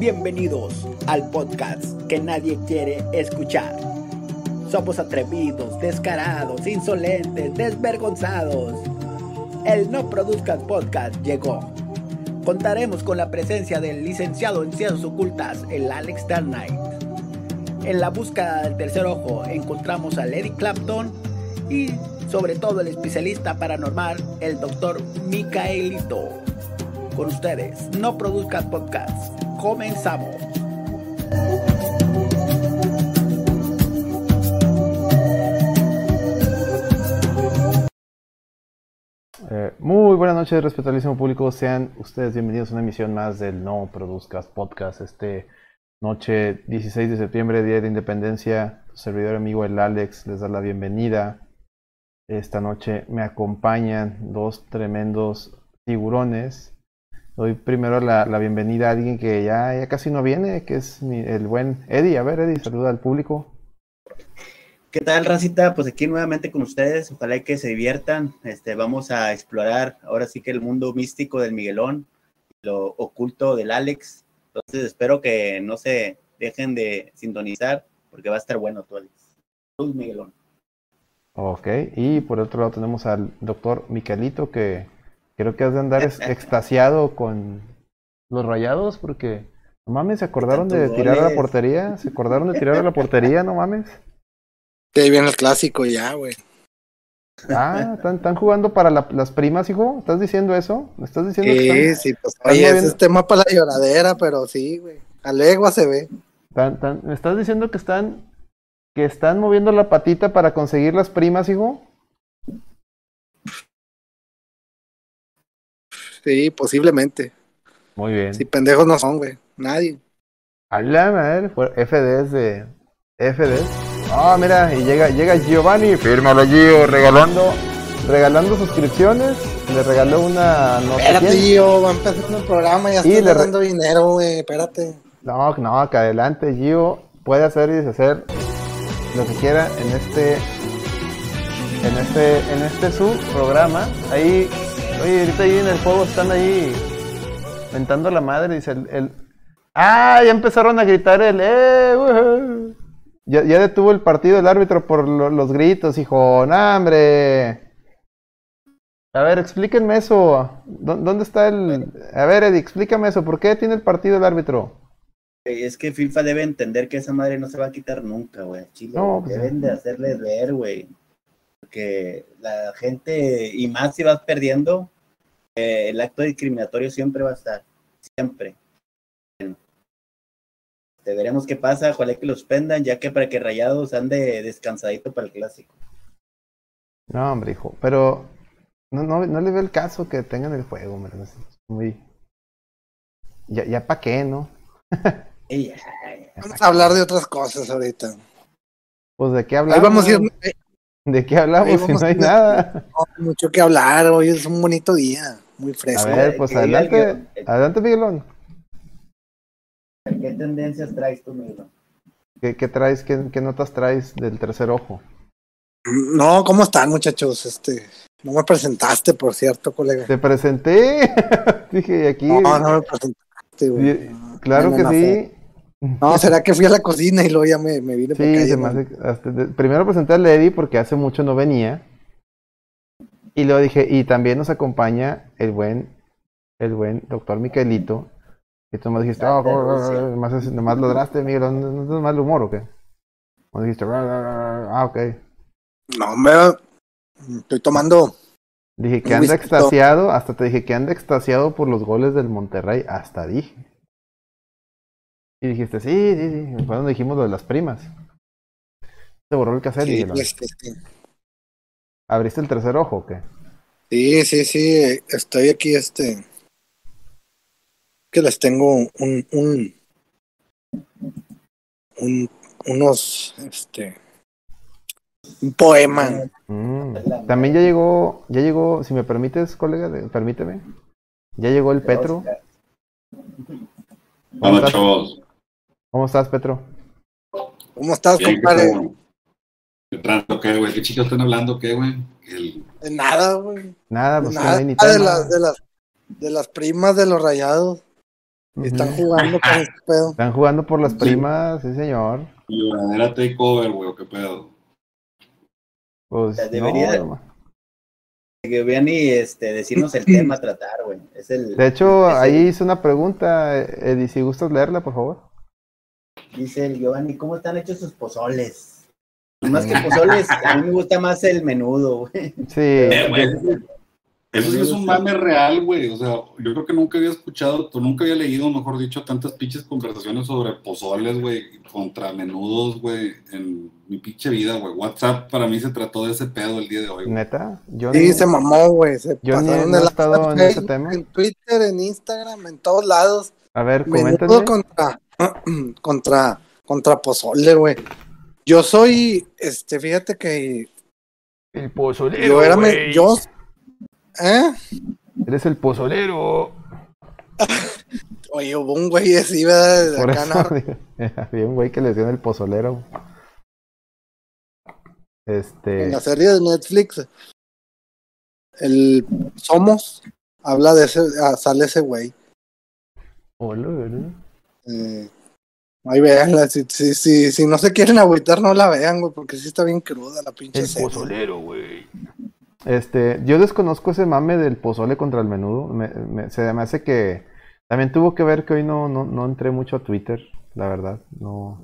Bienvenidos al podcast que nadie quiere escuchar. Somos atrevidos, descarados, insolentes, desvergonzados. El No Produzcas Podcast llegó. Contaremos con la presencia del licenciado en Ciencias Ocultas, el Alex Dark Knight. En la búsqueda del tercer ojo encontramos a Eric Clapton y sobre todo el especialista paranormal, el doctor Micaelito. Con ustedes, No Produzcas Podcast. Comenzamos. Muy buenas noches, respetabilísimo público. Sean ustedes bienvenidos a una emisión más del No Produzcas Podcast. Noche 16 de septiembre, Día de Independencia. Tu servidor amigo el Alex les da la bienvenida. Esta noche me acompañan dos tremendos figurones. Doy primero la bienvenida a alguien que ya casi no viene, que es el buen Eddie. A ver, Eddie, saluda al público. ¿Qué tal, racita? Pues aquí nuevamente con ustedes, ojalá que se diviertan. Vamos a explorar ahora sí que el mundo místico del Miguelón, lo oculto del Alex. Entonces espero que no se dejen de sintonizar, porque va a estar bueno todo, Alex. Saludos, Miguelón. Ok, y por otro lado tenemos al doctor Micaelito, que creo que has de andar extasiado con los Rayados, porque no mames, se acordaron de tirar a la portería, no mames. Que ahí viene el clásico ya, güey. Ah, ¿están jugando para las primas, hijo? ¿Estás diciendo eso? ¿Me estás diciendo que están, sí, pues oye, ese es tema para la lloradera, pero sí, güey. A legua se ve. ¿Me estás diciendo que están moviendo la patita para conseguir las primas, hijo? Sí, posiblemente. Muy bien. Si pendejos no son, güey. Nadie. Háblame, a ver, FDs de FDs. Ah, mira, y llega Giovanni, fírmalo Gio, regalando suscripciones, le regaló una Espérate, Gio, va a empezar el programa, ya está dando dinero, güey, espérate. No, que adelante, Gio, puede hacer y deshacer lo que quiera en este su programa. Ahí, oye, ahorita ahí en el juego están ahí mentando la madre, dice ya empezaron a gritar Ya detuvo el partido el árbitro por los gritos, hijo. ¡No, hombre! A ver, explíquenme eso. ¿Dónde está el...? A ver, Eddie, explícame eso. ¿Por qué tiene el partido el árbitro? Es que FIFA debe entender que esa madre no se va a quitar nunca, güey. Chile, no, pues deben de hacerle ver, güey. Porque la gente, y más si vas perdiendo, el acto discriminatorio siempre va a estar. Siempre. Veremos qué pasa, ojalá que los suspendan, ya que para que Rayados ande descansadito para el clásico. No, hombre, hijo, pero no le veo el caso que tengan el juego, hombre. Muy... Ya pa' qué, ¿no? Vamos a hablar de otras cosas ahorita. Pues ¿de qué hablamos? Ahí vamos a ir... ¿De qué hablamos si no hay nada? No hay mucho que hablar, hoy es un bonito día, muy fresco. A ver, pues adelante, Miguelón. ¿Qué tendencias traes tú, Miguel? ¿Qué traes? ¿Qué notas traes del tercer ojo? No, ¿cómo están, muchachos? No me presentaste, por cierto, colega. Te presenté. Dije, aquí. No me presentaste, güey. Claro que sí. No, ¿será que fui a la cocina y luego ya me vine por acá? Primero presenté a Lady porque hace mucho no venía. Y luego dije, y también nos acompaña el buen doctor Micaelito. Y tú me dijiste, nomás lograste, Miguel, ¿no es mal humor o qué? O dijiste, ok. No, me estoy tomando. Dije que anda extasiado, hasta te dije que anda extasiado por los goles del Monterrey, hasta dije. Y dijiste, sí, fue cuando dijimos lo de las primas. Se borró el cassette, sí, Miguel. Sí. ¿Abriste el tercer ojo o qué? Sí, estoy aquí, que les tengo un poema. También ya llegó, si me permites, colega, permíteme. Ya llegó el Petro. Hola, chavos. ¿Cómo estás, Petro? ¿Cómo estás, bien, compadre? ¿Qué trato, qué, güey? ¿Qué chicos están hablando, qué, güey? De nada, güey. Nada, pues nada, no hay ni tema. De las primas de los Rayados. Están Ujú. jugando con este pedo. Están jugando por las primas, sí, señor. Lloradera takeover, güey, o qué pedo. Pues Debería no. que vean y decirnos el tema a tratar, güey. De hecho, ahí hice una pregunta, Eddie, si gustas leerla, por favor. Dice el Giovanni, ¿cómo están hechos sus pozoles? Más que pozoles, a mí me gusta más el menudo, güey. Sí, Güey, eso sí es un mame real, güey. O sea, yo creo que nunca había escuchado, o nunca había leído, mejor dicho, tantas pinches conversaciones sobre pozoles, güey, contra menudos, güey, en mi pinche vida, güey. WhatsApp para mí se trató de ese pedo el día de hoy, güey. neta, Sí, se mamó, güey. Se yo pasaron no de he la estado en ese tema. En Twitter, en Instagram, en todos lados. A ver, Menudo coméntenme. contra pozole, güey. Yo soy, fíjate que El pozolero, yo era, yo, Eres el pozolero. oye, hubo un güey así, ¿verdad? De Por acá, eso ¿no? digo, había un güey que le decían el pozolero. En la serie de Netflix, el Somos, habla de ese, sale ese güey. Hola, ¿verdad? Ahí veanla, si no se quieren agüitar, no la vean, güey, porque sí está bien cruda la pinche El serie. pozolero, güey. Yo desconozco ese mame del pozole contra el menudo. Se me hace que también tuvo que ver que hoy no entré mucho a Twitter, la verdad. No,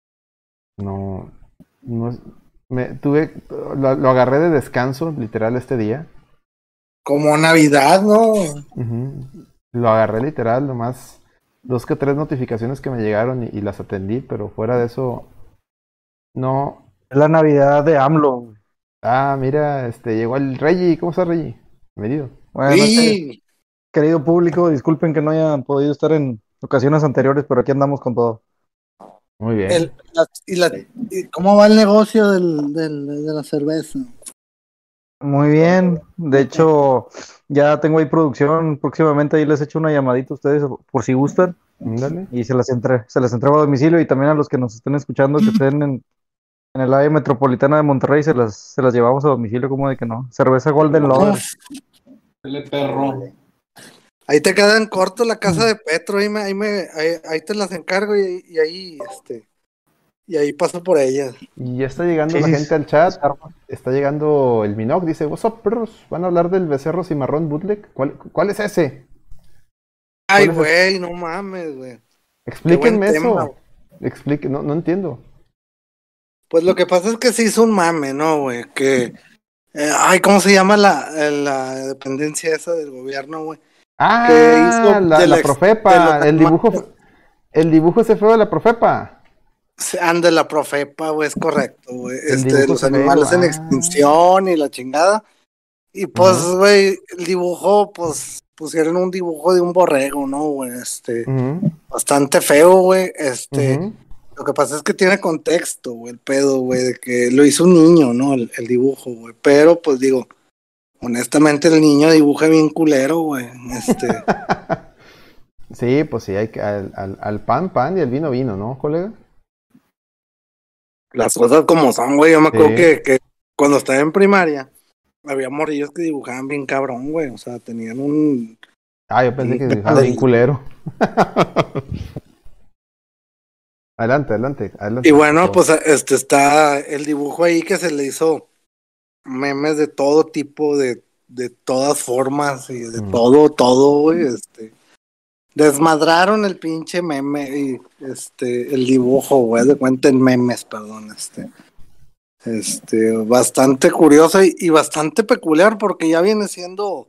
lo agarré de descanso, literal, este día. Como Navidad, ¿no? Ujú. Lo agarré literal, nomás 2 que 3 notificaciones que me llegaron y las atendí, pero fuera de eso, no. Es la Navidad de AMLO. Ah, mira, llegó el Reggie. ¿Cómo está Reggie? Bienvenido. Buenas noches, Sí, querido público. Disculpen que no hayan podido estar en ocasiones anteriores, pero aquí andamos con todo. Muy bien. ¿Y cómo va el negocio de la cerveza? Muy bien. De hecho, ya tengo ahí producción. Próximamente ahí les echo una llamadita a ustedes por si gustan. Ándale. Y se las entrego a domicilio. Y también a los que nos estén escuchando, que estén en el área metropolitana de Monterrey, se las llevamos a domicilio, como de que no. Cerveza Golden Lover. Dale, perro. Ahí te queda en corto la casa de Petro, ahí te las encargo y ahí, y ahí paso por ellas. Y ya está llegando Sí, la sí, gente al chat. Está llegando el Minoc. Dice, what's up, perros? ¿Van a hablar del becerro cimarrón bootleg? ¿Cuál es ese? Ay, ¿Cuál es güey, no mames, güey. Explíquenme Qué buen eso. No entiendo. Pues lo que pasa es que se hizo un mame, ¿no, güey? ¿Cómo se llama la dependencia esa del gobierno, güey? Que hizo La Profepa. El dibujo ese feo de la Profepa. de la Profepa, güey, es correcto, güey. El dibujo Los feo, animales en extinción y la chingada. Y pues, güey, el dibujo, pues, pusieron un dibujo de un borrego, ¿no, güey? Bastante feo, güey. Ujú. Lo que pasa es que tiene contexto, güey, el pedo, güey, de que lo hizo un niño, ¿no? El dibujo, güey. Pero, pues, digo, honestamente el niño dibuja bien culero, güey. Sí, pues sí, hay que al pan y al vino, ¿no, colega? Las cosas como son, güey. Yo me acuerdo Sí. que cuando estaba en primaria, había morrillos que dibujaban bien cabrón, güey. O sea, tenían un... Yo pensé que dibujaba bien culero. Adelante. Y bueno, pues está el dibujo ahí que se le hizo memes de todo tipo, de todas formas y de todo, güey. Desmadraron el pinche meme y el dibujo, güey, de cuenta en memes, perdón, bastante curioso y bastante peculiar porque ya viene siendo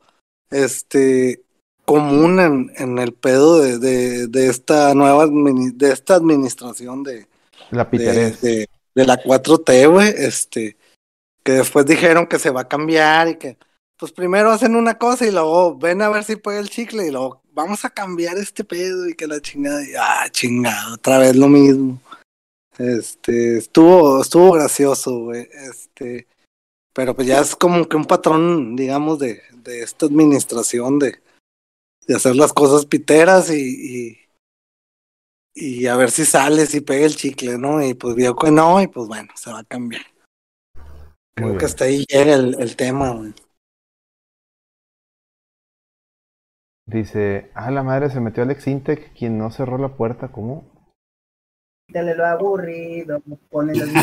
común en el pedo de esta de esta administración La piterés. de la 4T, güey, que después dijeron que se va a cambiar y que pues primero hacen una cosa y luego ven a ver si pega el chicle y luego vamos a cambiar este pedo y que la chingada y chingada, otra vez lo mismo. Estuvo gracioso, güey, pero pues ya es como que un patrón, digamos, de esta administración de hacer las cosas piteras y a ver si sale, si pega el chicle, ¿no? Y pues vio que no, y pues bueno, se va a cambiar. Creo que hasta ahí llega el tema, güey. Dice, la madre se metió Alex Intec, quien no cerró la puerta, ¿cómo? Quítale lo aburrido, ponle los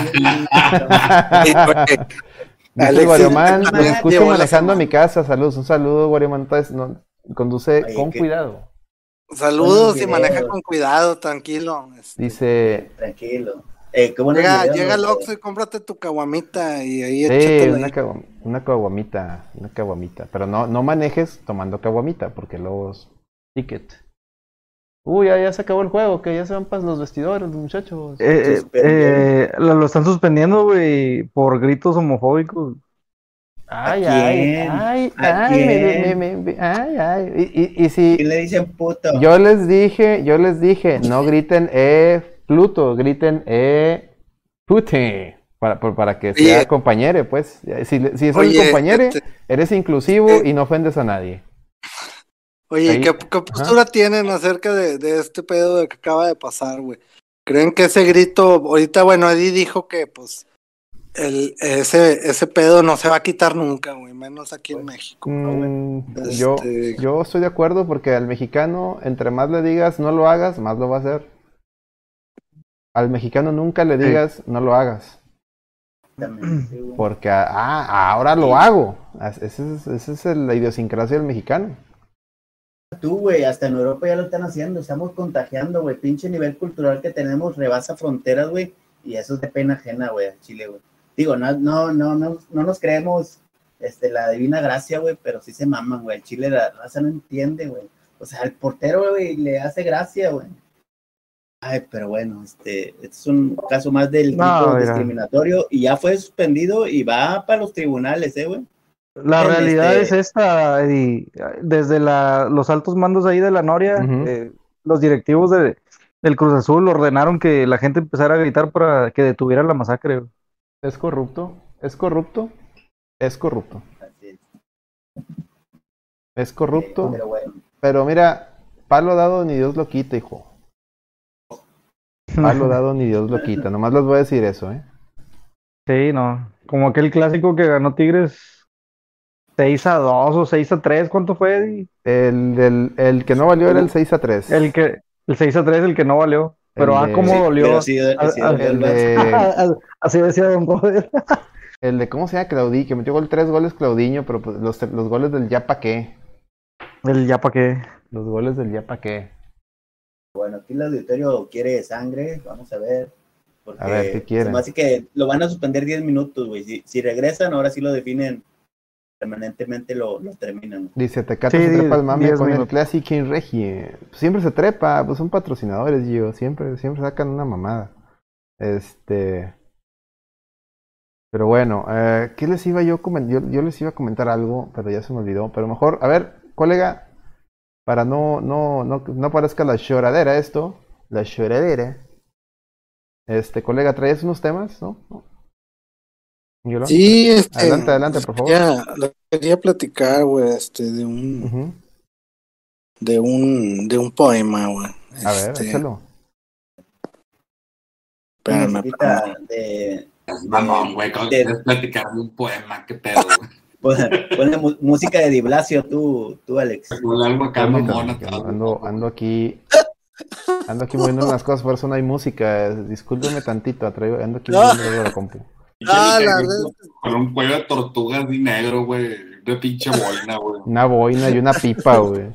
Dice Alex Guarioman, Intec los escucho llevó la manejando a mi semana. casa. Saludos, un saludo, Guarioman. Conduce Oye, con ¿qué? cuidado. Saludos Buenos y maneja videos. con cuidado, tranquilo. Dice, Tranquilo. Qué buenos videos. Llega al los de- Oxxo y cómprate tu caguamita y ahí sí, échatela ahí. una caguamita. Pero no manejes tomando caguamita, porque luego es ticket. Uy, ya se acabó el juego, que ya se van para los vestidores, los muchachos. Lo están suspendiendo, güey, por gritos homofóbicos. ¿A quién? ¿A quién? Ay. Y si ¿Quién le dicen puto? yo les dije, no griten Pluto, griten Pute, para que sea Oye. compañere, pues. Si es el Oye, compañere, eres inclusivo y no ofendes a nadie. Oye, Ahí- ¿qué postura tienen acerca de este pedo de que acaba de pasar, güey? ¿Creen que ese grito, ahorita, bueno, Eddie dijo que pues ese pedo no se va a quitar nunca, güey, menos aquí en México. Yo estoy de acuerdo porque al mexicano, entre más le digas no lo hagas, más lo va a hacer. Al mexicano nunca le digas no lo hagas. Exactamente, güey. Porque, ahora lo hago. Esa es la idiosincrasia del mexicano. Tú, güey, hasta en Europa ya lo están haciendo, estamos contagiando, güey, pinche nivel cultural que tenemos rebasa fronteras, güey, y eso es de pena ajena, güey, a Chile, güey. Digo, no nos creemos la divina gracia, güey, pero sí se maman, güey. El Chile la raza no entiende, güey. O sea, el portero, güey, le hace gracia, güey. Ay, pero bueno, este es un caso más del tipo discriminatorio y ya fue suspendido y va para los tribunales, güey. La realidad es esta, Eddie. Desde los altos mandos ahí de la Noria, los directivos del Cruz Azul ordenaron que la gente empezara a gritar para que detuvieran la masacre. Es corrupto. Así Es corrupto. pero bueno. Pero mira, palo dado ni Dios lo quita, hijo. Palo dado ni Dios lo quita. Nomás les voy a decir eso, ¿eh? Sí, no. Como aquel clásico que ganó Tigres 6-2 o 6-3, ¿cuánto fue, Eddie? El que no valió era el 6-3. El 6-3, el que no valió. Pero cómo dolió. Pero sí, así decía Don Robert. El de, ¿cómo se llama? Claudí, que metió 3 goles Claudiño, pero pues, los goles del ya pa' qué. El ya pa' qué. Los goles del ya pa' qué. Bueno, aquí el auditorio quiere sangre, vamos a ver. Porque A ver, ¿qué quieren? Así que lo van a suspender 10 minutos, güey. Si regresan, ahora sí lo definen permanentemente, lo terminan. Dice, Tecate se trepa al mame con el Classic King Regie. Pues siempre se trepa, pues son patrocinadores, Gio. Siempre sacan una mamada. Pero bueno, ¿qué les iba yo a comentar? Yo les iba a comentar algo, pero ya se me olvidó. Pero mejor, a ver, colega, para no parezca la lloradera esto, la lloradera. Colega, ¿traías unos temas, no? ¿Yolón? Sí, adelante, por favor. Quería platicar, güey, de un poema, güey. A ver, échalo. Espérame. Mamón, güey, ¿cómo quieres platicar de un poema? ¿Qué pedo, güey? Ponle música de Di Blasio, tú, Alex. Algo acá, mamón. Ando aquí moviendo unas cosas, por eso no hay música. Discúlpeme tantito, ando aquí moviendo la compu. Con un cuello de tortuga así negro, güey. De pinche boina, güey. Una boina y una pipa, güey.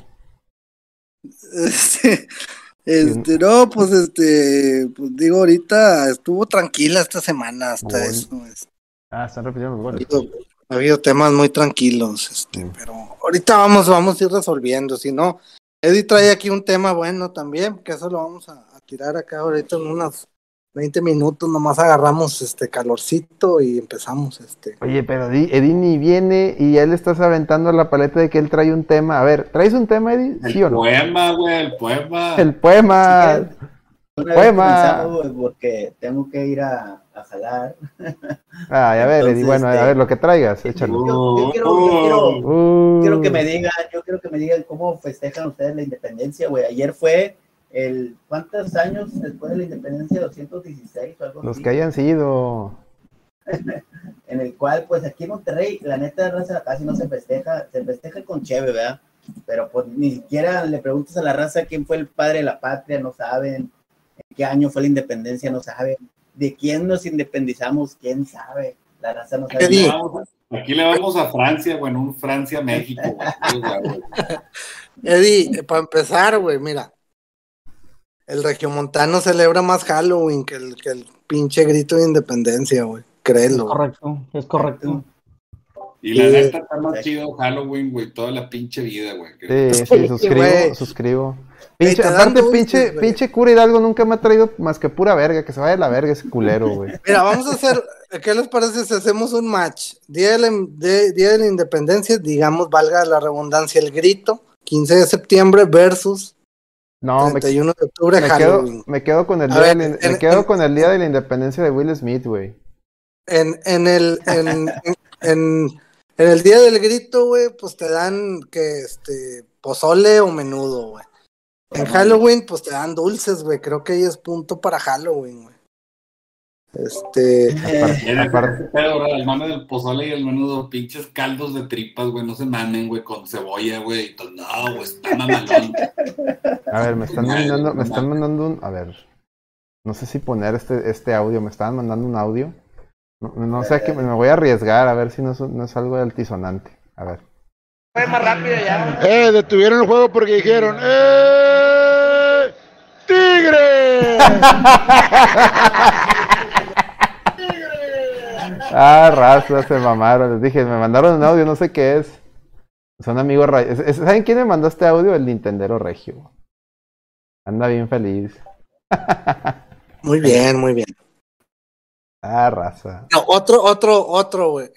No, pues pues digo, ahorita estuvo tranquila esta semana hasta eso. Están repitiendo los goles. Ha habido temas muy tranquilos, pero ahorita vamos a ir resolviendo, si no, Eddie trae aquí un tema bueno también, que eso lo vamos a tirar acá ahorita en unos 20 minutos, nomás agarramos calorcito y empezamos. Oye, pero Eddie ni viene y ya le estás aventando la paleta de que él trae un tema. A ver, ¿traes un tema, Eddie? ¿Sí o no? Poema, güey, el poema. El poema. Poema. Porque tengo que ir a jalar. A ver, Eddie, bueno, a ver lo que traigas, échalo. Yo quiero que me digan cómo festejan ustedes la independencia, güey. Ayer fue ¿cuántos años después de la independencia? 216 o algo así. Los que hayan sido. En el cual, pues aquí en Monterrey, la neta, raza, casi no se festeja con cheve, ¿verdad? pero pues ni siquiera le preguntas a la raza quién fue el padre de la patria, no saben, en qué año fue la independencia, no saben, de quién nos independizamos, quién sabe, la raza no sabe. Aquí le vamos a Francia, güey, en un Francia-México, güey. Eddie, para empezar, güey, mira, el regiomontano celebra más Halloween que el pinche grito de independencia, güey, créelo. Es correcto. Y la neta está más chido Halloween, güey, toda la pinche vida, güey. Sí, suscribo. Aparte, pinche cura Hidalgo nunca me ha traído más que pura verga, que se vaya a la verga ese culero, güey. Mira, vamos a hacer, ¿qué les parece si hacemos un match? Día de la Independencia, digamos, valga la redundancia, el grito, 15 de septiembre versus 31 de octubre, Halloween. Me quedo con el día de la independencia de Will Smith, güey. En el día del grito, güey, pues te dan pozole o menudo, güey. En Halloween, pues te dan dulces, güey. Creo que ahí es punto para Halloween, güey. Aparte, el mame del pozole y el menudo, pinches caldos de tripas, güey, no se mamen, güey, con cebolla, güey. No, güey, está mamalón. A ver, me están mandando un... A ver, no sé si poner este audio. Me estaban mandando un audio. No sé, que me voy a arriesgar a ver si no es algo altisonante. A ver. Fue más rápido ya. Detuvieron el juego porque dijeron ¡Tigre! Raza, se mamaron. Les dije, me mandaron un audio, no sé qué es. Son amigos. ¿Saben quién me mandó este audio? El Nintendero Regio. Anda bien feliz. Muy bien, muy bien. Raza. No, otro, güey.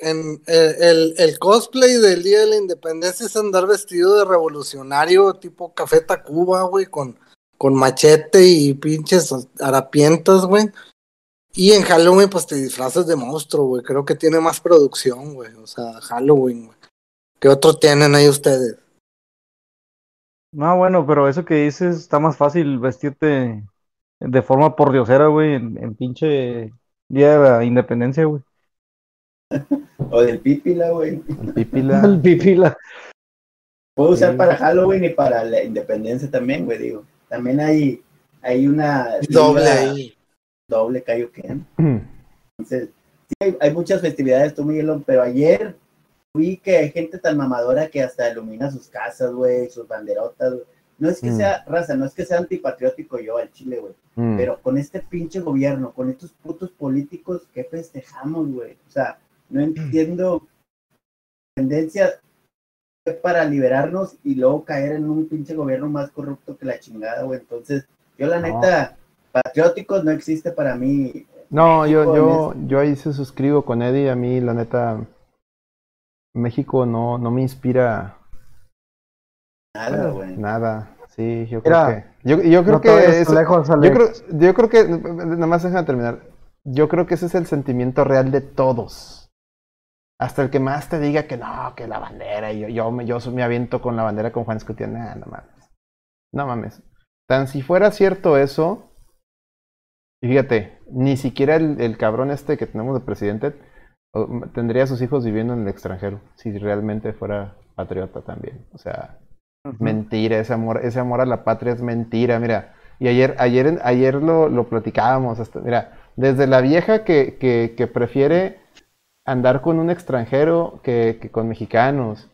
El cosplay del Día de la Independencia es andar vestido de revolucionario, tipo Café Tacuba, güey, con machete y pinches harapientas, güey. Y en Halloween, pues te disfrazas de monstruo, güey. Creo que tiene más producción, güey. O sea, Halloween, güey. ¿Qué otro tienen ahí ustedes? No, bueno, pero eso que dices, está más fácil vestirte de forma pordiosera, güey, en pinche Día de la Independencia, güey. O del pípila, güey. El pípila. Puedo usar para Halloween y para la Independencia también, güey, digo. También hay una... Doble Kaioken. Entonces, sí, hay muchas festividades, tú, Miguelón, pero ayer vi que hay gente tan mamadora que hasta ilumina sus casas, güey, sus banderotas, güey. No es que sea raza, no es que sea antipatriótico yo al Chile, güey. Pero con este pinche gobierno, con estos putos políticos, ¿qué festejamos, güey? O sea, no entiendo. Tendencia para liberarnos y luego caer en un pinche gobierno más corrupto que la chingada, güey. Entonces, yo la neta, patrióticos no existe para mí. No, yo ahí se suscribo con Eddie. A mí, la neta, México no me inspira nada, güey. Nada, sí, yo creo que... Yo creo que eso, yo creo que, nada más déjame terminar, yo creo que ese es el sentimiento real de todos. Hasta el que más te diga que no, que la bandera, y yo me aviento con la bandera con Juan Escutia, no mames. Tan si fuera cierto eso, y fíjate, ni siquiera el cabrón que tenemos de presidente tendría a sus hijos viviendo en el extranjero, si realmente fuera patriota también, o sea... Mentira, ese amor a la patria es mentira, mira. Y ayer lo platicábamos, mira, desde la vieja que prefiere andar con un extranjero que con mexicanos,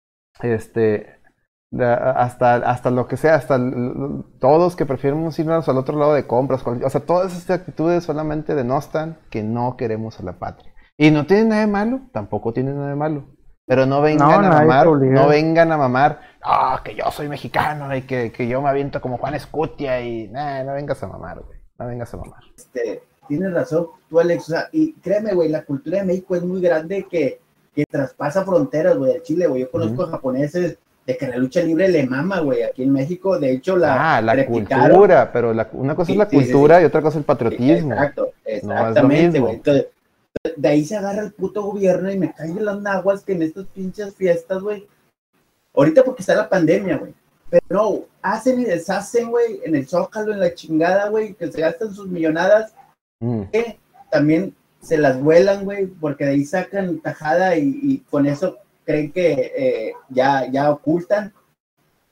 hasta lo que sea, todos que preferimos irnos al otro lado de compras, o sea, todas estas actitudes solamente denostan que no queremos a la patria. Y no tiene nada de malo, tampoco tiene nada de malo. Pero no vengan a mamar, que yo soy mexicano y que yo me aviento como Juan Escutia y no vengas a mamar, güey, no vengas a mamar. Tienes razón tú, Alex, o sea, y créeme, güey, la cultura de México es muy grande que traspasa fronteras, güey, al Chile, güey, yo conozco japoneses de que la lucha libre le mama, güey, aquí en México, de hecho la cultura, pero una cosa es la cultura y otra cosa es el patriotismo. Exactamente, güey, entonces de ahí se agarra el puto gobierno y me caen de las naguas que en estas pinches fiestas, güey. Ahorita porque está la pandemia, güey. Pero no, hacen y deshacen, güey, en el Zócalo, en la chingada, güey, que se gastan sus millonadas. Que también se las vuelan, güey, porque de ahí sacan tajada y con eso creen que ya ocultan.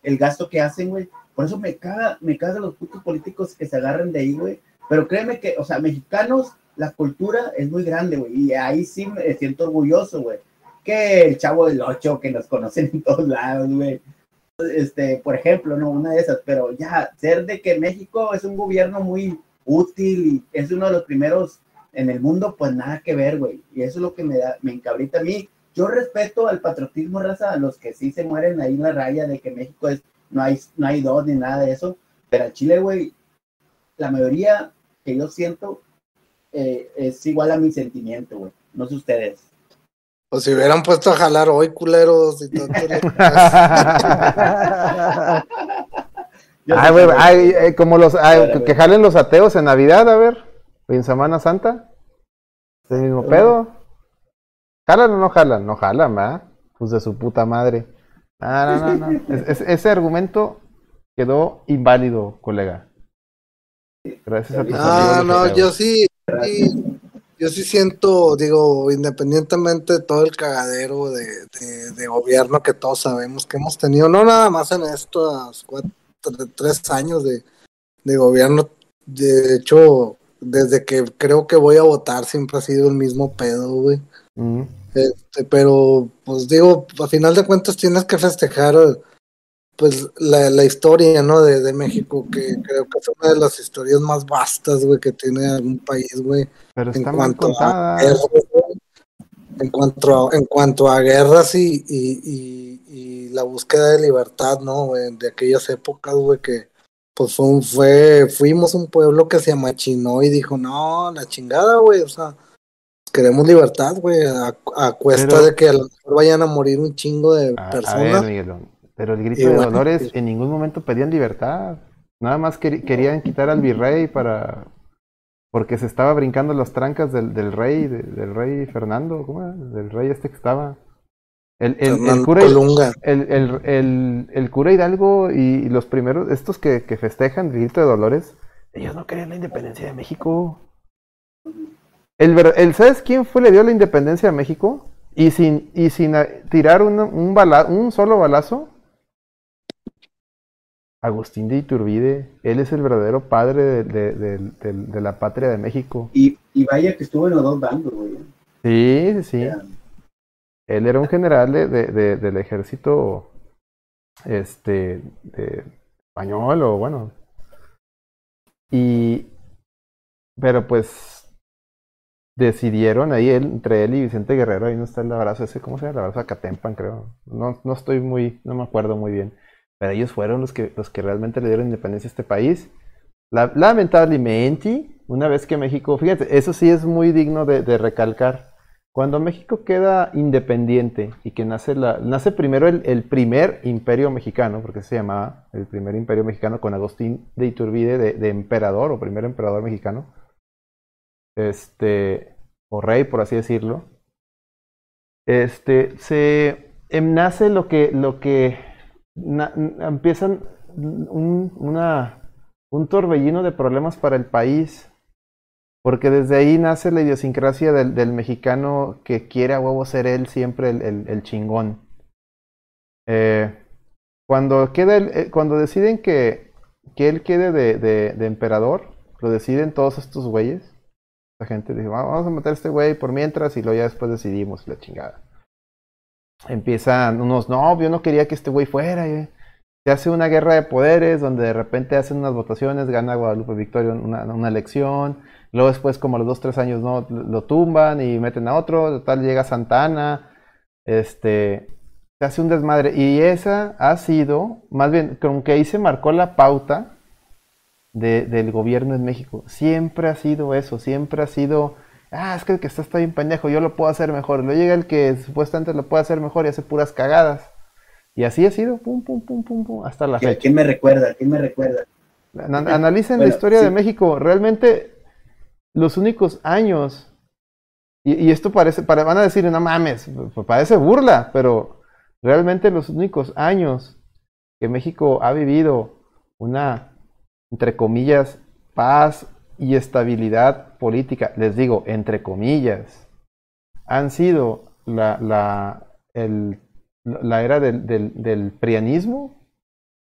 el gasto que hacen, güey. Por eso me caga los putos políticos que se agarran de ahí, güey. Pero créeme que, o sea, mexicanos, la cultura es muy grande, güey. Y ahí sí me siento orgulloso, güey. Que el Chavo del Ocho, que nos conocen en todos lados, güey. Por ejemplo, ¿no? Una de esas. Pero ya, ser de que México es un gobierno muy útil y es uno de los primeros en el mundo, pues nada que ver, güey. Y eso es lo que me encabrita a mí. Yo respeto al patriotismo, raza, a los que sí se mueren ahí en la raya de que México no hay dos ni nada de eso. Pero al Chile, güey, la mayoría que yo siento es igual a mi sentimiento, güey. No sé ustedes. Pues si hubieran puesto a jalar hoy, culeros. Y todo, como que jalen los ateos en Navidad, a ver, en Semana Santa. ¿Es el mismo pedo? ¿Jalan o no jalan? No jalan, ¿verdad? Pues de su puta madre. No. Ese argumento quedó inválido, colega. Gracias a tus amigos. Yo sí siento, digo, independientemente de todo el cagadero de gobierno que todos sabemos que hemos tenido, no nada más en estos 3 años de gobierno, de hecho, desde que creo que voy a votar siempre ha sido el mismo pedo, güey. Pero, pues digo, a final de cuentas tienes que festejar pues la historia, ¿no? De México, que creo que es una de las historias más vastas, güey, que tiene algún país, güey. Pero está mal contada. En cuanto a guerras y la búsqueda de libertad, ¿no? Güey? De aquellas épocas, güey, que pues fuimos un pueblo que se amachinó y dijo, no, la chingada, güey, o sea, queremos libertad, güey, a cuesta de que a lo mejor vayan a morir un chingo de personas. A ver, Miguelón, pero el grito de Dolores en ningún momento pedían libertad. Nada más querían quitar al virrey porque se estaba brincando las trancas del rey Fernando, ¿cómo era? Del rey que estaba. El cura Hidalgo y los primeros, estos que festejan el grito de Dolores, ellos no querían la independencia de México. ¿Sabes quién le dio la independencia a México? Y sin tirar un solo balazo. Agustín de Iturbide, él es el verdadero padre de la patria de México. Y vaya que estuvo en los dos bandos, güey. Sí. Yeah. Él era un general del ejército español, o bueno. Pero pues decidieron ahí entre él y Vicente Guerrero, ahí no está el abrazo ese, ¿cómo se llama? El abrazo a Catempan, creo. No me acuerdo muy bien. Pero ellos fueron los que realmente le dieron independencia a este país. Lamentablemente, una vez que México, fíjate, eso sí es muy digno de recalcar. Cuando México queda independiente y que nace primero el primer imperio mexicano, porque se llamaba el primer imperio mexicano, con Agustín de Iturbide de emperador, o primer emperador mexicano, o rey, por así decirlo, nace lo que empiezan un torbellino de problemas para el país, porque desde ahí nace la idiosincrasia del mexicano que quiere a huevo ser él siempre el chingón. Cuando deciden que él quede de emperador, lo deciden todos estos güeyes. La gente dice, vamos a matar a este güey por mientras, y luego ya después decidimos la chingada. Empiezan unos, no, yo no quería que este güey fuera. Se hace una guerra de poderes donde de repente hacen unas votaciones, gana Guadalupe Victoria una elección, luego después como a los 2-3 años no lo tumban y meten a otro, total llega Santa Anna, se hace un desmadre, y esa ha sido, más bien, como que ahí se marcó la pauta del gobierno en México. Siempre ha sido eso, siempre ha sido, es que el que está bien pendejo, yo lo puedo hacer mejor. Luego llega el que supuestamente lo puede hacer mejor y hace puras cagadas. Y así ha sido, pum, hasta la fecha. ¿Quién me recuerda? Analicen la historia de México. Realmente, los únicos años, y esto van a decir, no mames, parece burla, pero realmente los únicos años que México ha vivido una, entre comillas, paz y estabilidad política, les digo, entre comillas, han sido la era del prianismo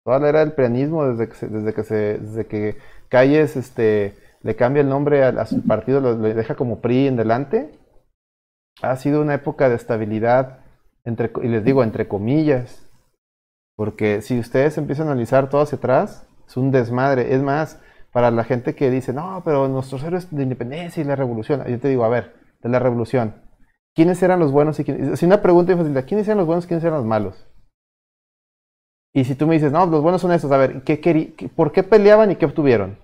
toda la era del prianismo, desde que Calles le cambia el nombre a su partido, lo deja como PRI en delante, ha sido una época de estabilidad, y les digo entre comillas, porque si ustedes empiezan a analizar todo hacia atrás, es un desmadre. Es más, para la gente que dice, no, pero nuestros héroes de independencia y la revolución, yo te digo, a ver, de la revolución, ¿quiénes eran los buenos y quiénes? Si una pregunta muy fácil, ¿quiénes eran los buenos y quiénes eran los malos? Y si tú me dices, no, los buenos son estos, a ver, ¿por qué peleaban y qué obtuvieron?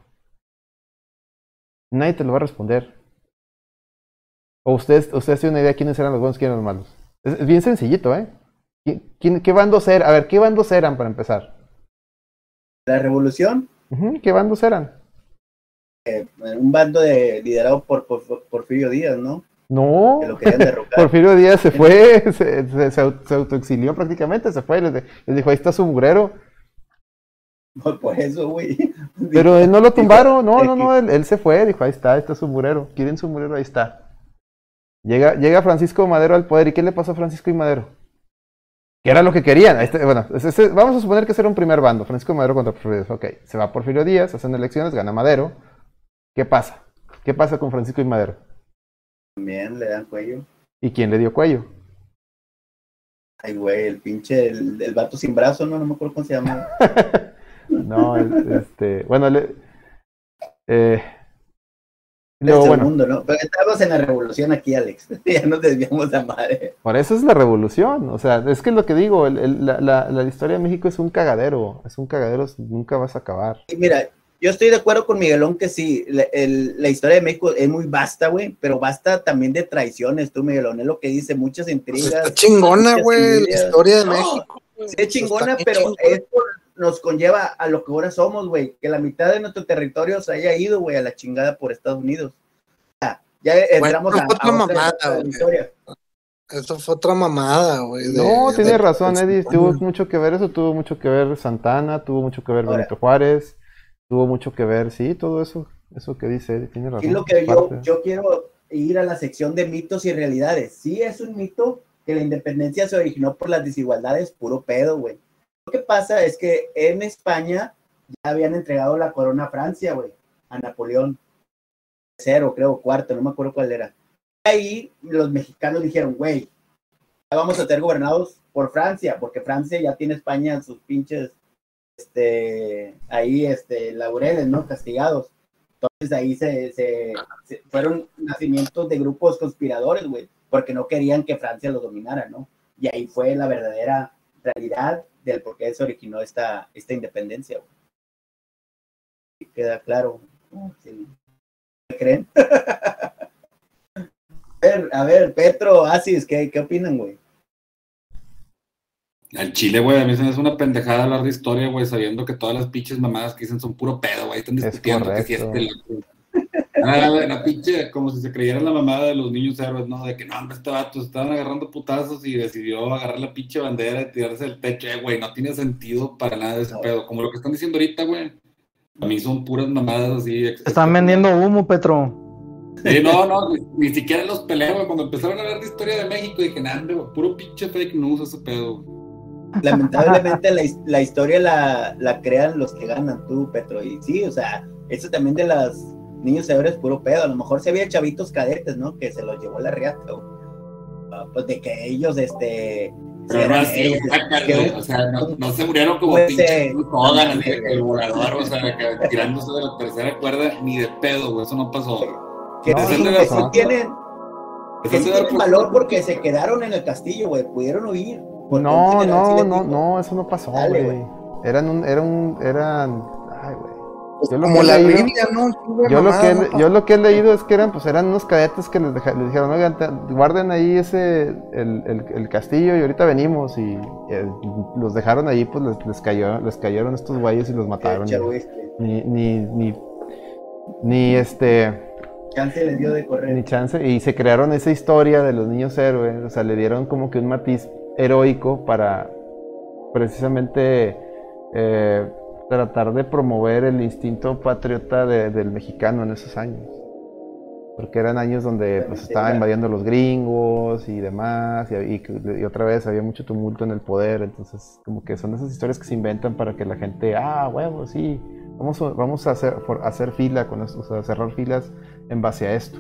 Nadie te lo va a responder. O ustedes tienen una idea de quiénes eran los buenos y quiénes eran los malos. Es bien sencillito, ¿eh? ¿Qué bandos eran? A ver, ¿qué bandos eran para empezar? ¿La revolución? ¿Qué bandos eran? Un bando liderado por Porfirio Díaz, ¿no? No, que lo querían derrocar. Porfirio Díaz se fue, se autoexilió prácticamente, se fue, les dijo, ahí está su mugrero. Por eso, güey. Pero él no lo tumbaron, no, él se fue, dijo, ahí está su mugrero, quieren su mugrero, ahí está. Llega Francisco Madero al poder, ¿y qué le pasó a Francisco y Madero? Que era lo que querían. Bueno, vamos a suponer que ese era un primer bando, Francisco Madero contra Porfirio Díaz. Ok, se va Porfirio Díaz, hacen elecciones, gana Madero. ¿Qué pasa? ¿Qué pasa con Francisco y Madero? También le dan cuello. ¿Y quién le dio cuello? Ay, güey, el pinche, el vato sin brazo, no me acuerdo cómo se llama. No, bueno, mundo, ¿no? Pero estamos en la revolución aquí, Alex. Ya nos desviamos a madre. Por eso es la revolución. O sea, es que es lo que digo, la historia de México es un cagadero, nunca vas a acabar. Y mira, yo estoy de acuerdo con Miguelón que sí, la historia de México es muy vasta, güey, pero basta también de traiciones, tú, Miguelón, es lo que dice, muchas intrigas. Pues está chingona, güey, la historia de México. Sí, es chingona, pero esto nos conlleva a lo que ahora somos, güey, que la mitad de nuestro territorio se haya ido, güey, a la chingada por Estados Unidos. Ya entramos a otra mamada, historia. Eso fue otra mamada, güey. No, tienes razón, Eddie, tuvo mucho que ver eso, tuvo mucho que ver Santana, tuvo mucho que ver Benito Juárez, tuvo mucho que ver, sí, todo eso que dice Eddie, tiene razón. Y lo que yo quiero ir a la sección de mitos y realidades. Sí, es un mito que la independencia se originó por las desigualdades, puro pedo, güey. Lo que pasa es que en España ya habían entregado la corona a Francia, güey, a Napoleón III, creo, cuarto, no me acuerdo cuál era. Ahí los mexicanos dijeron, güey, ya vamos a ser gobernados por Francia, porque Francia ya tiene España sus pinches, laureles, ¿no? Castigados. Entonces ahí se fueron nacimientos de grupos conspiradores, güey, porque no querían que Francia los dominara, ¿no? Y ahí fue la verdadera realidad del por qué se originó esta independencia, güey. Queda claro, ¿no? Sí. ¿Me creen? A ver, Petro, Asis, ¿qué opinan, güey? Al Chile, güey, a mí se me hace una pendejada hablar de historia, güey, sabiendo que todas las pinches mamadas que dicen son puro pedo, güey, están discutiendo que si la pinche, como si se creyera la mamada de los niños héroes, ¿no? De que no, este vato se estaban agarrando putazos y decidió agarrar la pinche bandera y tirarse del techo, güey, no tiene sentido para nada ese pedo, como lo que están diciendo ahorita, güey. A mí son puras mamadas así. Están vendiendo humo, Petro. Sí, no, ni siquiera los peleé, güey. Cuando empezaron a hablar de historia de México, dije, güey, puro pinche fake news ese pedo. Lamentablemente la historia la crean los que ganan, tú, Petro. Y sí, o sea, eso también de los niños héroes, puro pedo. A lo mejor se había chavitos cadetes, ¿no? Que se los llevó la riata, pues de que ellos, pero no así, o sea, no se murieron como pinches Hogan, así el volador, o sea, tirándose de la tercera cuerda, ni de pedo, güey, eso no pasó. Que sí tienen valor porque se quedaron en el castillo, güey, pudieron huir. No, eso no pasó, güey. Eran, ay, güey. Como la Biblia, ¿no? Yo lo que he leído es que eran unos cadetes que les dijeron, oigan, guarden ahí el castillo y ahorita venimos, y los dejaron ahí, pues les cayeron estos güeyes y los mataron. Chance les dio de correr. Ni chance, y se crearon esa historia de los niños héroes, o sea, le dieron como que un matiz heroico para precisamente tratar de promover el instinto patriota del mexicano en esos años. porque eran años donde pues estaban invadiendo los gringos y demás, y otra vez había mucho tumulto en el poder, entonces como que son esas historias que se inventan para que la gente, huevo, sí, vamos a hacer fila con esto, o sea, cerrar filas en base a esto.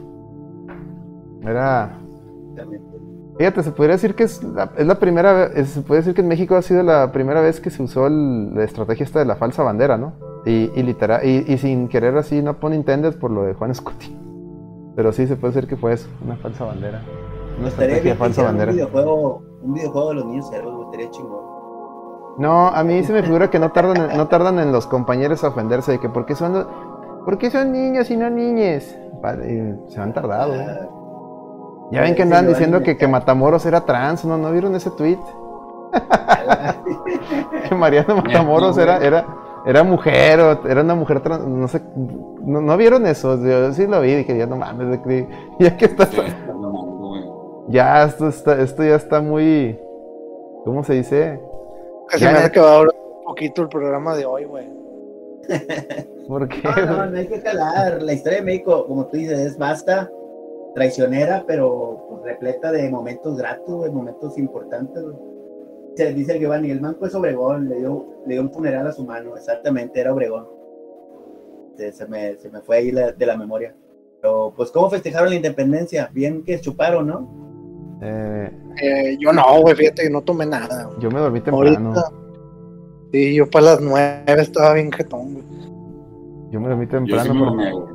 Fíjate, se podría decir que es la primera vez, se puede decir que en México ha sido la primera vez que se usó la estrategia esta de la falsa bandera, ¿no? Y literal, y sin querer así, no pone intended por lo de Juan Escuti. Pero sí se puede decir que fue eso, una falsa bandera. Una estrategia falsa bandera. Un videojuego de los niños cerdos, estaría chingón. No, a mí se me figura que no tardan en los compañeros a ofenderse de que ¿por qué son niños y no niñes? Se han tardado. Ya ven que andaban diciendo que Matamoros era trans, ¿no vieron ese tweet? Que Mariano Matamoros era mujer, o era una mujer trans, no sé, no vieron eso. Yo sí lo vi, dije, ya no mames, ya que está, ya esto ya está muy, ¿cómo se dice? Que se me hace que va a durar un poquito el programa de hoy, güey. ¿Por qué? No hay que calar. La historia de México, como tú dices, es vasta, traicionera, pero pues, repleta de momentos gratos, güey, momentos importantes, güey. Dice el Giovanni, el manco es Obregón, le dio un funeral a su mano, exactamente, era Obregón. Se me fue ahí de la memoria. Pero, pues, ¿cómo festejaron la independencia? Bien que chuparon, ¿no? Yo no, güey, fíjate que no tomé nada. Yo me dormí temprano. Ahorita, sí, yo para las 9 estaba bien jetón, güey. Yo me dormí temprano.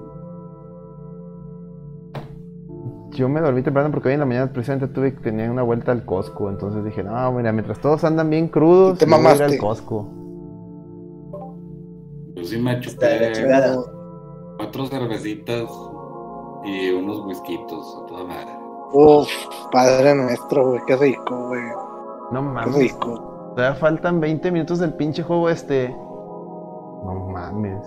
Yo me dormí temprano porque hoy en la mañana precisamente tenía una vuelta al Costco, entonces dije, no, mira, mientras todos andan bien crudos, te voy a ir mamaste al Costco. Yo sí me chupé 4 cervecitas y unos whiskitos a toda madre. Uf, Padre Nuestro, güey, qué rico, güey. No mames. Qué rico. Todavía faltan 20 minutos del pinche juego este. No mames.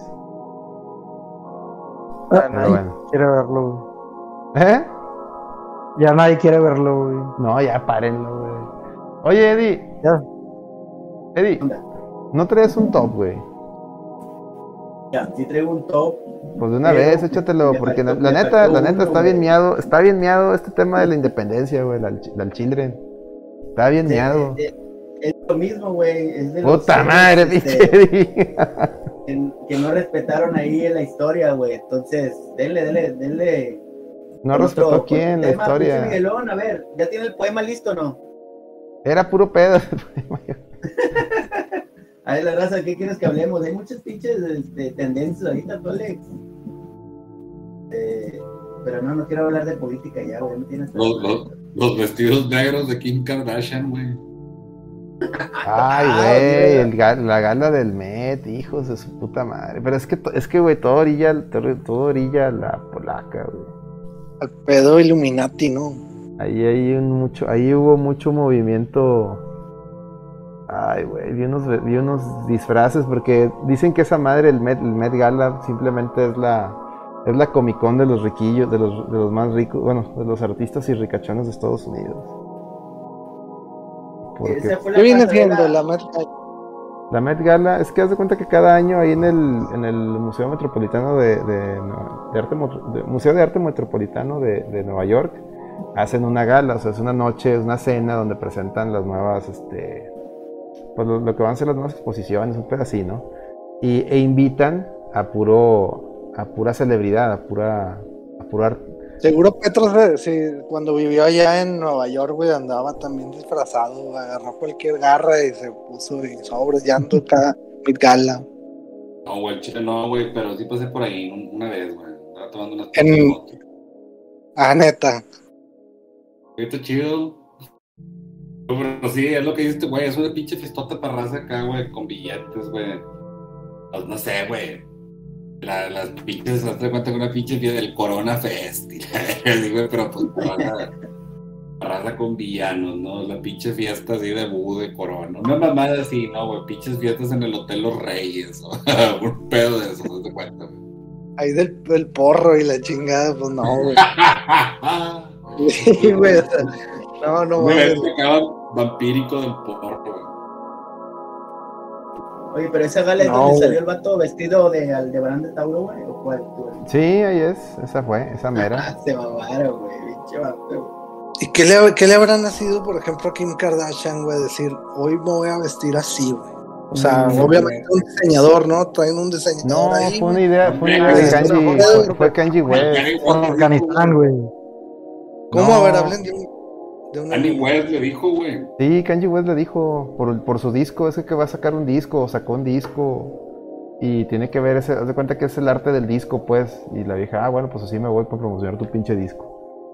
Nadie quiere verlo, güey. Ya nadie quiere verlo, güey. No, ya párenlo, güey. Oye, Eddie. Ya. Eddie, ¿no traes un top, güey? Ya, sí traigo un top. Pues de una vez, échatelo, porque la neta está bien miado. Está bien miado este tema de la independencia, güey, la children. Está bien miado. Es lo mismo, güey. Puta madre, pinche Eddie. Que no respetaron ahí en la historia, güey. Entonces, denle. No respetó quién, la historia. Miguelón, a ver, ¿ya tiene el poema listo o no? Era puro pedo. A ver, la raza, ¿qué quieres que hablemos? Hay muchas pinches tendencias ahorita, tú, Alex. Pero no quiero hablar de política ya, güey. No tienes los vestidos negros de Kim Kardashian, güey. Ay, güey, la gala del Met, hijos de su puta madre. Pero es que, güey, todo orilla la polaca, güey. Al pedo Illuminati, ¿no? Ahí hubo mucho movimiento. Ay, güey, vi unos disfraces porque dicen que esa madre, el Met Gala, simplemente es la Comic Con de los riquillos, de los más ricos, bueno, de los artistas y ricachones de Estados Unidos. ¿Qué viene siendo la Met Gala? La Met Gala, es que haz de cuenta que cada año ahí en el Museo Metropolitano Museo de Arte Metropolitano de Nueva York, hacen una gala, o sea, es una noche, es una cena donde presentan las nuevas, pues lo que van a ser las nuevas exposiciones, un pedo así, ¿no? E invitan a pura celebridad, a pura arte. Seguro Petro, sí, cuando vivió allá en Nueva York, güey, andaba también disfrazado, agarró cualquier garra y se puso y sobres, ya ando cada Met Gala. No, güey, no, güey, pero sí pasé por ahí una vez, güey. Estaba tomando unas fotos. Neta. Está chido. Pero sí, es lo que dices, güey, es una pinche festota para raza acá, güey, con billetes, güey. Pues, no sé, güey. Las pinches, se cuenta con una pinche fiesta del Corona Fest. Güey, pero pues raza con villanos, ¿no? La pinche fiesta así de de Corona. Una mamada así, ¿no, güey? Pinches fiestas en el Hotel Los Reyes, ¿no? Un pedo de eso, no te cuenta, güey. Ahí del porro y la chingada, pues no, güey. Sí, güey. No, güey. Me acaba vampírico del porro, güey. Oye, pero esa gala es donde salió el vato vestido de Aldebarán de Tauro, güey, ¿o cuál? Sí, ahí es, esa fue, esa mera. Se mamaron, güey, pinche vato. ¿Y qué le habrá nacido, por ejemplo, a Kim Kardashian, güey? Decir, hoy me voy a vestir así, güey. O sea, obviamente un diseñador, ¿no? Traen un diseñador no, ahí. Fue una idea de Kanye, fue Kanye West. Afganistán, güey. ¿Cómo? No. A ver, hablen de un Kanye West le dijo, güey. Sí, Kanye West le dijo, por su disco, ese que va a sacar un disco, sacó un disco, y tiene que ver haz de cuenta que es el arte del disco, pues, y la vieja, bueno, pues así me voy para promocionar tu pinche disco.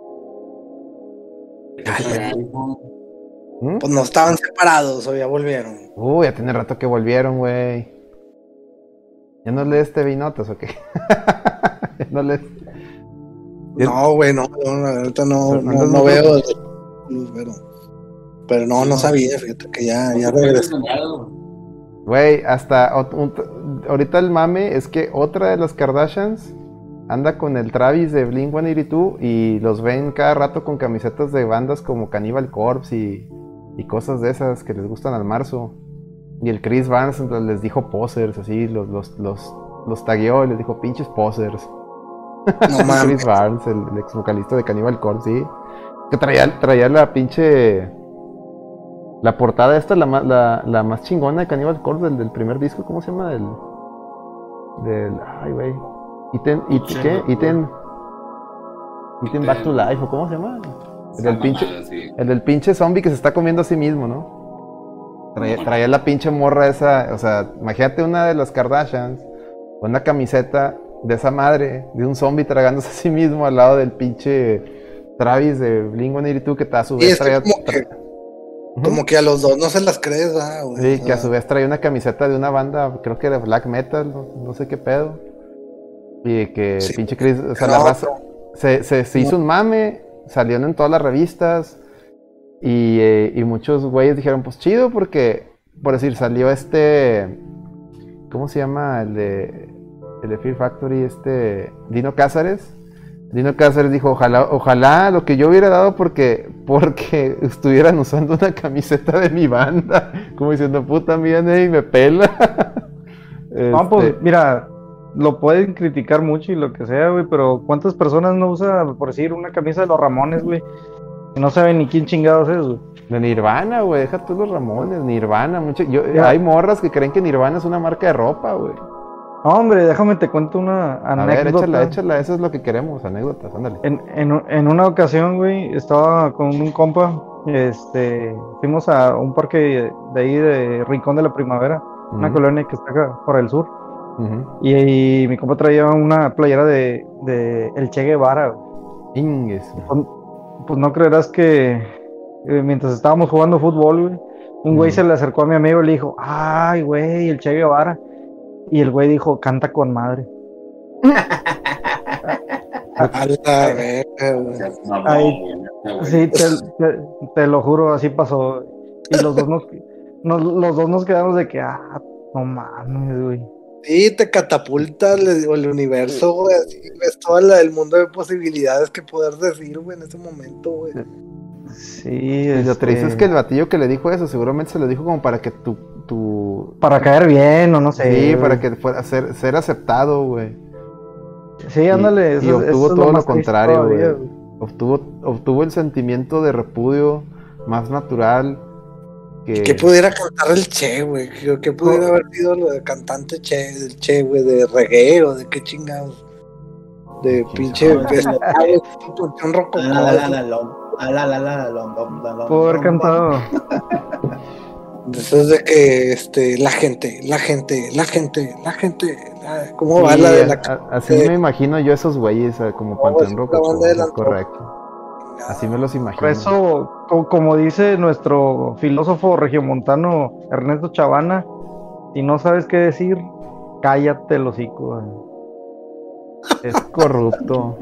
Pues no estaban separados o ya volvieron. Ya tiene rato que volvieron, güey. ¿Ya no lees TV Notas o qué? ¿Ya no lees? No, güey, no, ahorita no veo. Pero no sabía, fíjate que ya regresó. Güey, hasta ahorita el mame es que otra de las Kardashians anda con el Travis de Blink-182 y los ven cada rato con camisetas de bandas como Cannibal Corpse y cosas de esas que les gustan al marzo. Y el Chris Vance les dijo posers, así, los tagueó y les dijo pinches posers. No mames. Chris Vance, el ex vocalista de Cannibal Corpse, sí. Que traía la pinche... La portada esta, la más chingona de Cannibal Corpse del primer disco, ¿cómo se llama? Ay, güey. Eaten Back to Life, ¿o cómo se llama? El del pinche zombie que se está comiendo a sí mismo, ¿no? Traía la pinche morra esa, o sea, imagínate una de las Kardashians con una camiseta de esa madre, de un zombie tragándose a sí mismo al lado del pinche Travis de Blink-182 que a su vez traía... Como que a los dos no se las crees, güey. Sí, que a su vez traía una camiseta de una banda, creo que era black metal, no sé qué pedo. Y que sí, pinche Chris, o sea, la raza se hizo un mame, salieron en todas las revistas y muchos güeyes dijeron, pues chido, porque, por decir, salió ¿cómo se llama? El de Fear Factory, Dino Cázares. Dino Cázares dijo, ojalá lo que yo hubiera dado porque estuvieran usando una camiseta de mi banda, como diciendo, puta, mira, y me pela. No, pues, mira, lo pueden criticar mucho y lo que sea, güey, pero ¿cuántas personas no usan, por decir, una camisa de los Ramones, güey? Que no saben ni quién chingados es, güey. De Nirvana, güey, deja tú los Ramones, Nirvana, hay morras que creen que Nirvana es una marca de ropa, güey. No, hombre, déjame te cuento una anécdota. A ver, échala, eso es lo que queremos, anécdotas, ándale. En una ocasión, güey, estaba con un compa, fuimos a un parque de ahí de Rincón de la Primavera, una colonia que está acá por el sur, y mi compa traía una playera de el Che Guevara, güey. Pues no creerás que mientras estábamos jugando fútbol, güey, un güey se le acercó a mi amigo y le dijo, ay, güey, el Che Guevara. Y el güey dijo, canta con madre. Sí, te lo juro, así pasó. Y los dos nos quedamos de que, no mames, güey. Sí, te catapulta el universo, güey. Así ves todo el mundo de posibilidades que poder decir, güey, en ese momento, güey. Sí, y lo triste es que el batillo que le dijo eso, seguramente se lo dijo como para que para caer bien, o no sé. Sí, para que fuera ser aceptado, güey. Sí, ándale. Y obtuvo todo lo contrario, güey. Obtuvo el sentimiento de repudio más natural. Que pudiera cantar el Che, güey. Que pudiera haber sido lo de cantante del Che, güey, de reggae o de qué chingados. De pinche. Un roco. Puedo haber cantado. Después de que la gente, ¿cómo va la de la así me imagino yo esos güeyes, como Panteón Rococó, correcto. Así me los imagino. Por eso, como dice nuestro filósofo regiomontano Ernesto Chavana, si no sabes qué decir, cállate el hocico. Es corrupto.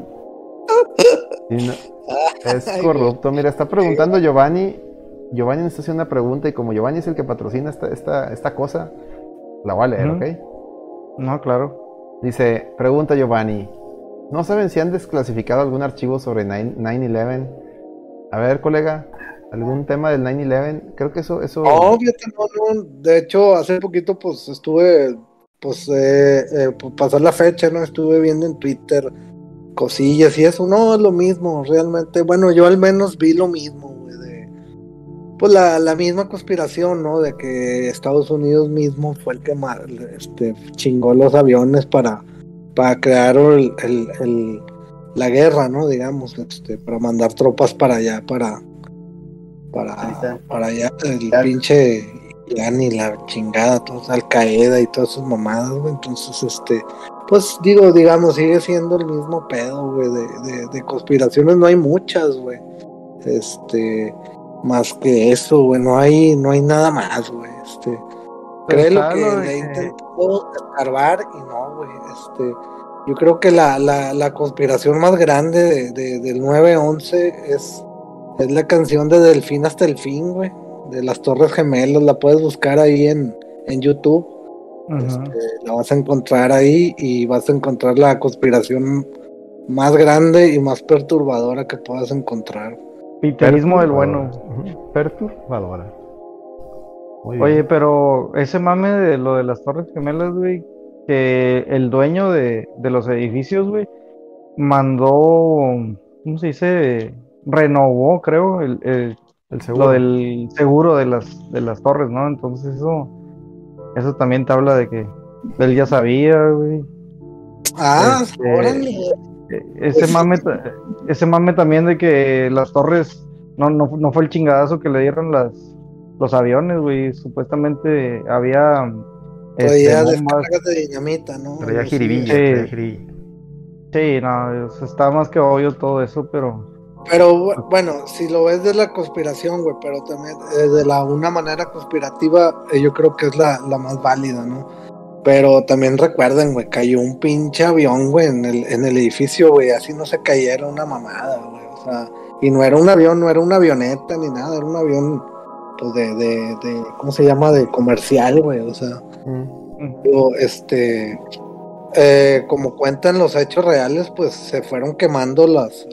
Es corrupto. Mira, está preguntando Giovanni nos está haciendo una pregunta y como Giovanni es el que patrocina esta cosa, la voy a leer, ¿ok? No, claro. Dice, pregunta Giovanni, ¿no saben si han desclasificado algún archivo sobre 9/11? A ver, colega. ¿Algún tema del 9/11? Creo que eso... No, fíjate, no. De hecho, hace poquito, pues, estuve, pues, por pasar la fecha, ¿no? Estuve viendo en Twitter cosillas y eso. No, es lo mismo, realmente. Bueno, yo al menos vi lo mismo, güey, pues la misma conspiración, ¿no? De que Estados Unidos mismo fue el que chingó los aviones para crear la guerra, ¿no? Digamos, para mandar tropas para allá, para allá, el pinche Irán y la chingada, todos Al Qaeda y todas sus mamadas, güey. Entonces, pues digamos, sigue siendo el mismo pedo, güey, de conspiraciones no hay muchas, güey. Más que eso, güey, no hay nada más, güey. Créelo que le intentó escarbar y no, güey. Yo creo que la conspiración más grande del 9/11 es la canción de Delfín hasta el fin, güey, de las Torres Gemelas. La puedes buscar ahí en YouTube. La vas a encontrar ahí y vas a encontrar la conspiración más grande y más perturbadora que puedas encontrar. Piterismo del bueno. Perturbadora. Oye, pero ese mame de lo de las Torres Gemelas, güey, que el dueño de los edificios, güey, mandó, ¿cómo se dice? Renovó, creo, el seguro. Lo del seguro de las torres, ¿no? Entonces eso también te habla de que él ya sabía, güey. Órale. Ese mame también de que las torres no fue el chingadazo que le dieron los aviones, güey. Supuestamente había traía descargas de dinamita, ¿no? Traía jiribilla. Sí, no, está más que obvio todo eso, pero bueno, si lo ves de la conspiración, güey, pero también de una manera conspirativa, yo creo que es la más válida, ¿no? Pero también recuerden, güey, cayó un pinche avión, güey, en el edificio, güey, así no se cayera una mamada, güey, o sea, y no era un avión, no era una avioneta ni nada, era un avión, pues, de ¿cómo se llama? De comercial, güey, o sea, digo, como cuentan los hechos reales, pues, se fueron quemando las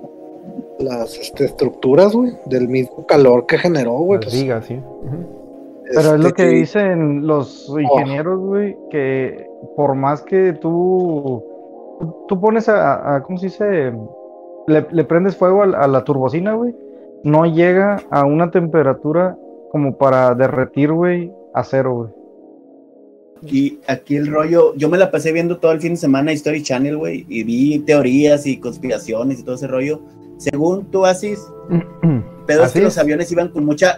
estructuras, güey, del mismo calor que generó, güey, pues. Vigas, sí. Pero es lo que dicen los ingenieros, güey, que por más que tú pones a ¿cómo se dice? Le prendes fuego a la turbocina, güey, no llega a una temperatura como para derretir, güey, acero, güey. Y aquí el rollo, yo me la pasé viendo todo el fin de semana History Channel, güey, y vi teorías y conspiraciones y todo ese rollo. Según tú, Asís, pero es que los aviones iban con mucha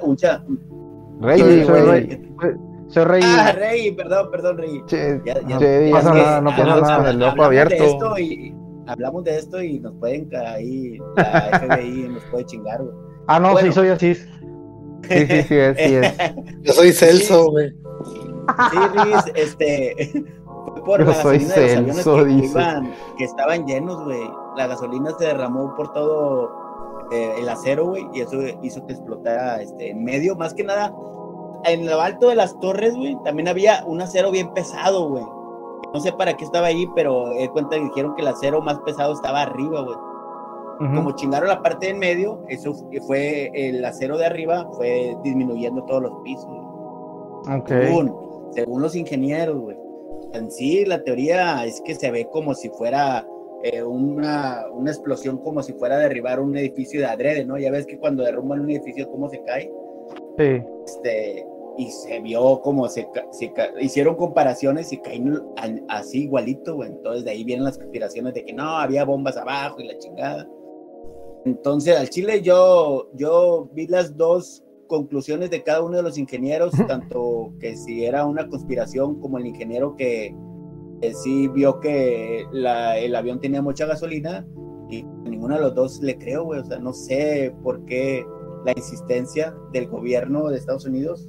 Rey, güey. Soy Rey. Rey, perdón, Rey. No pasa nada con el loco abierto. Hablamos de esto y nos pueden ahí, la FBI nos puede chingar, güey. No, bueno. Sí, soy Asís. Sí es. Yo soy Celso, güey. Sí, Luis, fue por la gasolina de los aviones que estaban llenos, güey. La gasolina se derramó por todo el acero, güey, y eso hizo que explotara en medio, más que nada en lo alto de las torres, güey, también había un acero bien pesado, güey. No sé para qué estaba ahí, pero cuenta que dijeron que el acero más pesado estaba arriba, güey. Como chingaron la parte de en medio, eso fue el acero de arriba, fue disminuyendo todos los pisos, güey. Okay. Según los ingenieros, güey. En sí, la teoría es que se ve como si fuera una explosión, como si fuera a derribar un edificio de adrede, ¿no? Ya ves que cuando derrumban un edificio, ¿cómo se cae? Sí. Y se vio como hicieron comparaciones y caen así igualito, güey. Entonces de ahí vienen las conspiraciones de que no, había bombas abajo y la chingada. Entonces al chile yo vi las dos conclusiones de cada uno de los ingenieros, tanto que si era una conspiración como el ingeniero que sí vio que el avión tenía mucha gasolina, y ninguno de los dos le creo, güey. O sea, no sé por qué la insistencia del gobierno de Estados Unidos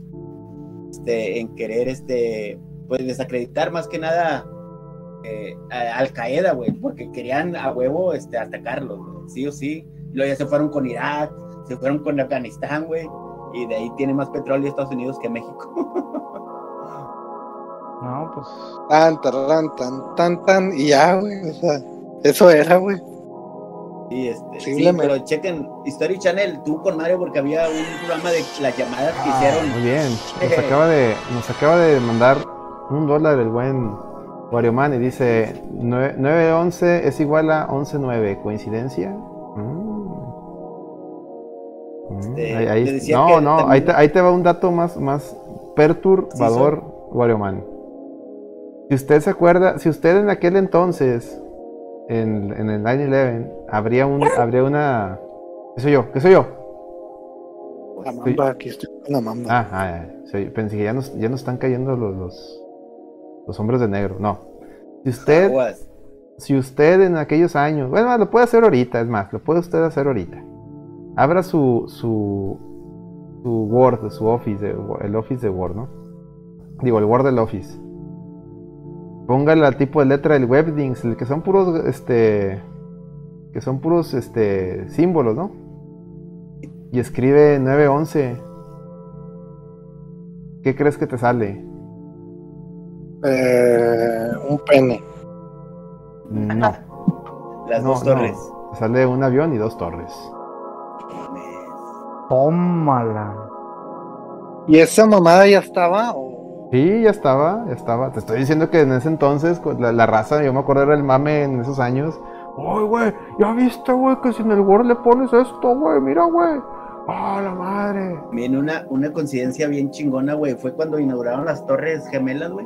en querer pues desacreditar más que nada a Al Qaeda, güey, porque querían a huevo atacarlos, güey, sí o sí. Luego ya se fueron con Irak, se fueron con Afganistán, güey, y de ahí tiene más petróleo Estados Unidos que México. No, pues tan, y ya, güey, o sea, eso era, güey. Sí, pero chequen, History Channel tuvo con Mario porque había un programa de las llamadas que hicieron. Muy bien, nos acaba de mandar $1 el buen Wario Man y dice 911 es igual a 119, ¿coincidencia? Ahí te va un dato más perturbador, Wario Man. Si usted se acuerda, si usted en aquel entonces en el 9/11 habría una... ¿Qué soy yo? La mamba, aquí estoy con la mamba. Pensé que ya nos están cayendo los hombres de negro. No. Si usted en aquellos años... Bueno, lo puede hacer ahorita, es más, lo puede usted hacer ahorita. Abra su Word, su Office, el Office de Word, ¿no? Digo, el Word del Office. Póngale al tipo de letra del Webdings, el que son puros, símbolos, ¿no? Y escribe 911. ¿Qué crees que te sale? Un pene. No. Las dos torres. Te sale un avión y 2 torres. Tómala. ¿Y esa mamada ya estaba? ¿O? Sí, ya estaba. Te estoy diciendo que en ese entonces, la raza, yo me acuerdo era el mame en esos años. ¡Ay, güey! ¿Ya viste, güey? Que si en el Word le pones esto, güey. Mira, güey. ¡Ah, la madre! Bien, una coincidencia bien chingona, güey. Fue cuando inauguraron las Torres Gemelas, güey.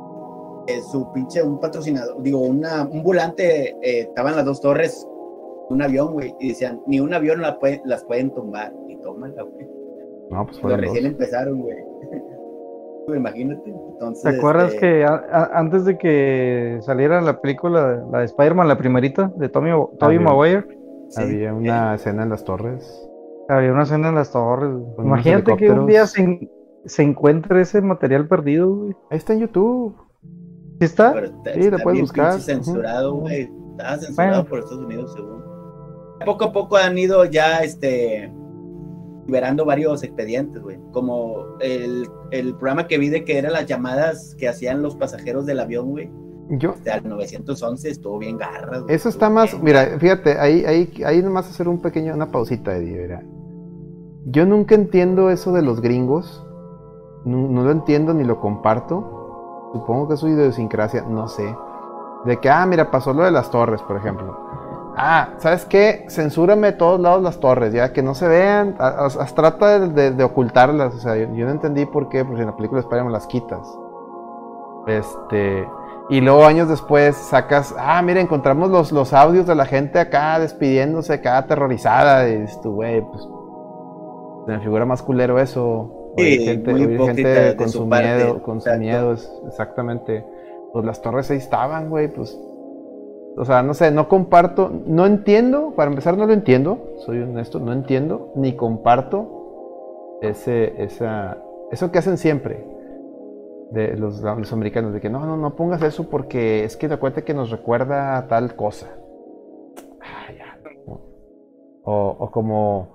Un patrocinador, digo, un volante, estaban las 2 torres, un avión, güey, y decían, ni un avión las pueden tumbar. Y tómala, güey. No, pues cuando recién empezaron, güey. Imagínate. Entonces, ¿te acuerdas que antes de que saliera la película, la de Spider-Man, la primerita, de Tobey Maguire? Sí, había una escena en las torres. Había una escena en las torres. Imagínate que un día se encuentre ese material perdido, güey. Ahí está en YouTube. ¿Sí está? Sí, lo puedes buscar. Censurado, güey. Estaba censurado por Estados Unidos, según. Poco a poco han ido ya, liberando varios expedientes, güey. Como el programa que vi de que eran las llamadas que hacían los pasajeros del avión, güey. Al 911 estuvo bien garra, güey. Eso está más, mira, fíjate, ahí nomás hacer una pausita, Eddie, mira. Yo nunca entiendo eso de los gringos. No lo entiendo ni lo comparto. Supongo que es su idiosincrasia, no sé. De que, mira, pasó lo de las torres, por ejemplo. ¿Sabes qué? Censúrame de todos lados las torres, ya que no se vean. Trata de ocultarlas. O sea, yo no entendí por qué, porque en la película de Spider-Man las quitas. Y luego años después sacas, mira, encontramos los audios de la gente acá despidiéndose, acá aterrorizada. Y dices tú, güey, pues se me figura más culero eso. Sí, gente con su miedo, exactamente. Pues las torres ahí estaban, güey, pues. O sea, no sé, no comparto, no entiendo, para empezar no lo entiendo, soy honesto, no entiendo, ni comparto eso que hacen siempre de los americanos, de que no pongas eso porque es que acuérdate que nos recuerda a tal cosa. O como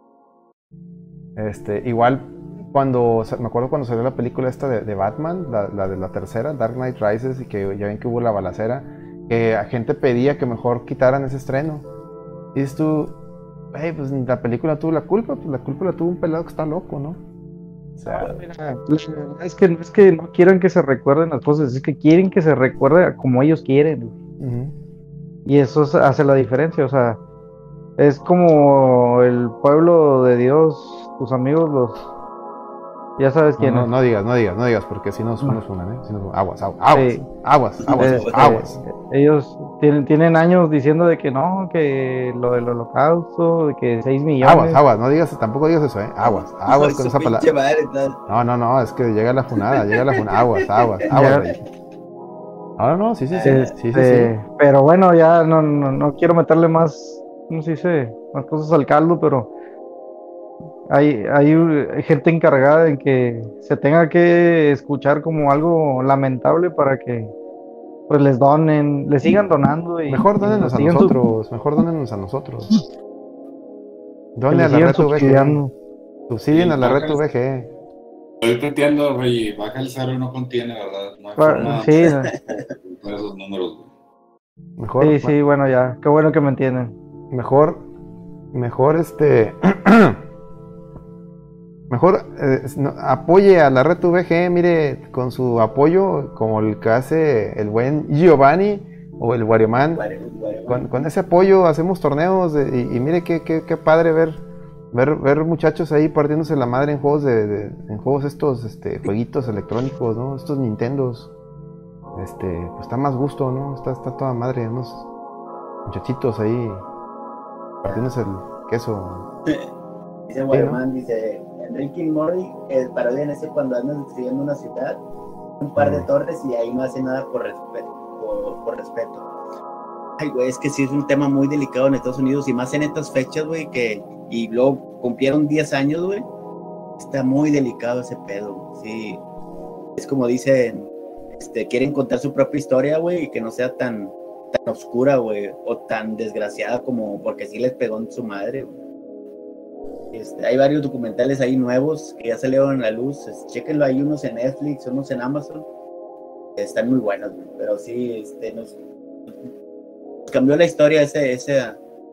igual me acuerdo cuando salió la película esta de Batman, la de la tercera, Dark Knight Rises, y que ya ven que hubo la balacera, que la gente pedía que mejor quitaran ese estreno. Y dices tú, pues la película tuvo la culpa, pues la culpa la tuvo un pelado que está loco, ¿no? O sea, es que no quieran que se recuerden las cosas, es que quieren que se recuerde como ellos quieren. Uh-huh. Y eso hace la diferencia, o sea, es como el pueblo de Dios, tus amigos ya sabes quién es. No digas, porque si nos funan, ¿eh? Aguas. Sí. Aguas. Ellos tienen años diciendo de que no, que lo del holocausto, de que 6 millones. Aguas, tampoco digas eso, ¿eh? Aguas con esa palabra. No, es que llega la funada. Aguas. No, sí. Pero bueno, ya no quiero meterle más, ¿cómo se dice? Más cosas al caldo, pero hay gente encargada en que se tenga que escuchar como algo lamentable para que pues les sigan donando. Mejor dónenos a nosotros. Donen a la red VG. Subsidien a la red VG. Yo te entiendo, Rey, baja el 0 y no contiene, ¿verdad? No hay forma sí. de esos números, güey. Mejor. Sí, bueno, ya. Qué bueno que me entienden. mejor apoye a la red VG, mire, con su apoyo, como el que hace el buen Giovanni o el Warioman. Con ese apoyo hacemos torneos y mire qué padre ver muchachos ahí partiéndose la madre en juegos en juegos estos jueguitos electrónicos, ¿no? Estos Nintendos. Pues está más gusto, ¿no? Está toda madre, unos muchachitos ahí partiéndose el queso. Dice Warioman, dice Enrique y Morty, parodian ese cuando andan destruyendo una ciudad, un par de torres y ahí no hace nada por respeto. Ay, güey, es que sí es un tema muy delicado en Estados Unidos y más en estas fechas, güey, y luego cumplieron 10 años, güey. Está muy delicado ese pedo, sí. Es como dicen, quieren contar su propia historia, güey, y que no sea tan oscura, güey, o tan desgraciada como porque sí les pegó en su madre, güey. Hay varios documentales ahí nuevos que ya salieron a la luz. Chéquenlo, hay unos en Netflix, unos en Amazon. Están muy buenos, güey. Pero sí, nos cambió la historia ese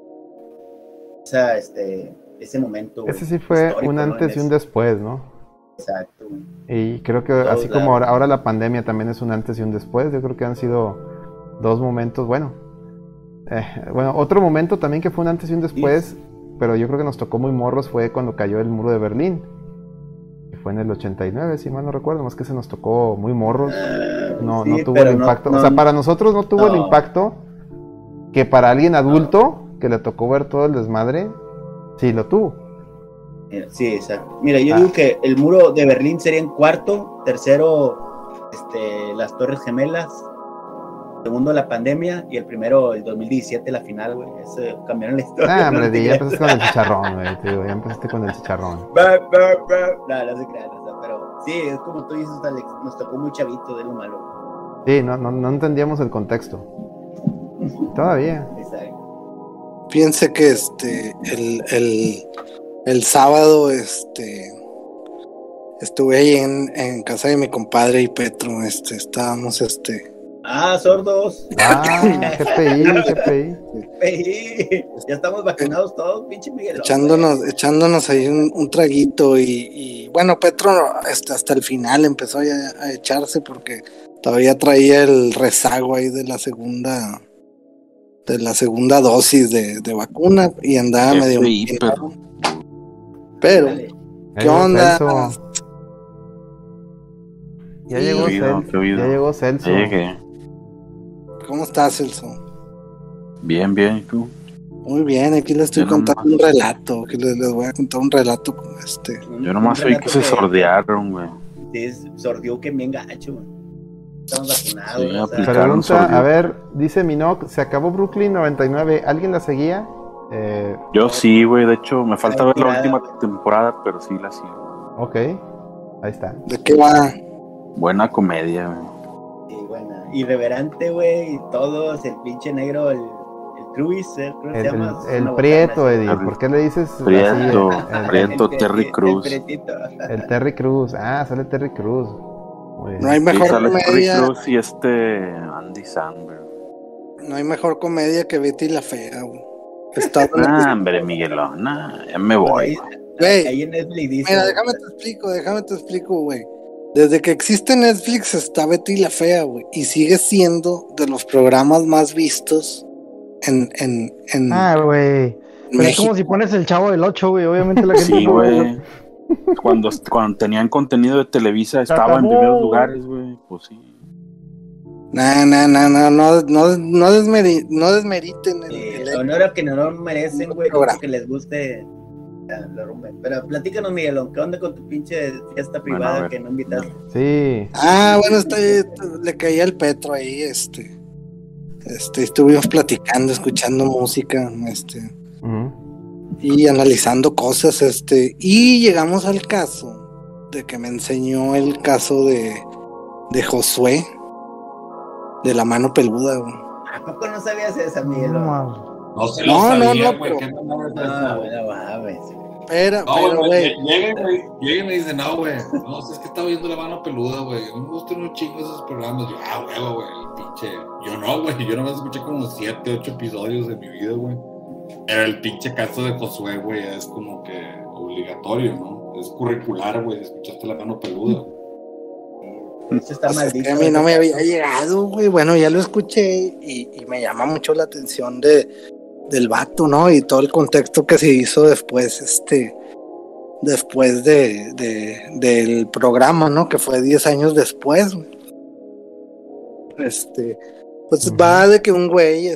momento. Güey. Ese sí fue un antes y un después, ¿no? Exacto. Güey. Y creo que así como ahora la pandemia también es un antes y un después. Yo creo que han sido dos momentos, bueno, otro momento también que fue un antes y un después. Sí. Pero yo creo que nos tocó muy morros fue cuando cayó el muro de Berlín, que fue en el 89, si mal no recuerdo, más que se nos tocó muy morros, no tuvo el impacto, o sea, para nosotros no tuvo el impacto que para alguien adulto que le tocó ver todo el desmadre, sí lo tuvo. Sí, exacto. Mira, yo digo que el muro de Berlín sería en cuarto, tercero, las Torres Gemelas, segundo la pandemia y el primero el 2017 la final, güey. Eso cambiaron la historia. Hombre, ya empezaste con el chicharrón, güey. Ya empezaste con el chicharrón. No se crean, pero sí, es como tú dices, Alex, nos tocó muy chavito de lo malo. Sí, no entendíamos el contexto. Todavía. Exacto. Piense que el sábado estuve ahí en casa de mi compadre y Petro, estábamos sordos. GPI. Ya estamos vacunados todos, pinche Miguel. Echándonos ahí un traguito y bueno, Petro hasta el final empezó a echarse porque todavía traía el rezago ahí de la segunda dosis de vacuna y andaba medio pero ¿qué onda? Ya llegó Celso. ¿Cómo estás, Celso? Bien, ¿y tú? Muy bien, aquí les estoy contando un relato, que les voy a contar un relato con Yo nomás oí que se sordearon, güey. Sí, sordió que bien gacho, güey. Estamos vacunados. Sí, pregunta, a ver, dice Minoc, se acabó Brooklyn 99, ¿alguien la seguía? Yo sí, güey, de hecho, me falta ver la última temporada, pero sí la sigo. Ok, ahí está. ¿De qué va? Buena comedia, güey. Sí, buena. Irreverente, güey, y todos, el pinche negro, el Cruz, se llama. El Prieto, Eddie, ¿por qué le dices Prieto, así? Prieto, Terry Cruz. El Terry Cruz, sale Terry Cruz. No hay mejor comedia. Terry Cruz y Andy Samberg. No hay mejor comedia que Betty la Fea, güey. Hombre, Miguelón, ya me voy. Ahí en Netflix dice. Mira, déjame te explico, güey. Desde que existe Netflix está Betty la Fea, güey. Y sigue siendo de los programas más vistos en güey. Pero es como si pones el Chavo del 8, güey. Obviamente la gente. Sí, güey. Cuando tenían contenido de Televisa estaba en primeros lugares, güey. Pues sí. No desmeriten el honor que no merecen, güey. Que les guste. Pero platícanos, Miguelón, ¿qué onda con tu pinche fiesta privada que no invitaste? Sí. Bueno, le caía el Petro ahí, estuvimos platicando, escuchando música, y analizando cosas, y llegamos al caso de que me enseñó el caso de Josué, de la mano peluda, güey. ¿A poco no sabías esa, Miguelón? No se lo sabía, güey. Pero, güey. Llega y me dice, no, güey. No, es que estaba viendo la mano peluda, güey. A mí me gustan un chingo esos programas. Yo, güey, el pinche. Yo no, güey. Yo nomás escuché como 7, 8 episodios de mi vida, güey. Pero el pinche caso de Josué, güey, es como que obligatorio, ¿no? Es curricular, güey, escuchaste la mano peluda. Eso está Pues maldito. es que a mí no me había llegado, güey. Bueno, ya lo escuché y me llama mucho la atención del vato, ¿no? Y todo el contexto que se hizo después, después del programa, ¿no? Que fue 10 años después, güey. Pues va de que un güey,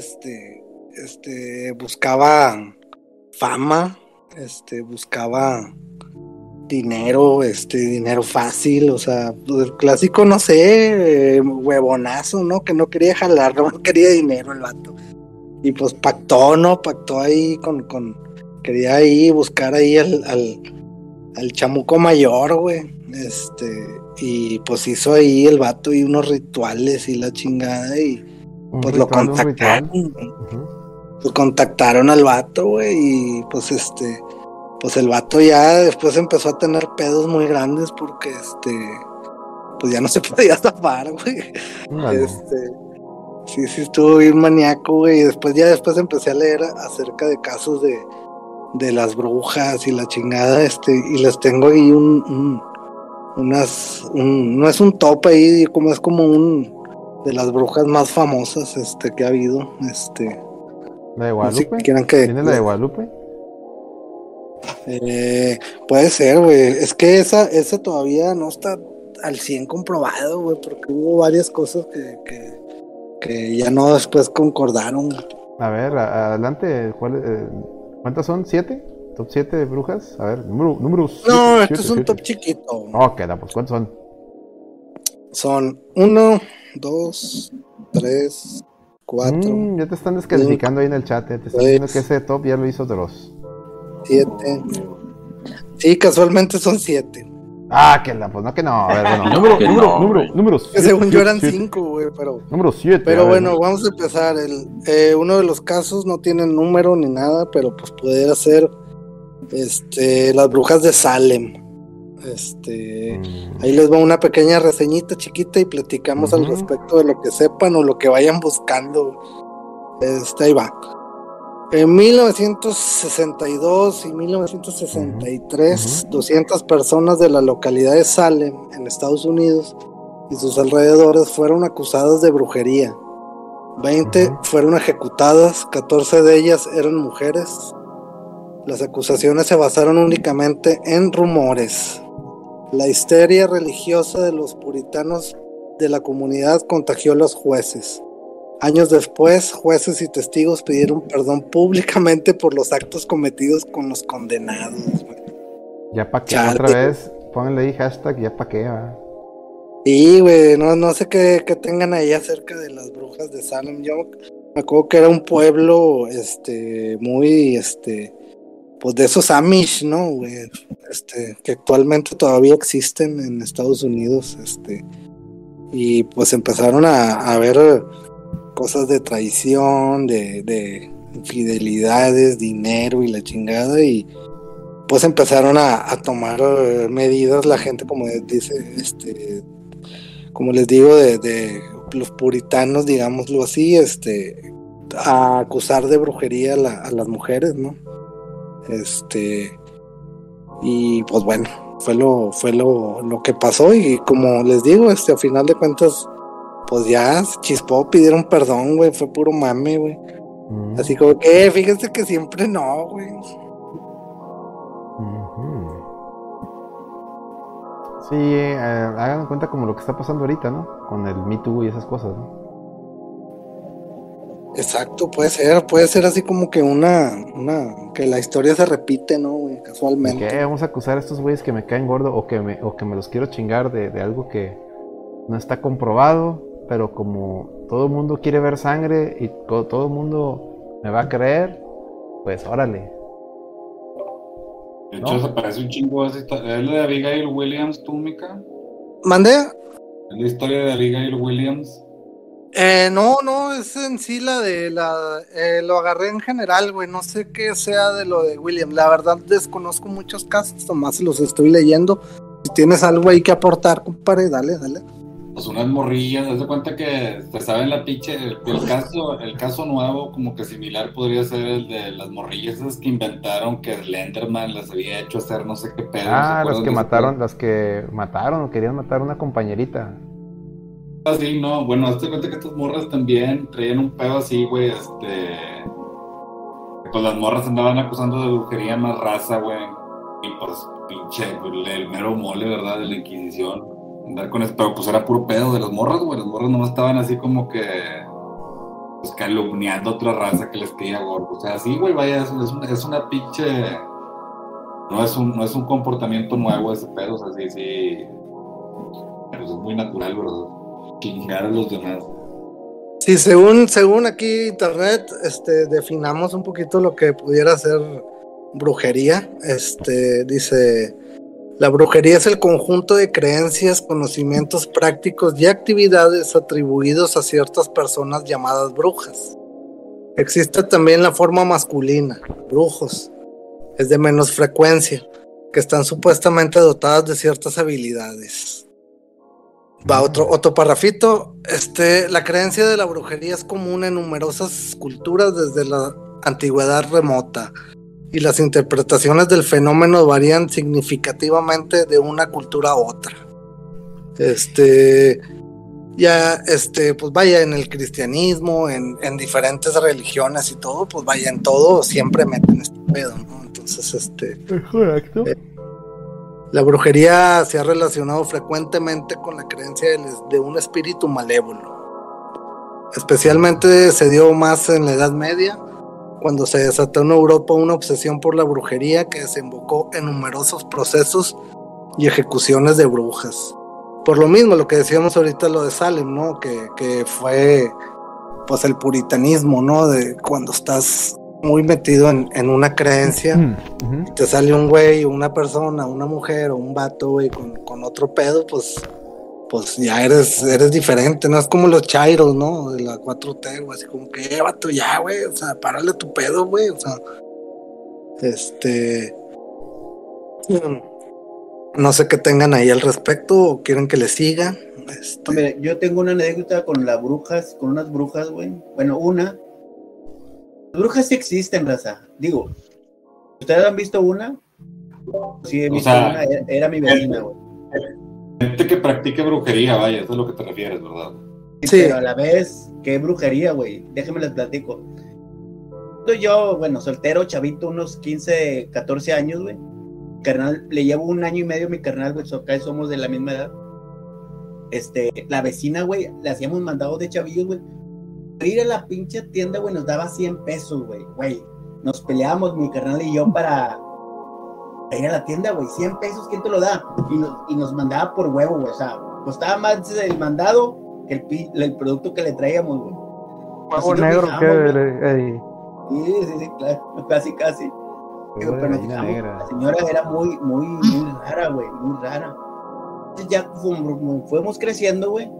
buscaba fama, buscaba dinero, dinero fácil, o sea, el clásico, no sé, huevonazo, ¿no? Que no quería jalar, no quería dinero el vato. Y pues pactó ahí quería ahí buscar ahí al chamuco mayor, güey, y pues hizo ahí el vato y unos rituales y la chingada, y pues lo contactaron, pues contactaron al vato, güey, y pues pues el vato ya después empezó a tener pedos muy grandes porque pues ya no se podía zafar, güey. Sí, estuvo bien maníaco, güey, y después empecé a leer acerca de casos de las brujas y la chingada, y les tengo ahí no es un top ahí, es como un de las brujas más famosas que ha habido, ¿La de Guadalupe? No sé, ¿tiene la de Guadalupe? Puede ser, güey. Es que esa todavía no está al 100 comprobado, güey, porque hubo varias cosas que ya no después concordaron. A ver, adelante. ¿Cuántas son? ¿7? ¿Top 7 de brujas? A ver, números. No, esto es un top chiquito. Ok, pues ¿cuántos son? Son 1, 2, 3, 4. Ya te están descalificando ahí en el chat. Te están diciendo que ese top ya lo hizo Dross. 7. Sí, casualmente son 7. Pues no que no. A ver, bueno, números. Que según yo eran 5, güey, pero. Número 7. Pero bueno, vamos a empezar. Uno de los casos no tiene número ni nada, pero pues pudiera ser las brujas de Salem. Ahí les va una pequeña reseñita chiquita y platicamos al respecto de lo que sepan o lo que vayan buscando. Ahí va. En 1962 y 1963, 200 personas de la localidad de Salem, en Estados Unidos, y sus alrededores fueron acusadas de brujería. 20 fueron ejecutadas, 14 de ellas eran mujeres. Las acusaciones se basaron únicamente en rumores. La histeria religiosa de los puritanos de la comunidad contagió a los jueces. Años después, jueces y testigos pidieron perdón públicamente por los actos cometidos con los condenados. Ya pa' qué, otra vez, pónganle ahí hashtag, ya pa' qué, ¿verdad? Sí, güey, no sé qué tengan ahí acerca de las brujas de Salem. Yo me acuerdo que era un pueblo, muy, pues de esos Amish, ¿no, güey? Que actualmente todavía existen en Estados Unidos, y pues empezaron a ver cosas de traición, de infidelidades, dinero y la chingada, y pues empezaron a tomar medidas la gente, como dice, como les digo, de los puritanos, digámoslo así, a acusar de brujería a las mujeres, ¿no? Y pues bueno, fue lo que pasó, y como les digo, a final de cuentas, pues ya se chispó, pidieron perdón, güey, fue puro mame, güey. Así como que, fíjense que siempre no, güey. Sí, hagan cuenta como lo que está pasando ahorita, ¿no? Con el Me Too y esas cosas, ¿no? Exacto, puede ser así como que que la historia se repite, ¿no, güey? Casualmente. ¿Qué? Vamos a acusar a estos güeyes que me caen gordo o que me los quiero chingar de algo que no está comprobado, pero como todo el mundo quiere ver sangre y todo el mundo me va a creer, pues órale. De hecho, se parece un chingo a esa historia. ¿Es la de Abigail Williams, tú, Mika? ¿Mandé? ¿Es la historia de Abigail Williams? No, es en sí lo agarré en general, güey, no sé qué sea de lo de William, la verdad desconozco muchos casos, nomás los estoy leyendo. Si tienes algo ahí que aportar, compadre, dale. pues unas morrillas, haz de cuenta que te saben la pinche, el caso nuevo como que similar podría ser el de las morrillas esas que inventaron que Slenderman las había hecho hacer no sé qué pedo. Las que mataron o querían matar a una compañerita. Así, no, bueno, hazte cuenta que estas morras también traían un pedo así, güey, pues las morras andaban acusando de brujería más raza, güey, y pues pinche, el mero mole, ¿verdad?, de la Inquisición, andar con eso, pero pues era puro pedo de las morras, güey, las morras nomás estaban así como que, pues calumniando a otra raza que les caía gordo, o sea, sí, güey, vaya, es una pinche, no es un comportamiento nuevo ese pedo, o sea, sí, pues es muy natural, ¿verdad?, chingar a los demás. Sí, según aquí internet, definamos un poquito lo que pudiera ser brujería. Dice, la brujería es el conjunto de creencias, conocimientos prácticos y actividades atribuidos a ciertas personas llamadas brujas. Existe también la forma masculina, brujos, es de menos frecuencia, que están supuestamente dotadas de ciertas habilidades. Va otro parrafito. La creencia de la brujería es común en numerosas culturas desde la antigüedad remota, y las interpretaciones del fenómeno varían significativamente de una cultura a otra. Pues vaya, en el cristianismo, en diferentes religiones y todo, pues vaya, en todo siempre meten este pedo, ¿no? Entonces, correcto. La brujería se ha relacionado frecuentemente con la creencia de un espíritu malévolo. Especialmente se dio más en la Edad Media, cuando se desató en Europa una obsesión por la brujería que desembocó en numerosos procesos y ejecuciones de brujas. Por lo mismo, lo que decíamos ahorita, lo de Salem, ¿no? Que fue pues el puritanismo, ¿no? De cuando estás muy metido en una creencia, y te sale un güey, una persona, una mujer o un vato, güey, con otro pedo, pues ya eres diferente, ¿no? Es como los chairos, ¿no? De la 4T, güey, así como que, vato, ya, güey, o sea, párale tu pedo, güey, o sea, no sé qué tengan ahí al respecto, o quieren que les siga. Hombre, yo tengo una anécdota con unas brujas, güey, bueno, las brujas sí existen, raza. Digo, ¿ustedes han visto una? Sí, he visto una, era mi vecina, güey. Gente que practique brujería, vaya, eso es a lo que te refieres, ¿verdad? Sí. Pero a la vez, ¿qué brujería, güey? Déjenme les platico. Yo, bueno, soltero, chavito, unos 15, 14 años, güey. Carnal, le llevo 1 año y medio a mi carnal, güey, acá somos de la misma edad. La vecina, güey, le hacíamos mandados de chavillos, güey. Ir a la pinche tienda, güey, nos daba 100 pesos, güey. Nos peleábamos, mi carnal y yo, para ir a la tienda, güey. 100 pesos, ¿quién te lo da? Y nos mandaba por huevo, güey. O sea, costaba más el mandado que el producto que le traíamos, güey. Huevo negro, ¿qué? Sí, claro, casi. Pero la señora era muy rara, güey, muy rara. Entonces ya como fuimos creciendo, güey,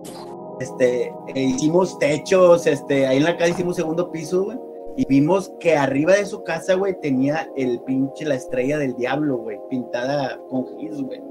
hicimos techos, ahí en la casa hicimos segundo piso, güey, y vimos que arriba de su casa, güey, tenía la estrella del diablo, güey, pintada con gis, güey.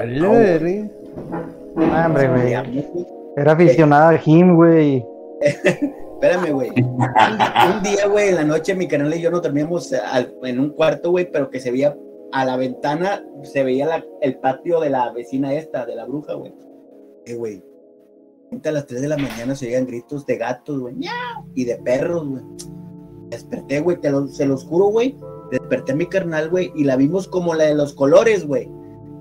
Hombre, güey. Era aficionada al gym, güey. Espérame, güey. Un día, güey, en la noche mi canal y yo nos dormíamos en un cuarto, güey, pero que se veía a la ventana, se veía el patio de la vecina de la bruja, güey. Güey, a las 3 de la mañana se oían gritos de gatos, güey, y de perros, güey. Desperté, güey, se los juro, güey. Desperté a mi carnal, güey, y la vimos como la de los colores, güey.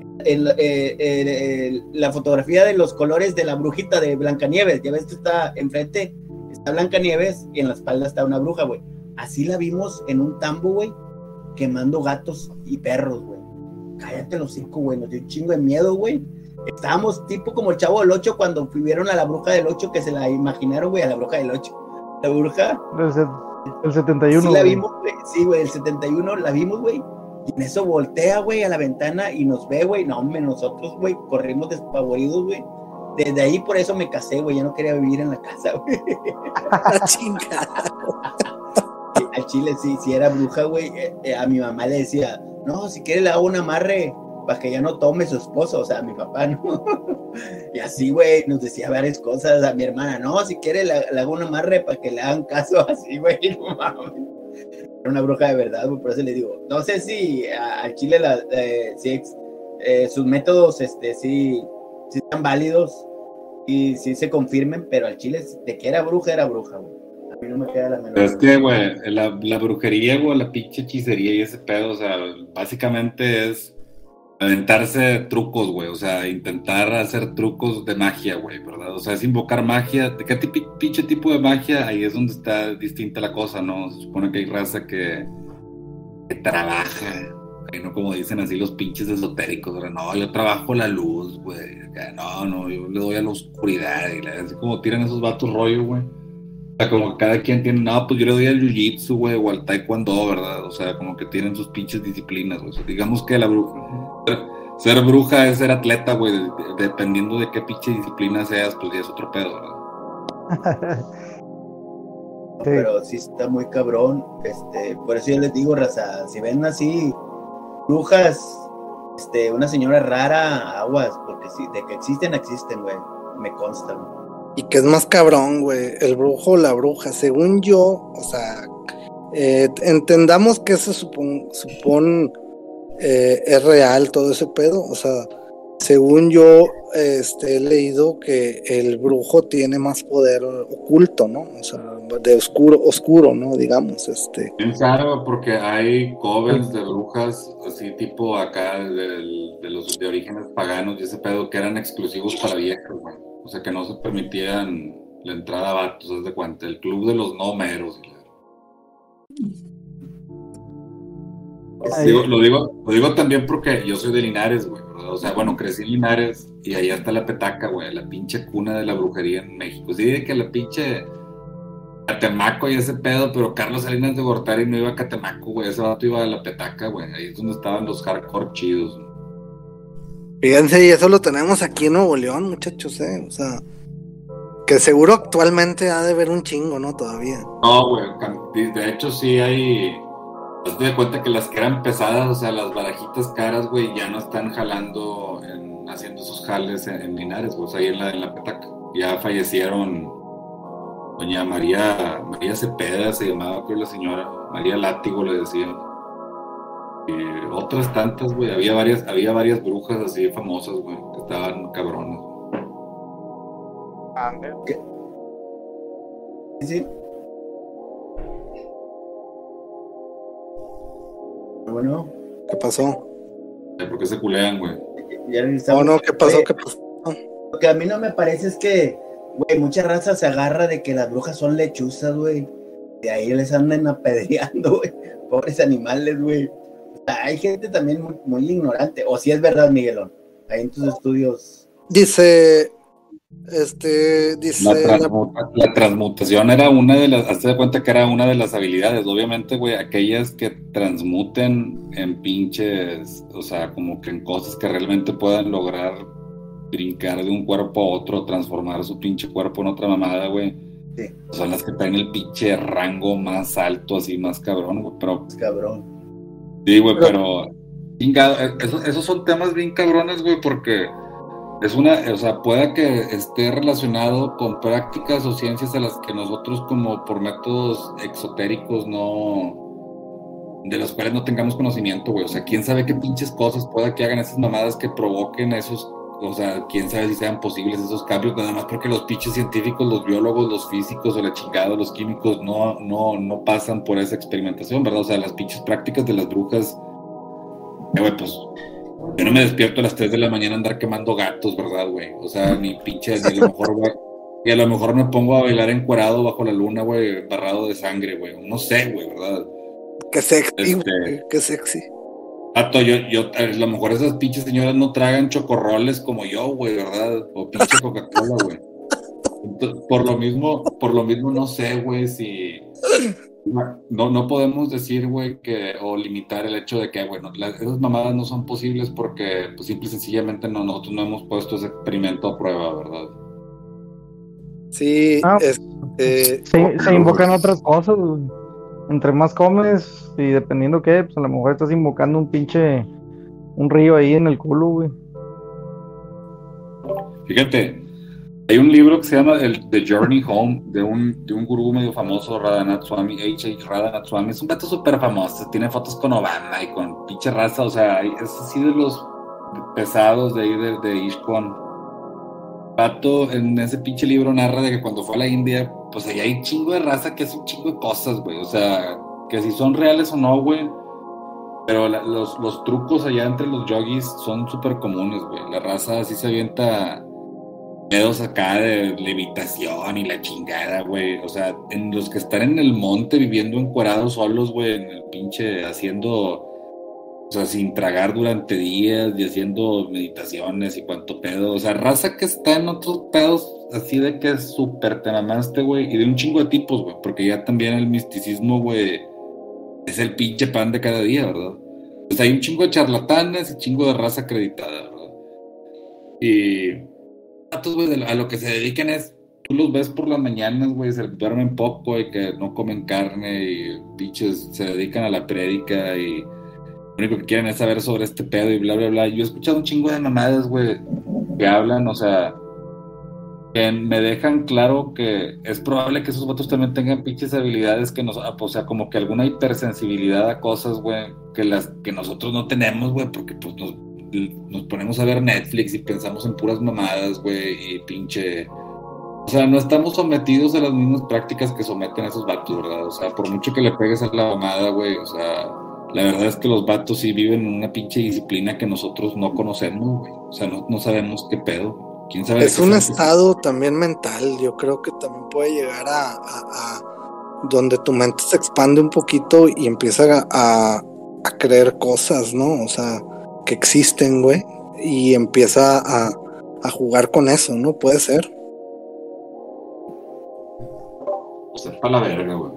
La fotografía de los colores de la brujita de Blancanieves. Ya ves que está enfrente, está Blancanieves, y en la espalda está una bruja, güey. Así la vimos en un tambo, güey, quemando gatos y perros, güey. Cállate los hocico, güey, nos dio un chingo de miedo, güey. Estábamos tipo como el Chavo del 8 cuando vieron a la bruja del 8, que se la imaginaron, güey, a la bruja del 8. La bruja el 71. Sí la vimos, güey. Sí, güey, el 71 la vimos, güey. Y en eso voltea, güey, a la ventana y nos ve, güey. No, hombre, nosotros, güey, corrimos despavoridos, güey. Desde ahí por eso me casé, güey. Ya no quería vivir en la casa, güey. La chingada. Al chile, sí era bruja, güey. A mi mamá le decía, no, si quiere le hago un amarre para que ya no tome su esposo, o sea, mi papá, ¿no? Y así, güey, nos decía varias cosas a mi hermana, no, si quiere le hago un amarre para que le hagan caso, así, güey, no mames. Era una bruja de verdad, güey, por eso le digo, no sé si al Chile sus métodos, sí están válidos y sí se confirmen, pero al Chile, de que era bruja, güey. A mí no me queda la menor. Es que, güey, la brujería, güey, la pinche hechicería y ese pedo, o sea, básicamente es aventarse trucos, güey, o sea, intentar hacer trucos de magia, güey, ¿verdad? O sea, es invocar magia. ¿De qué pinche tipo de magia? Ahí es donde está distinta la cosa, ¿no? Se supone que hay raza que trabaja, y no como dicen así los pinches esotéricos, ¿verdad? No, yo trabajo la luz, güey, no, yo le doy a la oscuridad, y así como tiran esos vatos rollo, güey. O sea, como que cada quien tiene, no, pues yo le doy al jiu-jitsu, güey, o al taekwondo, ¿verdad? O sea, como que tienen sus pinches disciplinas, güey. O sea, digamos que ser bruja es ser atleta, güey, dependiendo de qué pinche disciplina seas, pues ya es otro pedo, ¿verdad? Pero sí está muy cabrón, por eso yo les digo, raza, si ven así brujas, una señora rara, aguas, porque sí, de que existen, güey, me consta, güey. Y que es más cabrón, güey, el brujo o la bruja, según yo, o sea, entendamos que eso supone es real todo ese pedo, o sea, según yo he leído que el brujo tiene más poder oculto, ¿no? O sea, de oscuro, ¿no? Digamos, Bien claro, porque hay covens de brujas, así tipo acá de orígenes paganos y ese pedo, que eran exclusivos para viejos, güey. O sea, que no se permitían la entrada a vatos, haz de cuenta, el club de los no meros. Lo digo también porque yo soy de Linares, güey, ¿verdad? O sea, bueno, crecí en Linares y allá está la Petaca, güey, la pinche cuna de la brujería en México. Sí, de que la pinche Catemaco y ese pedo, pero Carlos Salinas de Gortari no iba a Catemaco, güey, ese vato iba a la Petaca, güey, ahí es donde estaban los hardcore chidos, güey. Fíjense, y eso lo tenemos aquí en Nuevo León, muchachos, o sea, que seguro actualmente ha de haber un chingo, ¿no? Todavía. No, güey, de hecho sí hay. Te das cuenta que las que eran pesadas, o sea, las barajitas caras, güey, ya no están jalando, haciendo esos jales en Linares, güey, o sea, ahí en la Petaca. Ya fallecieron doña María Cepeda, se llamaba, creo, la señora, María Látigo le decían. Y otras tantas, güey, había varias brujas así famosas, güey, que estaban cabronas. ¿Qué? Sí. Bueno. ¿Qué pasó? ¿Por qué se culean, güey? ¿Qué pasó? Lo que a mí no me parece es que, güey, mucha raza se agarra de que las brujas son lechuzas, güey. De ahí les andan apedreando, güey. Pobres animales, güey. O sea, hay gente también muy, muy ignorante. O si es verdad, Miguelón. Ahí en tus estudios. Dice... La transmutación era una de las, hazte de cuenta que era una de las habilidades, obviamente, güey, aquellas que transmuten en pinches, o sea, como que en cosas que realmente puedan lograr brincar de un cuerpo a otro, transformar su pinche cuerpo en otra mamada, güey. Sí. Son las que traen el pinche rango más alto, así, más cabrón, güey, pero... Cabrón. Sí, güey, pero... Esos son temas bien cabrones, güey, porque... o sea, pueda que esté relacionado con prácticas o ciencias a las que nosotros como por métodos exotéricos de las cuales no tengamos conocimiento, güey. O sea, quién sabe qué pinches cosas pueda que hagan esas mamadas que provoquen esos, o sea, quién sabe si sean posibles esos cambios, nada más porque los pinches científicos, los biólogos, los físicos o la chingada, los químicos no pasan por esa experimentación, ¿verdad? O sea, las pinches prácticas de las brujas, güey, pues... Yo no me despierto a las 3 de la mañana a andar quemando gatos, ¿verdad, güey? O sea, ni pinche, ni a lo mejor, güey. Y a lo mejor me pongo a bailar encuerado bajo la luna, güey, barrado de sangre, güey. No sé, güey, ¿verdad? Qué sexy, güey, qué sexy. A lo mejor esas pinches señoras no tragan chocorroles como yo, güey, ¿verdad? O pinche Coca-Cola, güey. Por lo mismo no sé, güey, si... No podemos decir, güey, o limitar el hecho de que, bueno, esas mamadas no son posibles porque, pues, simple y sencillamente nosotros no hemos puesto ese experimento a prueba, ¿verdad? Sí, se invocan otras cosas, güey. Entre más comes y dependiendo qué, pues a lo mejor estás invocando un un río ahí en el culo, güey. Fíjate, hay un libro que se llama The Journey Home, de un gurú medio famoso, Radhanath Swami, H.H. Radhanath Swami. Es un vato súper famoso, tiene fotos con Obama y con pinche raza, o sea, es así de los pesados de ahí de ISKCON. Vato en ese pinche libro narra de que cuando fue a la India, pues allá hay chingo de raza que hace un chingo de cosas, güey, o sea, que si son reales o no, güey, pero los trucos allá entre los yogis son súper comunes, güey. La raza así se avienta pedos acá de levitación y la chingada, güey. O sea, en los que están en el monte viviendo encuerados solos, güey, en el pinche haciendo, o sea, sin tragar durante días y haciendo meditaciones y cuanto pedo. O sea, raza que está en otros pedos así de que es súper te mamaste, güey, y de un chingo de tipos, güey, porque ya también el misticismo, güey, es el pinche pan de cada día, ¿verdad? Pues hay un chingo de charlatanes y chingo de raza acreditada, ¿verdad? Y wey, a lo que se dedican es, tú los ves por las mañanas, güey, se duermen poco y que no comen carne y pinches se dedican a la prédica y lo único que quieren es saber sobre este pedo y bla, bla, bla. Yo he escuchado un chingo de mamadas, güey, que hablan, o sea, que me dejan claro que es probable que esos vatos también tengan pinches habilidades que nos, o sea, como que alguna hipersensibilidad a cosas, güey, que nosotros no tenemos, güey, porque pues nos ponemos a ver Netflix y pensamos en puras mamadas, güey, y pinche... O sea, no estamos sometidos a las mismas prácticas que someten a esos vatos, ¿verdad? O sea, por mucho que le pegues a la mamada, güey, o sea, la verdad es que los vatos sí viven en una pinche disciplina que nosotros no conocemos, güey. O sea, no sabemos qué pedo. ¿Quién sabe? Es un estado también mental, yo creo que también puede llegar a donde tu mente se expande un poquito y empieza a creer cosas, ¿no? O sea, que existen, güey, y empieza a jugar con eso, ¿no? Puede ser. O sea, es para la verga, güey,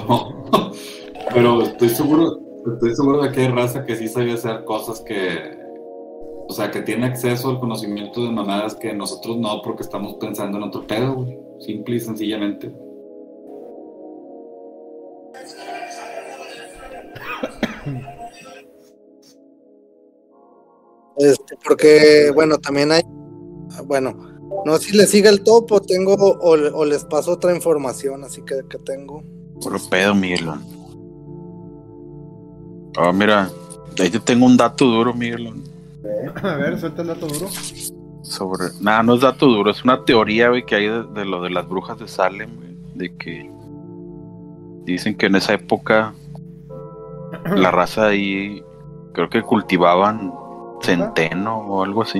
pero estoy seguro de que hay raza que sí sabe hacer cosas que, o sea, que tiene acceso al conocimiento de mamadas que nosotros no, porque estamos pensando en otro pedo, güey, simple y sencillamente. Porque, bueno, también hay, bueno, no sé si les sigue el topo, tengo, o les paso otra información, así que tengo. Puro pedo, Miguelón. Oh, mira, ahí te tengo un dato duro, Miguelón. A ver, suelta el dato duro. Nada, no es dato duro, es una teoría, güey, que hay de lo de las brujas de Salem, güey, de que dicen que en esa época la raza ahí creo que cultivaban centeno o algo así,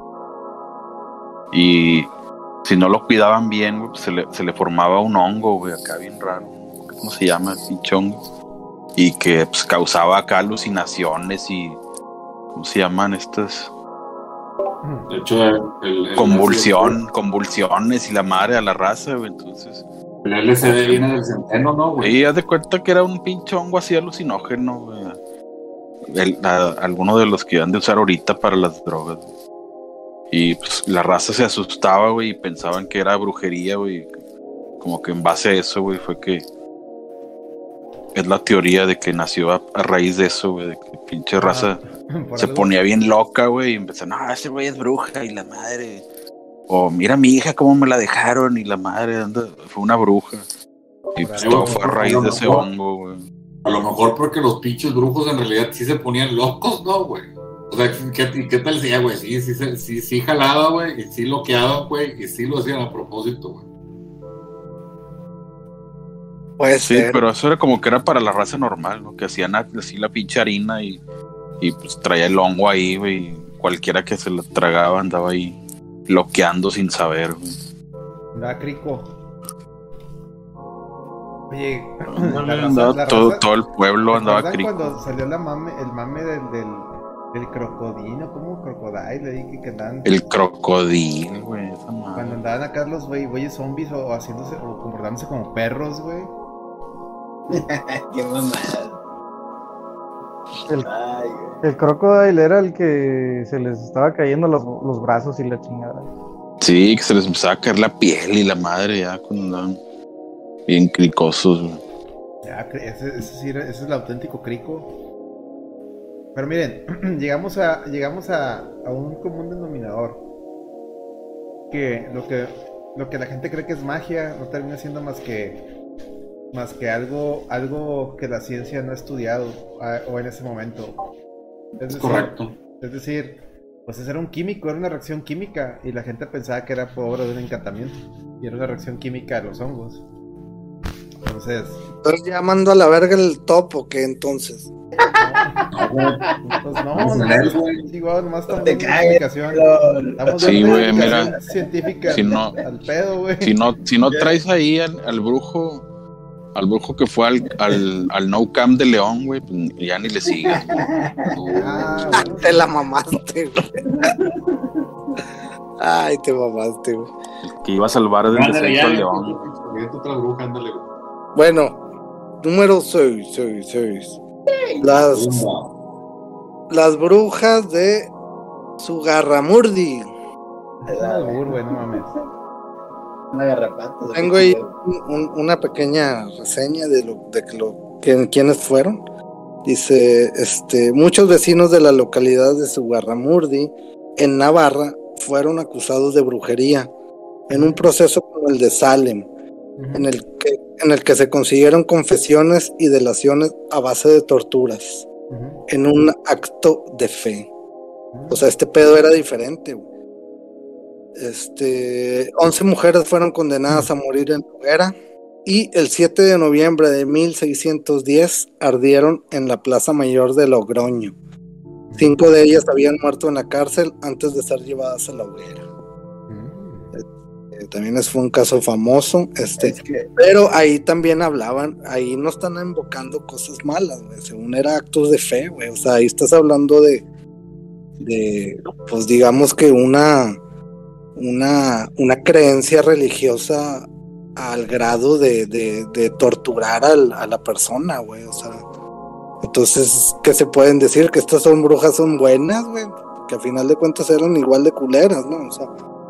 y si no lo cuidaban bien, güey, se le formaba un hongo, güey, acá bien raro, ¿cómo se llama? El pinche hongo, y que pues causaba acá alucinaciones y ¿cómo se llaman estas? De hecho, convulsiones y la madre a la raza, güey. Entonces el LSD viene del centeno, ¿no, güey? Y haz de cuenta que era un pinche hongo así alucinógeno, güey. Alguno de los que han de usar ahorita para las drogas, güey. Y pues la raza se asustaba, güey, y pensaban que era brujería, güey. Como que en base a eso, güey, fue que es la teoría de que nació a raíz de eso, güey, de que pinche raza se ponía bien loca, güey, y empezó, no, ese güey es bruja y la madre, o mira a mi hija cómo me la dejaron y la madre fue una bruja, y pues todo fue a raíz de ese hongo, güey. A lo mejor porque los pinches brujos en realidad sí se ponían locos, ¿no, güey? O sea, ¿qué tal decía, güey? Sí jalaba, güey, y sí loqueaban, güey, y sí lo hacían a propósito, güey. Puede sí, ser. Pero eso era como que era para la raza normal, ¿no? Que hacían así la pinche harina y pues traía el hongo ahí, güey. Cualquiera que se lo tragaba andaba ahí loqueando sin saber, güey. Andaba crico. Oye, todo el pueblo andaba crico. Cuando salió el mame del crocodilo, ¿cómo? Crocodile, que andaban... El crocodilo, güey. Cuando andaban acá los güeyes zombies o haciéndose o comportándose como perros, güey. Qué mamada. El crocodile era el que se les estaba cayendo los brazos y la chingada. Sí, que se les empezaba a caer la piel y la madre ya cuando andaban bien cricosos, güey. Ya, ese es el auténtico crico. Pero miren, llegamos a un común denominador. Que lo que la gente cree que es magia no termina siendo más que algo que la ciencia no ha estudiado o en ese momento. Correcto. Es decir, pues era un químico, era una reacción química y la gente pensaba que era por obra de un encantamiento y era una reacción química de los hongos. Entonces ya mando a la verga el topo, ¿qué entonces? Nomás estamos dando una explicación. Sí, güey, mira, científica al pedo, güey. Si no traes ahí al brujo que fue al No Camp de León, güey, pues ya ni le sigue. Te la mamaste, güey. Ay, te mamaste, güey. El que iba a salvar del descenso al León. Otra bruja, ándale, güey. Bueno, número 6. Las brujas de Zugarramurdi. No mames. Una garrapata. Tengo ahí una pequeña reseña de quiénes fueron. Dice, muchos vecinos de la localidad de Zugarramurdi, en Navarra, fueron acusados de brujería en un proceso como el de Salem, en el que se consiguieron confesiones y delaciones a base de torturas, en un acto de fe. O sea, este pedo era diferente, güey. 11 mujeres fueron condenadas a morir en hoguera y el 7 de noviembre de 1610 ardieron en la Plaza Mayor de Logroño. 5 de ellas habían muerto en la cárcel antes de ser llevadas a la hoguera. También fue un caso famoso, pero ahí también hablaban, ahí no están invocando cosas malas, güey, según era actos de fe, güey, o sea, ahí estás hablando de pues digamos que una creencia religiosa al grado de torturar a la persona, güey, o sea, entonces, ¿qué se pueden decir? Que estas son brujas, son buenas, güey, que al final de cuentas eran igual de culeras, ¿no? O sea,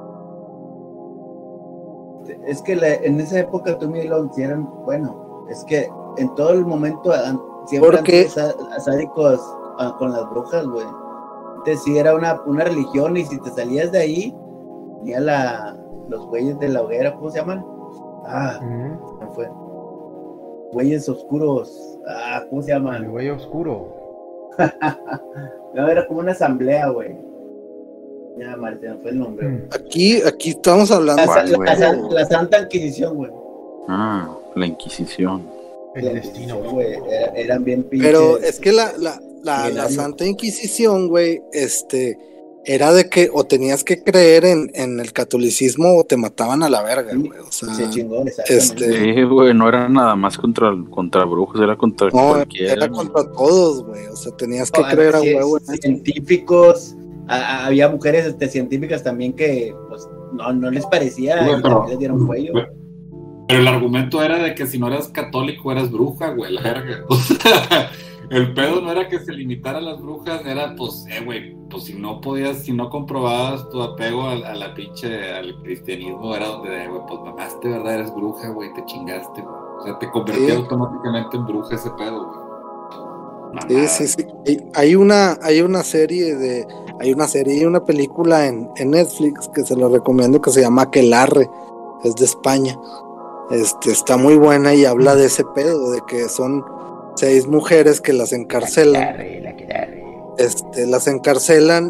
es que en esa época tú me lo hicieron, bueno, es que en todo el momento siempre han sádicos con las brujas, güey. Entonces sí era una religión y si te salías de ahí, ya los güeyes de la hoguera, ¿cómo se llaman? ¿Cómo fue? Güeyes oscuros, ¿cómo se llaman? El güey oscuro. No, era como una asamblea, güey. Ya, Martín, fue el nombre. Aquí estamos hablando la Santa Inquisición, güey. La Inquisición. El destino, güey. Eran bien pinches. Pero es que la Santa Inquisición, güey, era de que o tenías que creer en el catolicismo o te mataban a la verga, güey. O sea, se chingó, güey, no era nada más contra brujos, era contra cualquiera. Era contra todos, güey. O sea, tenías que creer a huevo. Científicos, había mujeres científicas también que pues no les parecía, pero les dieron cuello. Pero el argumento era de que si no eras católico eras bruja, güey, la verga. O sea, el pedo no era que se limitara a las brujas, era pues, güey, pues si no comprobabas tu apego a la pinche, al cristianismo, era donde, güey, pues mamaste, ¿verdad? Eres bruja, güey, te chingaste, güey. O sea, te convertía automáticamente en bruja ese pedo, güey. Sí. Hay una serie y una película en Netflix que se lo recomiendo que se llama Aquelarre, es de España. Está muy buena y habla de ese pedo, de que son 6 mujeres que las encarcelan. Las encarcelan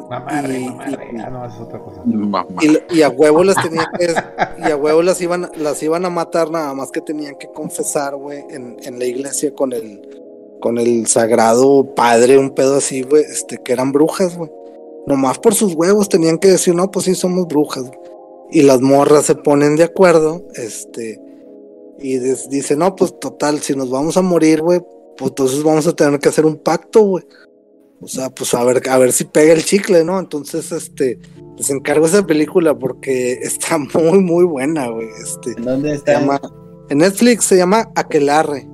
y a huevo las tenían y a huevo las iban a matar, nada más que tenían que confesar, güey, en la iglesia con el sagrado padre, un pedo así, güey, que eran brujas, güey. Nomás por sus huevos tenían que decir, no, pues sí somos brujas, güey. Y las morras se ponen de acuerdo, y dicen, no, pues total, si nos vamos a morir, güey, pues entonces vamos a tener que hacer un pacto, güey. O sea, pues a ver si pega el chicle, ¿no? Entonces, les encargo esa película porque está muy, muy buena, güey. ¿En dónde está? En Netflix se llama Aquelarre.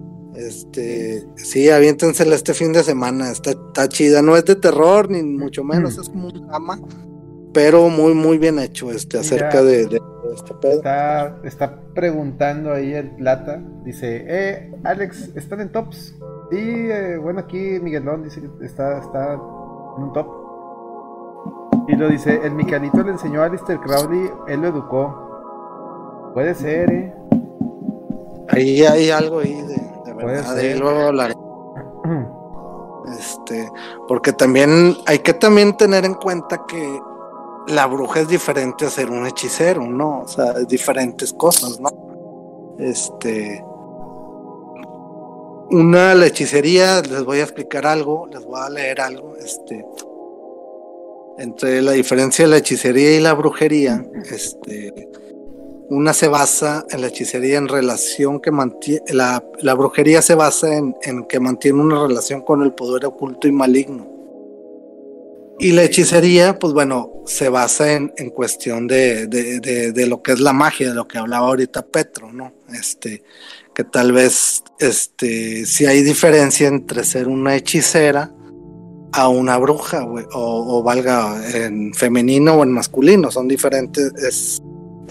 Sí, aviéntensela este fin de semana, está chida, no es de terror, ni mucho menos, es como un drama, pero muy, muy bien hecho, acerca de este pedo. Está preguntando ahí el Plata, dice, Alex, ¿están en tops? Sí, bueno, aquí Miguelón dice que está en un top. Y lo dice, el Micanito le enseñó a Aleister Crowley, él lo educó. Puede ser, Ahí hay algo ahí de verdad, ser. y luego hablaré. Porque también hay que también tener en cuenta que la bruja es diferente a ser un hechicero, ¿no? O sea, es diferentes cosas, ¿no? La hechicería, les voy a explicar algo, les voy a leer algo, entre la diferencia de la hechicería y la brujería, una se basa en la hechicería en relación que mantiene, la brujería se basa en que mantiene una relación con el poder oculto y maligno. Y la hechicería, pues bueno, se basa en cuestión de lo que es la magia, de lo que hablaba ahorita Petro, ¿no? Que tal vez si hay diferencia entre ser una hechicera a una bruja, güey, o valga en femenino o en masculino, son diferentes,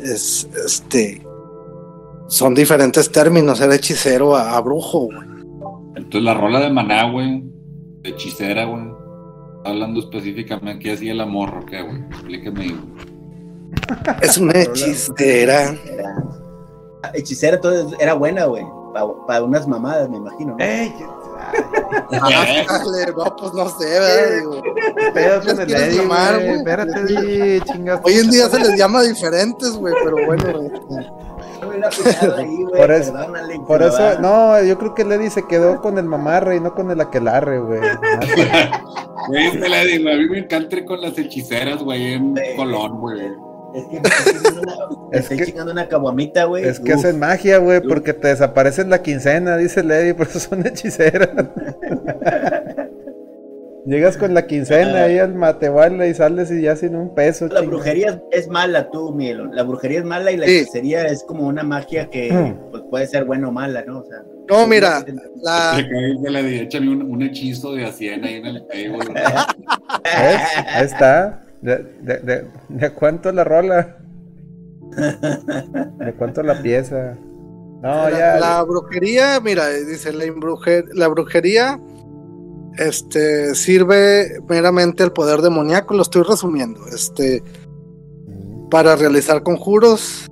son diferentes términos, ser hechicero a brujo, güey. Entonces la rola de Maná, güey, de hechicera, güey, hablando específicamente, ¿qué hacía el amor? ¿Qué, güey? Explíqueme. Es una hechicera. Hechicera entonces era buena, güey, para unas mamadas, me imagino, ¿no? No, pues no sé, ¿verdad? Digo, espérate, chingas. Hoy en día se les llama diferentes, güey, pero bueno, por eso, no, yo creo que Lady se quedó con el mamarre y no con el aquelarre, güey. Güey, Lady, a mí me encanta ir con las hechiceras, güey, en Colón, güey. Es que estoy chingando una caguamita, güey. Es que hacen magia, güey, porque te desaparecen la quincena, dice Lady, por eso son hechiceras. Llegas con la quincena ahí al Matehuala y sales y ya sin un peso. La brujería es mala, tú, Miguel. La brujería es mala y la hechicería es como una magia que pues, puede ser buena o mala, ¿no? O sea, no, mira, échame un hechizo de Hacienda ahí en el table. Ahí está. ¿De cuánto la rola? ¿De cuánto la pieza? No, la brujería, mira, dice la brujería sirve meramente el poder demoníaco, lo estoy resumiendo, para realizar conjuros,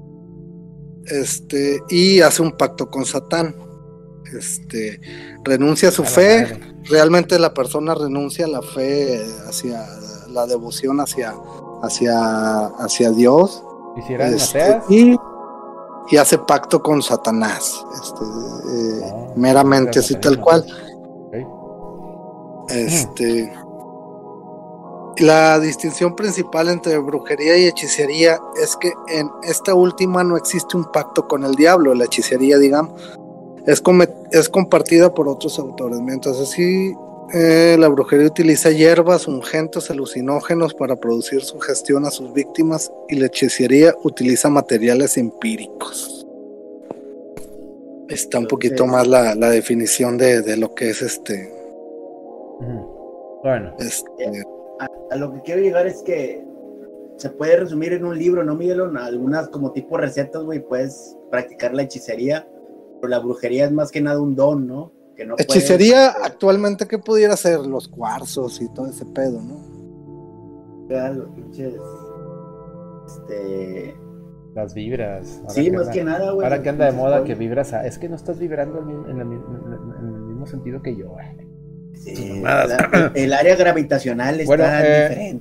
y hace un pacto con Satán, renuncia a su fe, realmente la persona renuncia a la fe hacia la devoción hacia Dios, y hace pacto con Satanás, meramente así tal cual. La distinción principal entre brujería y hechicería es que en esta última no existe un pacto con el diablo. La hechicería, digamos, es compartida por otros autores, mientras así la brujería utiliza hierbas, ungüentos, alucinógenos para producir sugestión a sus víctimas, y la hechicería utiliza materiales empíricos. Está un poquito más la definición de lo que es Bueno, a lo que quiero llegar es que se puede resumir en un libro, ¿no, Miguelón? Algunas como tipo recetas, güey, puedes practicar la hechicería, pero la brujería es más que nada un don, ¿no? Que no hechicería puedes, actualmente, ¿qué pudiera ser? Los cuarzos y todo ese pedo, ¿no? Los pinches las vibras. Sí, más que nada, güey. Ahora que anda de moda que vibras es que no estás vibrando en el mismo sentido que yo, güey. Sí, el área gravitacional está diferente.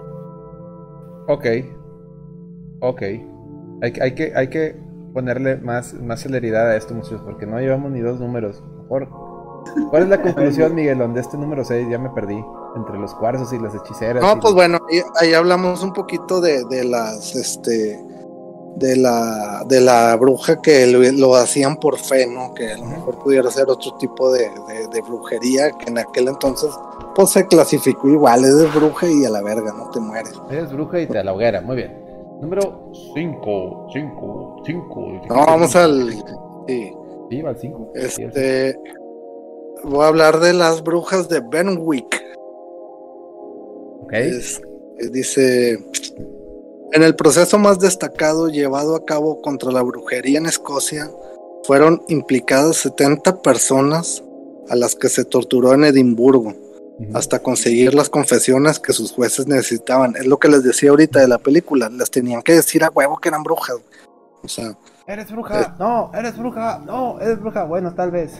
Ok. Hay que ponerle más celeridad a esto, muchachos, porque no llevamos ni 2 números. Mejor, ¿cuál es la conclusión, Miguelón, de este número 6? Ya me perdí. Entre los cuarzos y las hechiceras. No, pues bueno, ahí hablamos un poquito de las de la bruja que lo hacían por fe, ¿no? Que a lo mejor pudiera ser otro tipo de brujería, que en aquel entonces pues se clasificó igual, eres bruja y a la verga, no te mueres. Eres bruja y te a la hoguera, muy bien. Número 5. No, vamos al... Sí, va al 5. Voy a hablar de las brujas de Benwick. Ok. Dice... En el proceso más destacado llevado a cabo contra la brujería en Escocia, fueron implicadas 70 personas, a las que se torturó en Edimburgo, hasta conseguir las confesiones que sus jueces necesitaban. Es lo que les decía ahorita de la película, les tenían que decir a huevo que eran brujas. O sea, ¿eres bruja? No, eres bruja. No, eres bruja. Bueno, tal vez.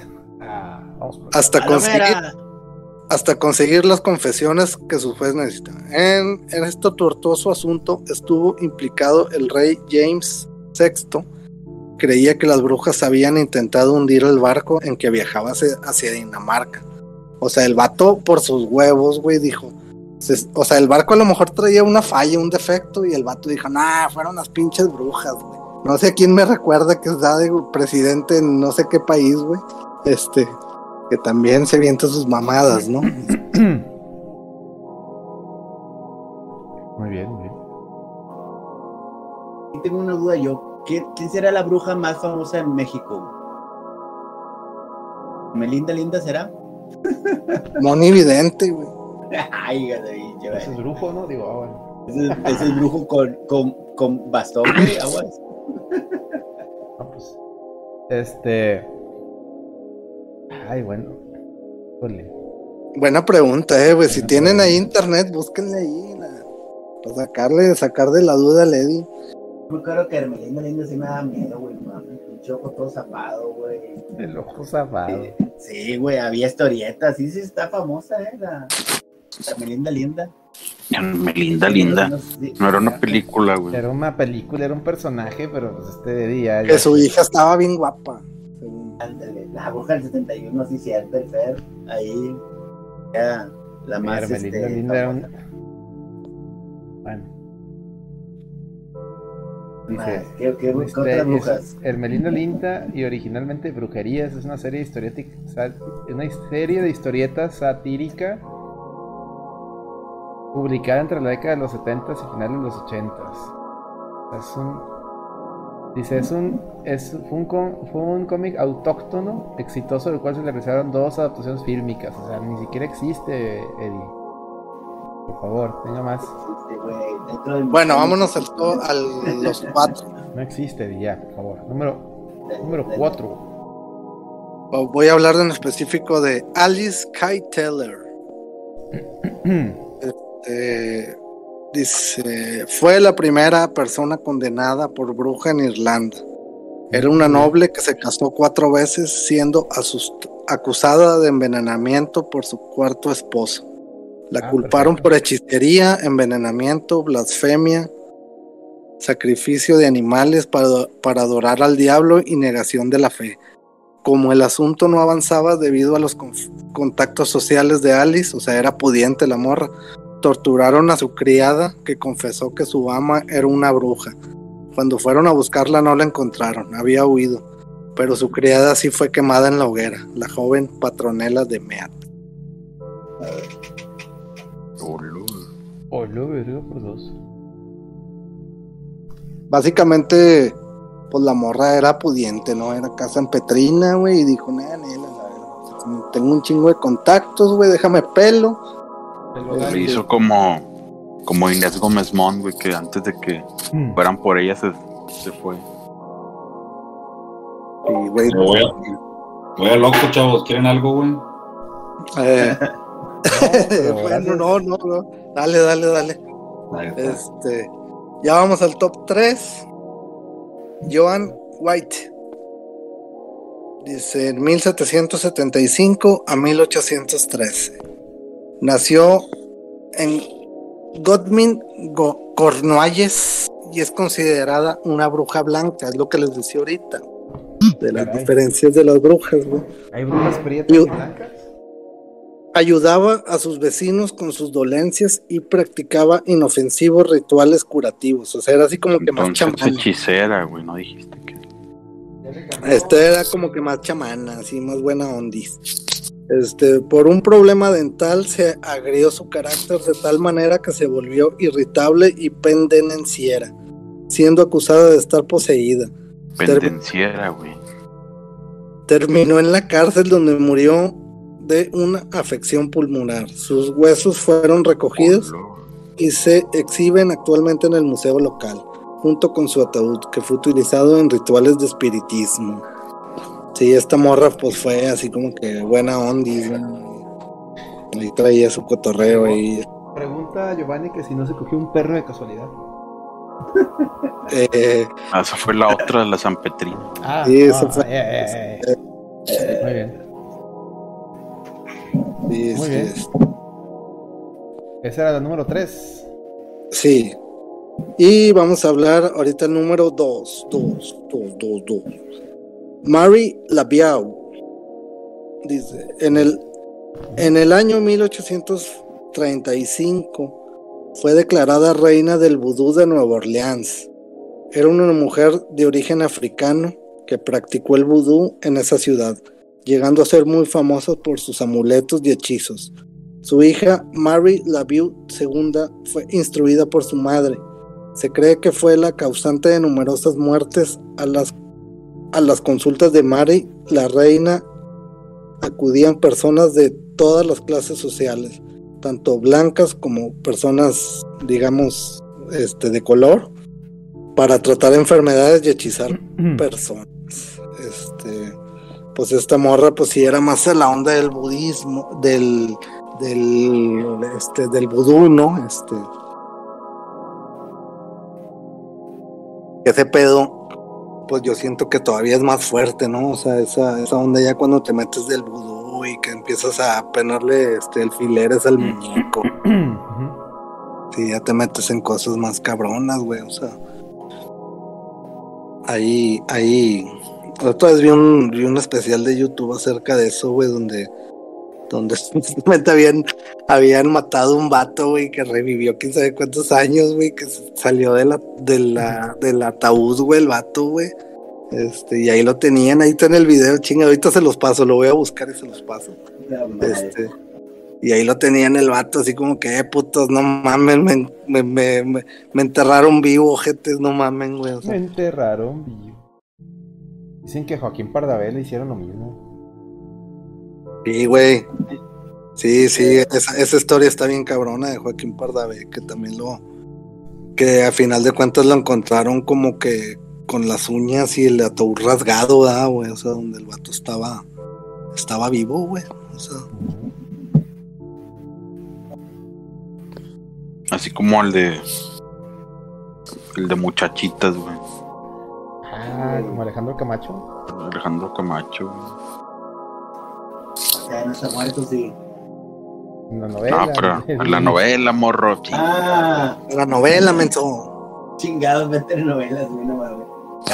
Hasta conseguir las confesiones que sus jueces necesitaban. En este tortuoso asunto estuvo implicado el rey James VI. Creía que las brujas habían intentado hundir el barco en que viajaba hacia Dinamarca. O sea, el vato por sus huevos, güey, dijo. O sea, el barco a lo mejor traía una falla, un defecto, y el vato dijo, nah, fueron las pinches brujas, güey. No sé a quién me recuerda que está de presidente en no sé qué país, güey. Que también se avienta sus mamadas, ¿no? Muy bien, muy bien. Y tengo una duda yo. ¿Quién será la bruja más famosa en México? ¿Melinda Linda será? Moni Vidente, güey. Ay, David, ese es brujo, ¿no? Digo, bueno. Ese es brujo con bastón, güey, aguas. No, pues. Ay, bueno. Ole. Buena pregunta, güey. Si tienen ahí internet, búsquenle ahí. Para sacar de la duda a Lady. Muy claro que Melinda Linda sí me da miedo, güey. El ojo todo zapado, güey. El ojo zapado. Sí, güey, había historietas. Sí, está famosa, la Melinda Linda. Melinda Linda. No era una película, güey. Era una película, era un personaje, pero pues de día. Que su hija estaba bien guapa. La bruja del 71, sí, cierto, el Fer. Ahí, ya, la más. Melinda Linda era un... Bueno. Dice, ¿Qué otras brujas? Hermelinda Linda y originalmente Brujerías es una serie de historietas satírica publicada entre la década de los 70 y finales de los 80. Fue un cómic autóctono exitoso del cual se le realizaron 2 adaptaciones fílmicas. O sea, ni siquiera existe, Eddie. Por favor, tenga más. Bueno, vámonos a los 4. No existe, ya, por favor. Número 4. Voy a hablar en específico de Alice Kay Teller. Dice, fue la primera persona condenada por bruja en Irlanda. Era una noble que se casó 4 veces, siendo acusada de envenenamiento por su cuarto esposo. La culparon por hechicería, envenenamiento, blasfemia, sacrificio de animales para adorar al diablo y negación de la fe. Como el asunto no avanzaba debido a los contactos sociales de Alice, o sea, era pudiente la morra, torturaron a su criada, que confesó que su ama era una bruja. Cuando fueron a buscarla no la encontraron, había huido, pero su criada sí fue quemada en la hoguera, la joven Patronela de Meath. Por 2. Básicamente, pues la morra era pudiente, ¿no? Era casa en Petrina, güey, y dijo, tengo un chingo de contactos, güey, déjame pelo. Le hizo como Inés Gómez Mont, güey, que antes de que fueran por ella se fue. Sí, güey. Voy a loco, chavos, ¿quieren algo, güey? Bueno, no. Dale. Ya vamos al top 3. Joan White. Dice, en 1775 a 1813. Nació en Godmin, Cornualles, y es considerada una bruja blanca, es lo que les decía ahorita, de las diferencias de las brujas, güey. ¿Hay brujas prietas y blancas? Ayudaba a sus vecinos con sus dolencias y practicaba inofensivos rituales curativos, o sea, era así como que más chamana. Hechicera, güey, no dijiste que... Era como que más chamana, así más buena ondis. Por un problema dental se agrió su carácter de tal manera que se volvió irritable y pendenciera, siendo acusada de estar poseída. Pendenciera, güey. Terminó en la cárcel, donde murió de una afección pulmonar. Sus huesos fueron recogidos y se exhiben actualmente en el museo local, junto con su ataúd, que fue utilizado en rituales de espiritismo. Sí, esta morra pues fue así como que buena ondis, ¿no? Ahí traía su cotorreo ahí. Pregunta a Giovanni que si no se cogió un perro de casualidad. Esa fue la otra, la San Petrina. Sí, eso fue. Muy bien. Sí, Muy sí, bien. Esa era la número 3. Sí. Y vamos a hablar ahorita el número 2. Marie Laveau. Dice, en el año 1835 fue declarada reina del vudú de Nueva Orleans. Era una mujer de origen africano que practicó el vudú en esa ciudad, llegando a ser muy famosa por sus amuletos y hechizos. Su hija, Marie Laveau II, fue instruida por su madre. Se cree que fue la causante de numerosas muertes. A las consultas de Marie, la reina, acudían personas de todas las clases sociales, tanto blancas como personas, digamos, de color, para tratar enfermedades y hechizar personas. Pues esta morra, pues sí era más a la onda del budismo, del vudú, ¿no? Ese pedo, pues yo siento que todavía es más fuerte, ¿no? O sea, esa onda ya cuando te metes del vudú y que empiezas a ponerle alfileres al muñeco. Sí, ya te metes en cosas más cabronas, güey, o sea. Ahí, otra vez vi un especial de YouTube acerca de eso, güey, donde supuestamente habían matado un vato, güey, que revivió quién sabe cuántos años, güey, que salió del ataúd, güey, el vato, güey. Y ahí lo tenían, ahí está en el video, chinga, ahorita se los paso, lo voy a buscar y se los paso. Y ahí lo tenían el vato, así como que, putos, no mamen, me enterraron vivo, ojetes, no mamen, güey. O sea. Me enterraron vivo. Dicen que Joaquín Pardavé le hicieron lo mismo. Sí, güey. Sí, esa historia está bien cabrona de Joaquín Pardavé, que también que a final de cuentas lo encontraron como que con las uñas y el ataúd rasgado, ¿verdad, güey? O sea, donde el vato estaba vivo, güey. O sea. Así como el de Muchachitas, güey. Como Alejandro Camacho. Alejandro Camacho, güey. O sea, no está muerto, sí. En la novela. No, pero en la novela, morro. La novela, menso. Chingados, vete en novelas, güey, no mames.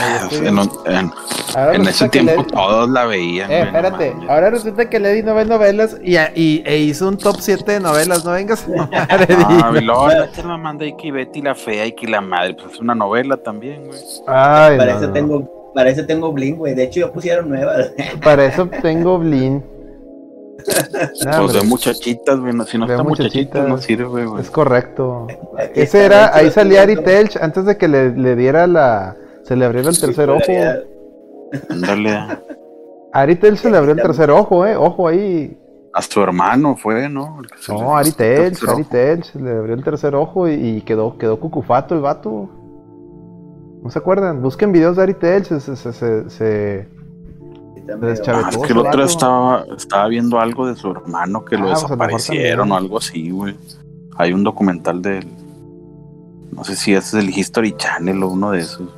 En ese tiempo todos la veían. Espérate, ahora resulta que Lady no ve novelas e hizo un top 7 de novelas, no vengas. Me manda y que Betty la fea y que la madre, pues es una novela también, güey. Para eso tengo Blink, güey. De hecho, ya pusieron nuevas. Para eso tengo Blink. Pues de Muchachitas, güey. Si no está Muchachitas, no sirve, güey. Es correcto. Ese era, ahí salía Ari Telch antes de que le diera se le abriera el tercer ojo. Ándale. Ari Telch se le abrió el tercer ojo, ojo ahí. A su hermano fue, ¿no? No, Ari Telch se le abrió el tercer ojo y quedó cucufato el vato. ¿No se acuerdan? Busquen videos de Ari Telch, se deschavetó. Es que el otro estaba viendo algo de su hermano que lo desaparecieron o algo así, güey. Hay un documental de él. No sé si es del History Channel o uno de esos.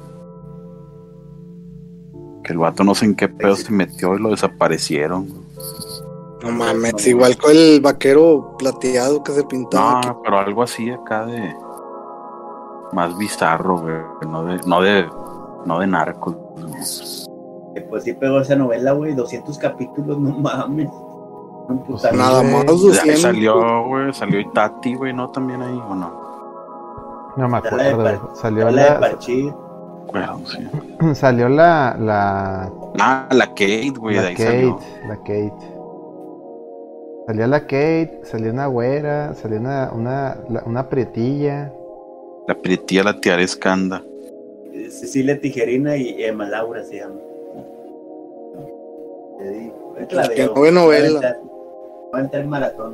Que el vato no sé en qué pedo se metió y lo desaparecieron. No mames, igual con el vaquero plateado que se pintaba. No, pero algo así acá de más bizarro, güey. No de narcos. Pues sí pegó esa novela, güey, 200 capítulos, no mames. Pues nada más 200. Salió Itati, güey, ¿no? También ahí, ¿o no? No me acuerdo, salió la de Parchís. Bueno, sí. Salió la Kate, güey, de ahí salió. La Kate. Salió la Kate, salió una güera, salió una prietilla. La prietilla, la tía Escanda. Cecilia Tijerina y Emma Laura se llama. Te digo, qué buena novela. Va a entrar en maratón.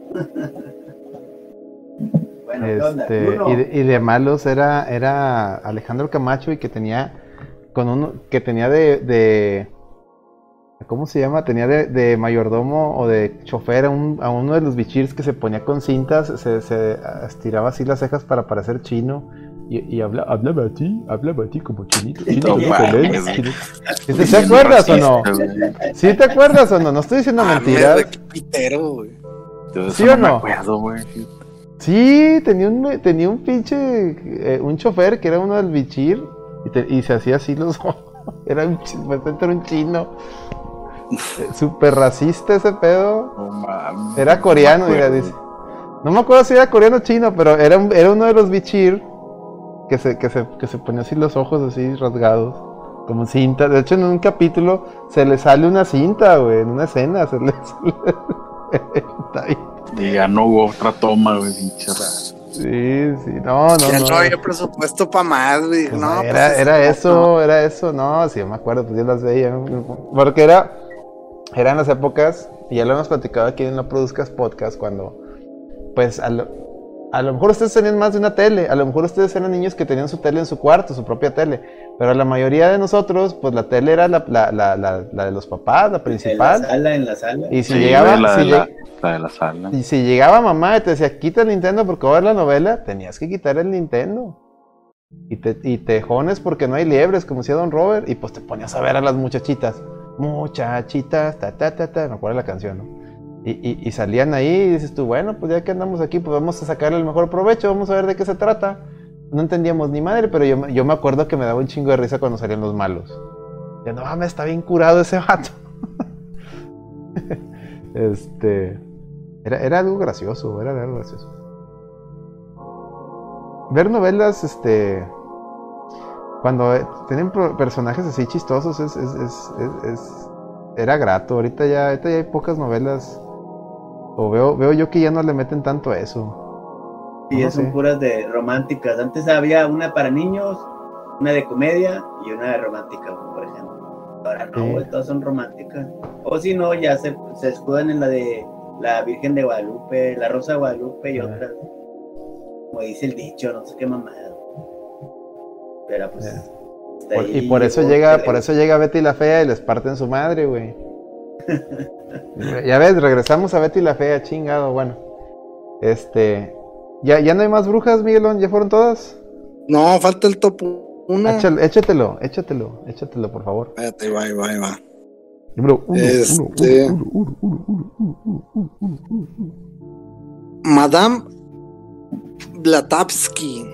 Bueno, y de malos era Alejandro Camacho y que tenía de ¿cómo se llama? Tenía de mayordomo o de chofer a uno de los bichirs que se ponía con cintas, se estiraba así las cejas para parecer chino y hablaba a ti como chinito. ¿Sí te acuerdas o no? ¿Sí te acuerdas o no? No estoy diciendo mentiras. Qué pitero, güey. ¿Sí o no? Me acuerdo, güey. Sí, tenía un pinche un chofer que era uno del bichir y se hacía así los ojos. Era un chino. Súper racista ese pedo. No mames. Era coreano, mira, dice. No me acuerdo si era coreano o chino, pero era uno de los bichir que se ponía así los ojos así rasgados, como cinta. De hecho, en un capítulo se le sale una cinta, güey, en una escena se le Está ahí. Y ya no hubo otra toma, güey, pinche raro. Sí, no. Ya no había presupuesto para más, güey. Pues no, era eso, no, sí, yo me acuerdo, pues yo las veía. Porque eran las épocas, y ya lo hemos platicado aquí en No Produzcas Podcast, cuando, pues, a lo mejor ustedes tenían más de una tele, a lo mejor ustedes eran niños que tenían su tele en su cuarto, su propia tele, pero la mayoría de nosotros, pues la tele era la de los papás, la principal. En la sala. Y si Sí, llegaba, la de la sala. y si llegaba mamá y te decía, quita el Nintendo porque va a ver la novela, tenías que quitar el Nintendo. Y te jones porque no hay liebres, como decía Don Robert, y pues te ponías a ver a las muchachitas, me acuerdo la canción, ¿no? Y salían ahí y dices tú, bueno, pues ya que andamos aquí, pues vamos a sacarle el mejor provecho, vamos a ver de qué se trata. No entendíamos ni madre, pero yo me acuerdo que me daba un chingo de risa cuando salían los malos. Ya no mames, está bien curado ese vato. Era algo gracioso, Ver novelas, cuando tienen personajes así chistosos era grato. Ahorita ya hay pocas novelas, o veo yo que ya no le meten tanto a eso. Sí, no son puras de románticas. Antes había una para niños, una de comedia y una de romántica, por ejemplo. Ahora no, güey, todas son románticas. O si no, ya se escudan en la de la Virgen de Guadalupe, la Rosa de Guadalupe y otras. Como dice el dicho, no sé qué mamada. Pero pues... Por eso llega Betty la Fea y les parten su madre, güey. Ya ves, regresamos a Betty la Fea, chingado, bueno. ¿Ya no hay más brujas, Miguelón? ¿Ya fueron todas? No, falta el top 1. Échatelo, por favor. Espérate, va. Número 1. Madame Blavatsky.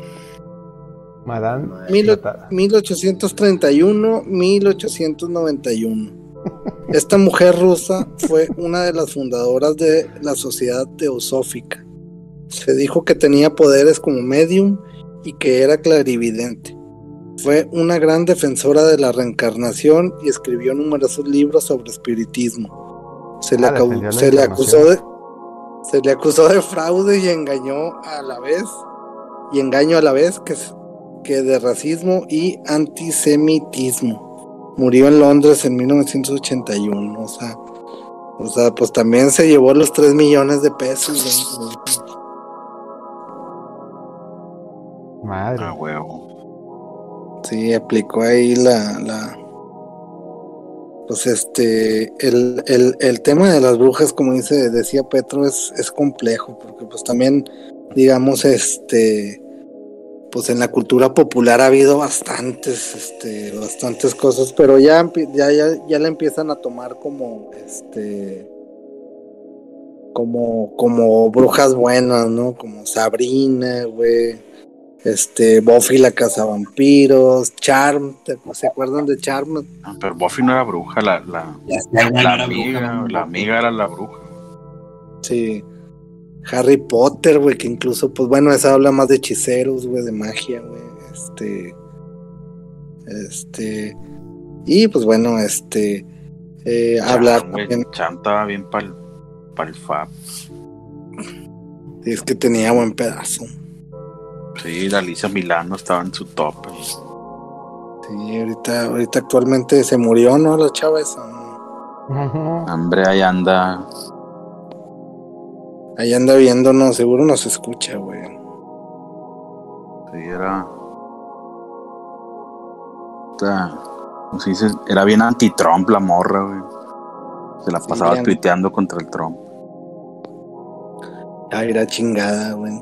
1831-1891. Esta mujer rusa fue una de las fundadoras de la Sociedad Teosófica. Se dijo que tenía poderes como medium y que era clarividente. Fue una gran defensora de la reencarnación y escribió numerosos libros sobre espiritismo. Se le acusó de fraude y engaño a la vez que de racismo y antisemitismo. Murió en Londres en 1981. O sea, pues también se llevó los 3 millones de pesos. Madre. Huevo. Sí, aplicó ahí pues el tema de las brujas, como decía Petro, es complejo, porque pues también, digamos, pues en la cultura popular ha habido bastantes cosas, pero ya la empiezan a tomar como como brujas buenas, ¿no? Como Sabrina, güey. Buffy la cazavampiros, Charm, ¿se acuerdan de Charm? No, pero Buffy no era bruja, la amiga era la bruja. Sí. Harry Potter, güey, que incluso, pues bueno, esa habla más de hechiceros, güey, de magia, güey. Y pues bueno, hablar también. Charm estaba bien pa'l fab. Es que tenía buen pedazo. Sí, la Alicia Milano estaba en su top. Sí, ahorita actualmente se murió, ¿no? La chava esa. Hombre, ahí anda. Ahí anda viéndonos, seguro nos escucha, güey. Sí, ¿cómo se dice? Era bien anti-Trump la morra, güey. Se la pasaba tuiteando contra el Trump. Ay, era chingada, güey.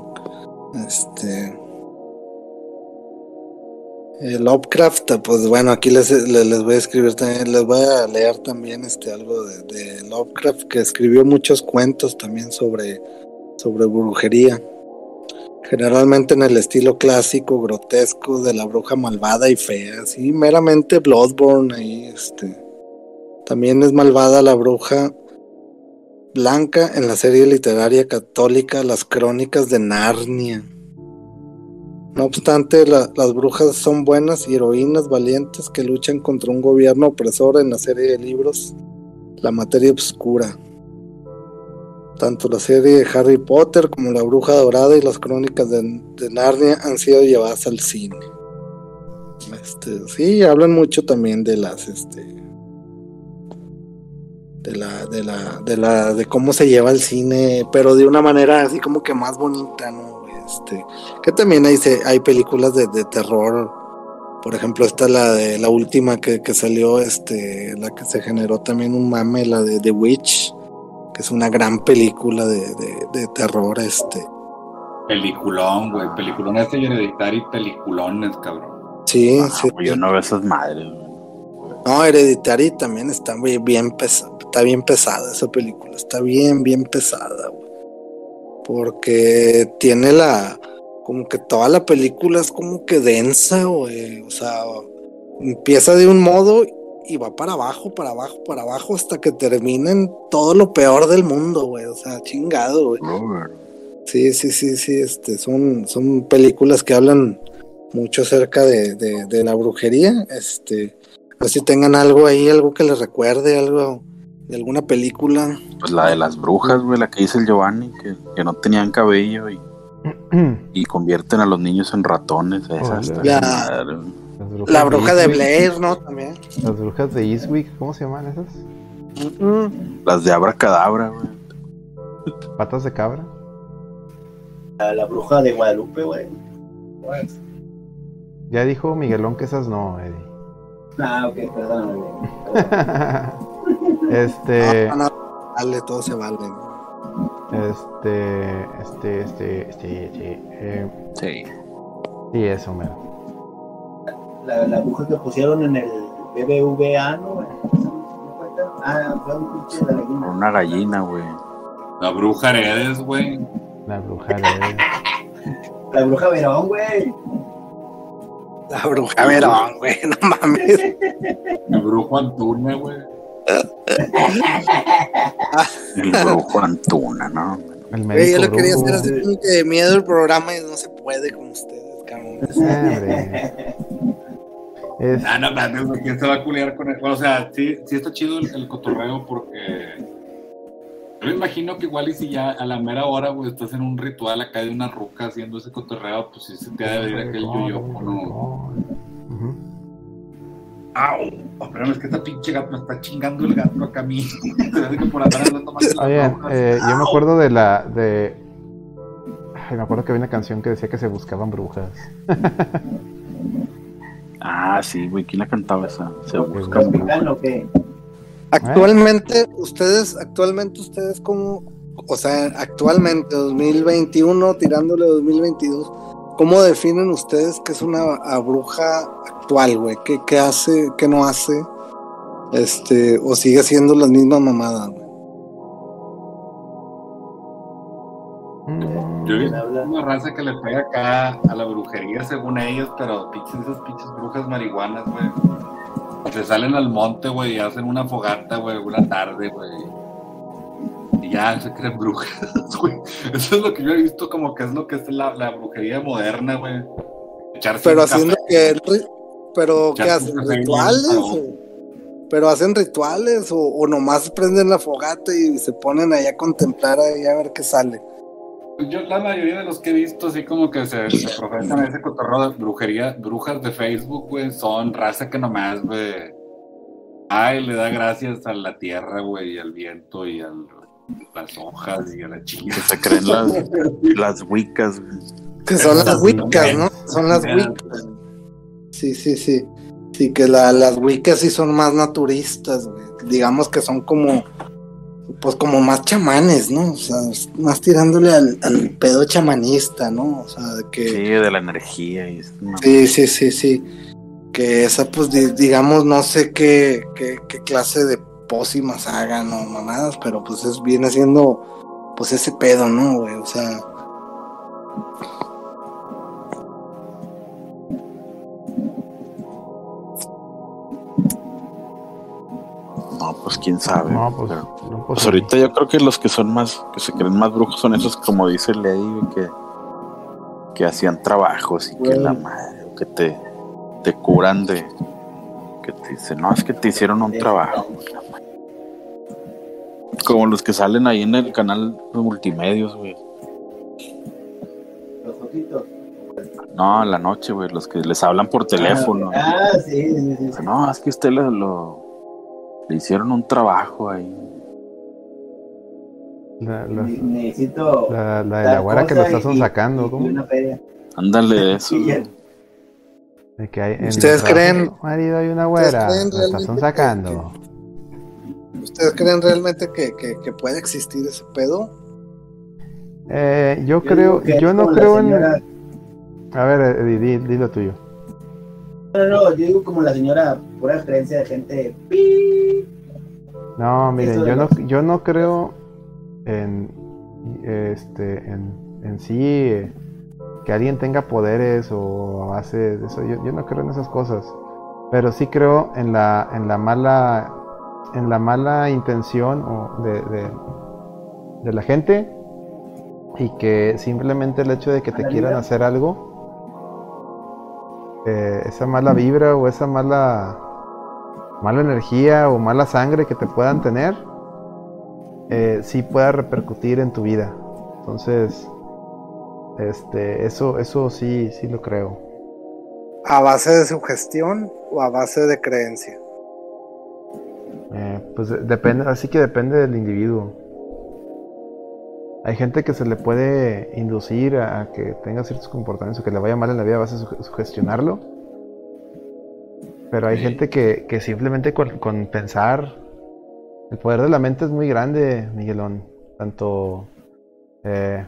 Lovecraft, pues bueno, aquí les voy a escribir también, les voy a leer también algo de Lovecraft, que escribió muchos cuentos también sobre brujería. Generalmente en el estilo clásico, grotesco, de la bruja malvada y fea, así meramente Bloodborne ahí, También es malvada la bruja blanca en la serie literaria católica Las Crónicas de Narnia. No obstante, las brujas son buenas y heroínas valientes que luchan contra un gobierno opresor en la serie de libros La Materia Oscura. Tanto la serie de Harry Potter como La Bruja Dorada y las Crónicas de Narnia han sido llevadas al cine. Sí, hablan mucho también de las de cómo se lleva el cine, pero de una manera así como que más bonita, ¿no? Que también hay películas de terror. Por ejemplo, esta la última que salió, la que se generó también un mame, la de The Witch, que es una gran película de terror, Peliculón, güey, peliculón Hereditary, peliculones, cabrón. Sí, sí. Yo no veo esas madres, güey. No, Hereditary también está bien pesada esa película, está bien pesada, güey. Porque tiene como que toda la película es como que densa, güey. O sea, empieza de un modo y va para abajo, hasta que termina en todo lo peor del mundo, güey. O sea, chingado, güey. Sí. Son películas que hablan mucho acerca de la brujería. No sé si tengan algo ahí, algo que les recuerde, algo de alguna película. Pues la de las brujas, güey, la que dice el Giovanni, que no tenían cabello y convierten a los niños en ratones. La bruja de Blair, ¿no? También. Las brujas de Eastwick, ¿cómo se llaman esas? Las de Abracadabra, güey. Patas de cabra. La bruja de Guadalupe, güey. Ya dijo Miguelón que esas no, Eddie. Ok, perdón. Vale, todo se vale. Sí. Sí, eso, mero. La bruja que pusieron en el BBVA, ¿no? Fue un pinche de gallina. Una gallina, güey. La bruja Heredes, güey. La bruja Heredes. La bruja Verón, güey. La bruja Verón, güey, no mames. El brujo Antuna, güey. El brujo Antuna, ¿no? Yo lo quería hacer así como que de miedo el programa y no se puede con ustedes, cabrón. No mames, güey, ¿quién se va a culiar con él? Bueno, o sea, sí está chido el cotorreo porque yo me imagino que igual y si ya a la mera hora, güey, estás en un ritual acá de una ruca haciendo ese cotorreo, pues sí se te ha de venir aquel yoyopo, ¿no? Pero es que esta pinche gato me está chingando el gato acá a mí. Oye, yo me acuerdo me acuerdo que había una canción que decía que se buscaban brujas. Sí, güey, ¿quién la cantaba esa? Se buscan brujas. Actualmente ustedes como, o sea, actualmente 2021 tirándole 2022, ¿cómo definen ustedes qué es una bruja actual, güey? ¿Qué hace, qué no hace? O sigue siendo las mismas mamadas, güey. Yo vi una raza que le pega acá a la brujería según ellos, pero esas pinches brujas marihuanas, güey. Se salen al monte, güey, y hacen una fogata, güey, una tarde, güey. Y ya se creen brujas, güey. Eso es lo que yo he visto como que es lo que es la brujería moderna, güey. Pero haciendo ¿qué hacen? ¿Rituales? ¿Pero hacen rituales o nomás prenden la fogata y se ponen ahí a contemplar ahí a ver qué sale? Yo la mayoría de los que he visto así como que se profesan ese cotorreo de brujería, brujas de Facebook, güey, son raza que nomás, güey, le da gracias a la tierra, güey, y al viento y a las hojas y a la chica. Se creen las wiccas, güey. Que son las wiccas, ¿no? Son las wiccas. Sí. Sí, que las wiccas sí son más naturistas, güey. Digamos que son como pues como más chamanes, ¿no? O sea, más tirándole al pedo chamanista, ¿no? O sea, de que... Sí, de la energía y Sí. Que esa, pues, digamos, no sé qué clase de pócimas hagan o mamadas, pero pues viene siendo, pues, ese pedo, ¿no, güey? O sea... No, pues quién sabe. No, pues, pero, no, pues ahorita yo creo que los que son más, que se creen más brujos son esos, como dice Lady, que hacían trabajos y que la madre, que te curan de, que te dicen, no, es que te hicieron un trabajo. Como los que salen ahí en el canal de Multimedios, güey. Los ojitos. No, en la noche, güey, los que les hablan por teléfono. Sí. No, es que usted le hicieron un trabajo ahí. Necesito la de la güera que lo está sonsacando, ¿cómo? Una feria. Ándale, eso. De que hay, ¿Ustedes creen? Marido, hay una güera, la está sonsacando. ¿Ustedes creen realmente que puede existir ese pedo? Yo no creo en... A ver, Eddie, di lo tuyo. No, yo digo como la señora, pura creencia de gente. No, miren, yo no creo en sí que alguien tenga poderes o base de eso. Yo no creo en esas cosas, pero sí creo en la mala intención de la gente, y que simplemente el hecho de que te quieran hacer algo, esa mala vibra o esa mala energía o mala sangre que te puedan tener, sí pueda repercutir en tu vida. Entonces, eso sí lo creo. ¿A base de sugestión o a base de creencia? Pues depende, así que depende del individuo. Hay gente que se le puede inducir a que tenga ciertos comportamientos o que le vaya mal en la vida a base de sugestionarlo. Pero hay gente que simplemente con pensar, el poder de la mente es muy grande, Miguelón. Tanto de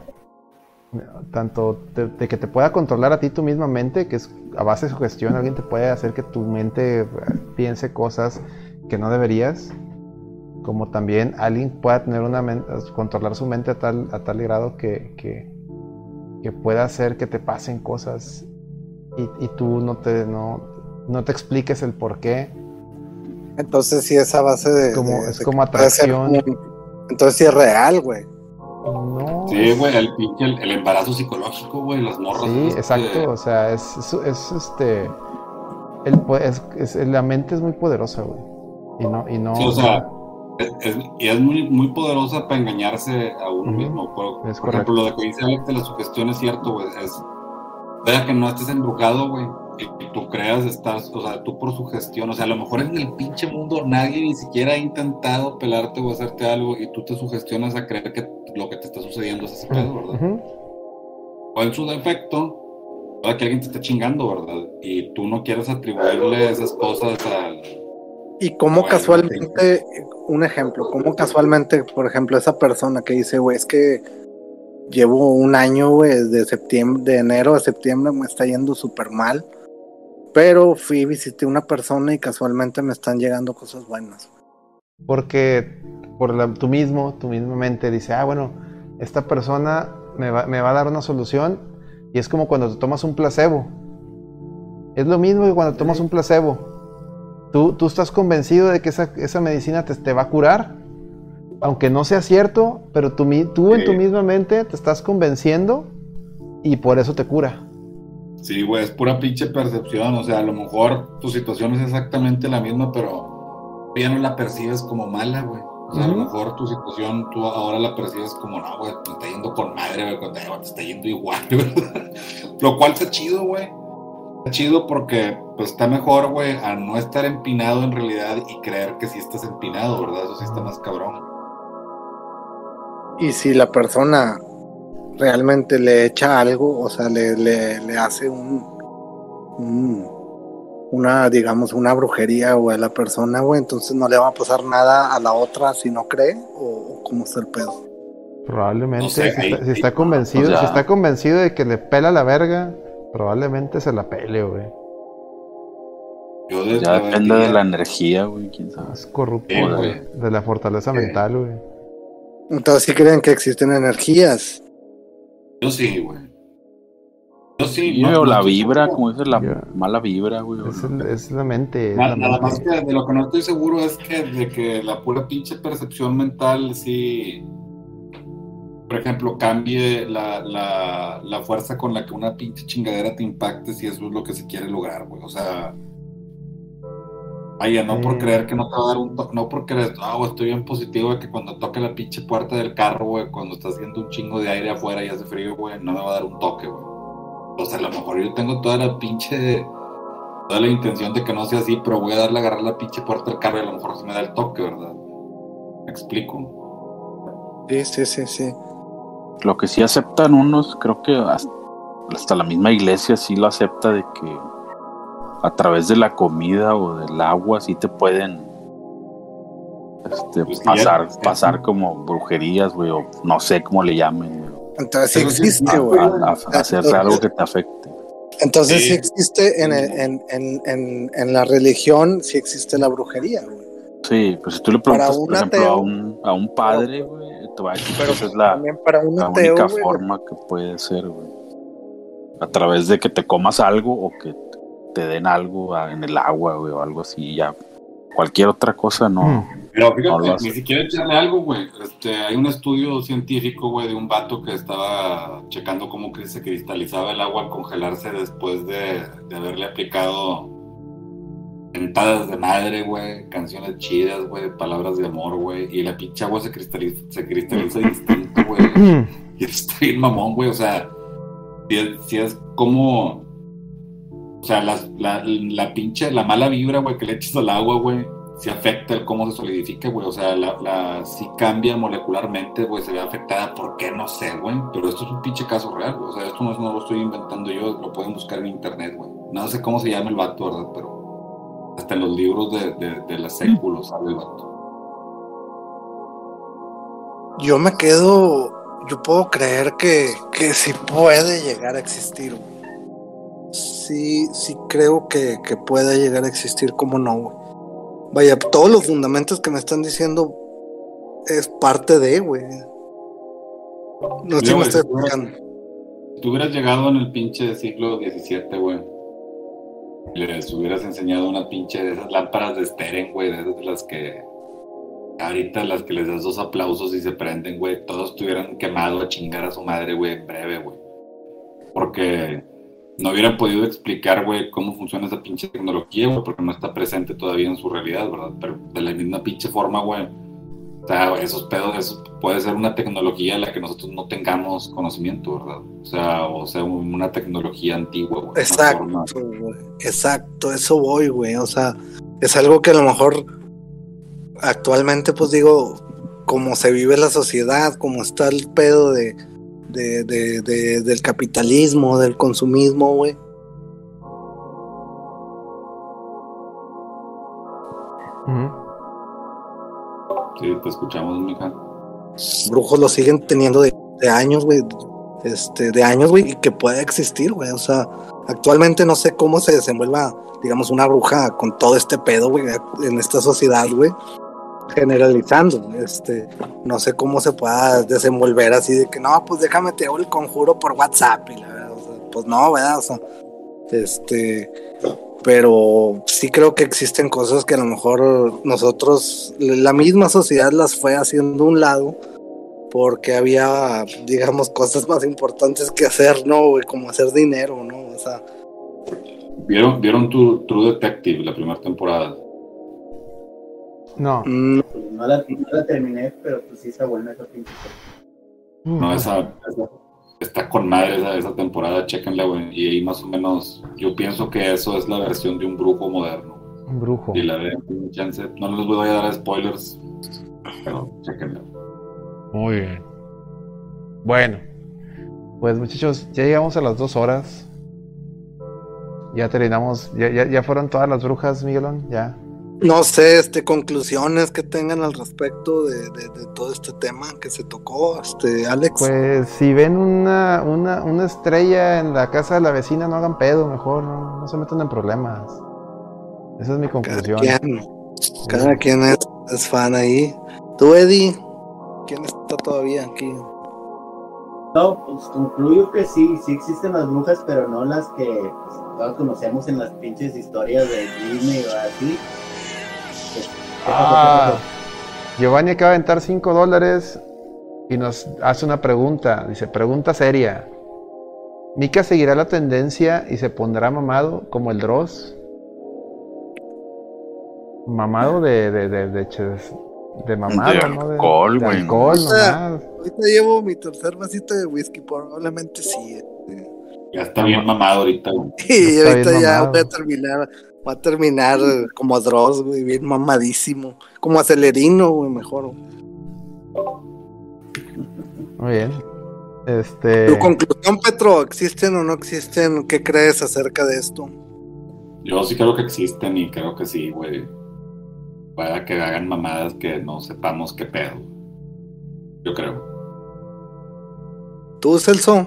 que te pueda controlar a ti tu misma mente, que es a base de sugestión. Alguien te puede hacer que tu mente piense cosas que no deberías, como también alguien pueda tener controlar su mente a tal grado que pueda hacer que te pasen cosas y tú no te expliques el por qué. Entonces sí, esa base de... Es como atracción. Entonces sí es real, güey. No. Sí, güey, el embarazo psicológico, güey, las morras. Sí, exacto, o sea, la mente es muy poderosa, güey. Y no. Sí, o sea, es muy, muy poderosa para engañarse a uno mismo. Por ejemplo, lo de que dice Alex de la sugestión es cierto, güey. Vea que no estés embrujado, güey. Y tú creas, o sea, tú por sugestión, o sea, a lo mejor en el pinche mundo nadie ni siquiera ha intentado pelarte o hacerte algo y tú te sugestionas a creer que lo que te está sucediendo es ese pedo, ¿verdad? O en su defecto, puede que alguien te esté chingando, ¿verdad? Y tú no quieres atribuirle esas cosas al... Y cómo casualmente, un ejemplo, cómo casualmente, por ejemplo, esa persona que dice, güey, es que llevo un año, güey, de enero a septiembre me está yendo súper mal, pero visité una persona y casualmente me están llegando cosas buenas. Porque tú misma mente dice, bueno, esta persona me va a dar una solución, y es como cuando te tomas un placebo. Es lo mismo que cuando tomas un placebo. Tú estás convencido de que esa medicina te va a curar, aunque no sea cierto, pero tú en tu misma mente te estás convenciendo y por eso te cura. Sí, güey, es pura pinche percepción. O sea, a lo mejor tu situación es exactamente la misma, pero ya no la percibes como mala, güey. O sea, a lo mejor tu situación tú ahora la percibes como, no, güey, te está yendo con madre, güey, cuando te está yendo igual, ¿verdad? Lo cual está chido, güey. Está chido porque pues está mejor, güey, a no estar empinado en realidad y creer que sí estás empinado, ¿verdad? Eso sí está más cabrón. Y si la persona realmente le echa algo, o sea, le hace un digamos, una brujería, güey, a la persona, güey, entonces no le va a pasar nada a la otra si no cree, o cómo está el pedo. Probablemente, No sé, si está convencido, pues ya. si está convencido de que le pela la verga, probablemente se la pele, güey. Ya depende de la energía, güey, quién sabe. Es corrupto, Sí, güey. De la fortaleza mental, güey. Entonces sí creen que existen energías. Yo sí, güey. Yo sí. Sí, o la estoy vibra, seguro. como dices, la Ya. mala vibra, güey. Es la mente. Es Nada la mente. más que de lo que no estoy seguro es que de que la pura pinche percepción mental sí, por ejemplo, cambie la fuerza con la que una pinche chingadera te impacte, si eso es lo que se quiere lograr, güey. O sea, vaya, no por creer que no te va a dar un toque, no por creer, güey, estoy bien positivo de que cuando toque la pinche puerta del carro, güey, cuando está haciendo un chingo de aire afuera y hace frío, güey, no me va a dar un toque, güey. O sea, a lo mejor yo tengo toda la intención de que no sea así, pero voy a darle a agarrar la pinche puerta del carro y a lo mejor se me da el toque, ¿verdad? ¿Me explico? Sí. Lo que sí aceptan unos, creo que hasta la misma iglesia sí lo acepta, de que a través de la comida o del agua sí te pueden Pues pasar como brujerías, güey, o no sé cómo le llamen, güey. Entonces sí Pero sí, existe, no, güey. A hacer algo que te afecte. Entonces Sí. sí existe en la religión, sí existe la brujería, güey. Sí, pues si tú le Para preguntas, un por ejemplo, ateo, a un padre, güey, te va a decir que esa es también para un la ateo, única güey, forma que puede ser, güey. A través de que te comas algo o que te den algo en el agua, güey, o algo así, ya. Cualquier otra cosa no. Pero fíjate, No lo hace. ni siquiera echarle algo, güey. Hay un estudio científico, güey, de un vato que estaba checando cómo que se cristalizaba el agua al congelarse después de haberle aplicado mentadas de madre, güey, canciones chidas, güey, palabras de amor, güey, y la pinche agua se cristaliza distinto, güey. Y está bien mamón, güey, o sea, si es como, o sea, la pinche, la mala vibra, güey, que le echas al agua, güey, si afecta el cómo se solidifica, güey, o sea, si cambia molecularmente, güey, se ve afectada, ¿por qué? No sé, güey, pero esto es un pinche caso real, güey, o sea, esto no lo estoy inventando yo, lo pueden buscar en internet, güey, no sé cómo se llama el vato, ¿verdad? Pero hasta en los libros de la séculos sale el vato. yo puedo creer que sí puede llegar a existir, güey. Sí creo que puede llegar a existir, ¿cómo no, güey? Vaya, todos los fundamentos que me están diciendo es parte de, güey. No sé si me estoy explicando. Si tú hubieras llegado en el pinche siglo XVII, güey, y les hubieras enseñado una pinche de esas lámparas de Steren, güey, de esas de las que ahorita las que les das 2 aplausos y se prenden, güey, todos estuvieran quemado a chingar a su madre, güey, en breve, güey. Porque no hubieran podido explicar, güey, cómo funciona esa pinche tecnología, güey, porque no está presente todavía en su realidad, ¿verdad? Pero de la misma pinche forma, güey, o sea, esos pedos, eso puede ser una tecnología en la que nosotros no tengamos conocimiento, ¿verdad? O sea, una tecnología antigua, güey. Exacto, eso voy, güey, o sea, es algo que a lo mejor actualmente, pues digo, como se vive la sociedad, como está el pedo del capitalismo, del consumismo, güey. Sí, te escuchamos, mija. Brujos lo siguen teniendo de años, güey, de años, güey, y que puede existir, güey, o sea, actualmente no sé cómo se desenvuelva, digamos, una bruja con todo este pedo, güey, en esta sociedad, güey, generalizando, no sé cómo se pueda desenvolver así de que no, pues déjame te hago el conjuro por WhatsApp, y la verdad, o sea, pues no, ¿verdad? O sea, pero sí creo que existen cosas que a lo mejor nosotros, la misma sociedad las fue haciendo a un lado porque había, digamos, cosas más importantes que hacer, ¿no, güey? Como hacer dinero, ¿no? O sea, ¿Vieron True Detective, la primera temporada? No. No la terminé, pero pues sí está buena esa pinche. No, esa está con madre esa temporada, chéquenla, güey. Y ahí más o menos, yo pienso que eso es la versión de un brujo moderno. Un brujo. Y la de chance, no les voy a dar spoilers, pero chéquenla. Muy bien. Bueno, pues muchachos, ya llegamos a las 2 horas. Ya terminamos, ya fueron todas las brujas, Miguelón, ya. No sé, conclusiones que tengan al respecto de todo este tema que se tocó, Alex. Pues si ven una estrella en la casa de la vecina, no hagan pedo, mejor, no se metan en problemas. Esa es mi conclusión. Cada quien es fan ahí. Tú, Eddie, ¿quién está todavía aquí? No, pues concluyo que sí existen las brujas, pero no las que pues, todos conocemos en las pinches historias de Disney o así. Giovanni acaba de aventar $5 y nos hace una pregunta. Dice, pregunta seria. ¿Mika seguirá la tendencia y se pondrá mamado como el Dross? Mamado de mamado, ¿no? Alcohol, de güey. alcohol, nomás. Ahorita llevo mi tercer vasito de whisky, probablemente sí. Ya está bien mamado ahorita, güey. Y Está ahorita bien ya mamado. voy a terminar como Dross, güey, bien mamadísimo. Como Acelerino, güey, mejor. Muy bien. Tu conclusión, Petro, ¿existen o no existen? ¿Qué crees acerca de esto? Yo sí creo que existen y creo que sí, güey. Para que hagan mamadas que no sepamos qué pedo. Yo creo. ¿Tú, Celso?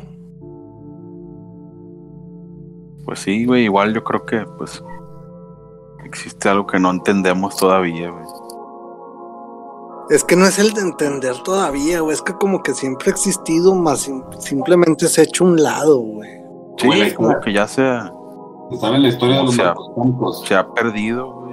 Pues sí, güey, igual yo creo que, pues, existe algo que no entendemos todavía, güey. Es que no es el de entender todavía, güey. Es que como que siempre ha existido, más simplemente se ha hecho un lado, güey. Sí, Güey, como que ya ¿saben la historia de los narcotráficos? se ha perdido, güey.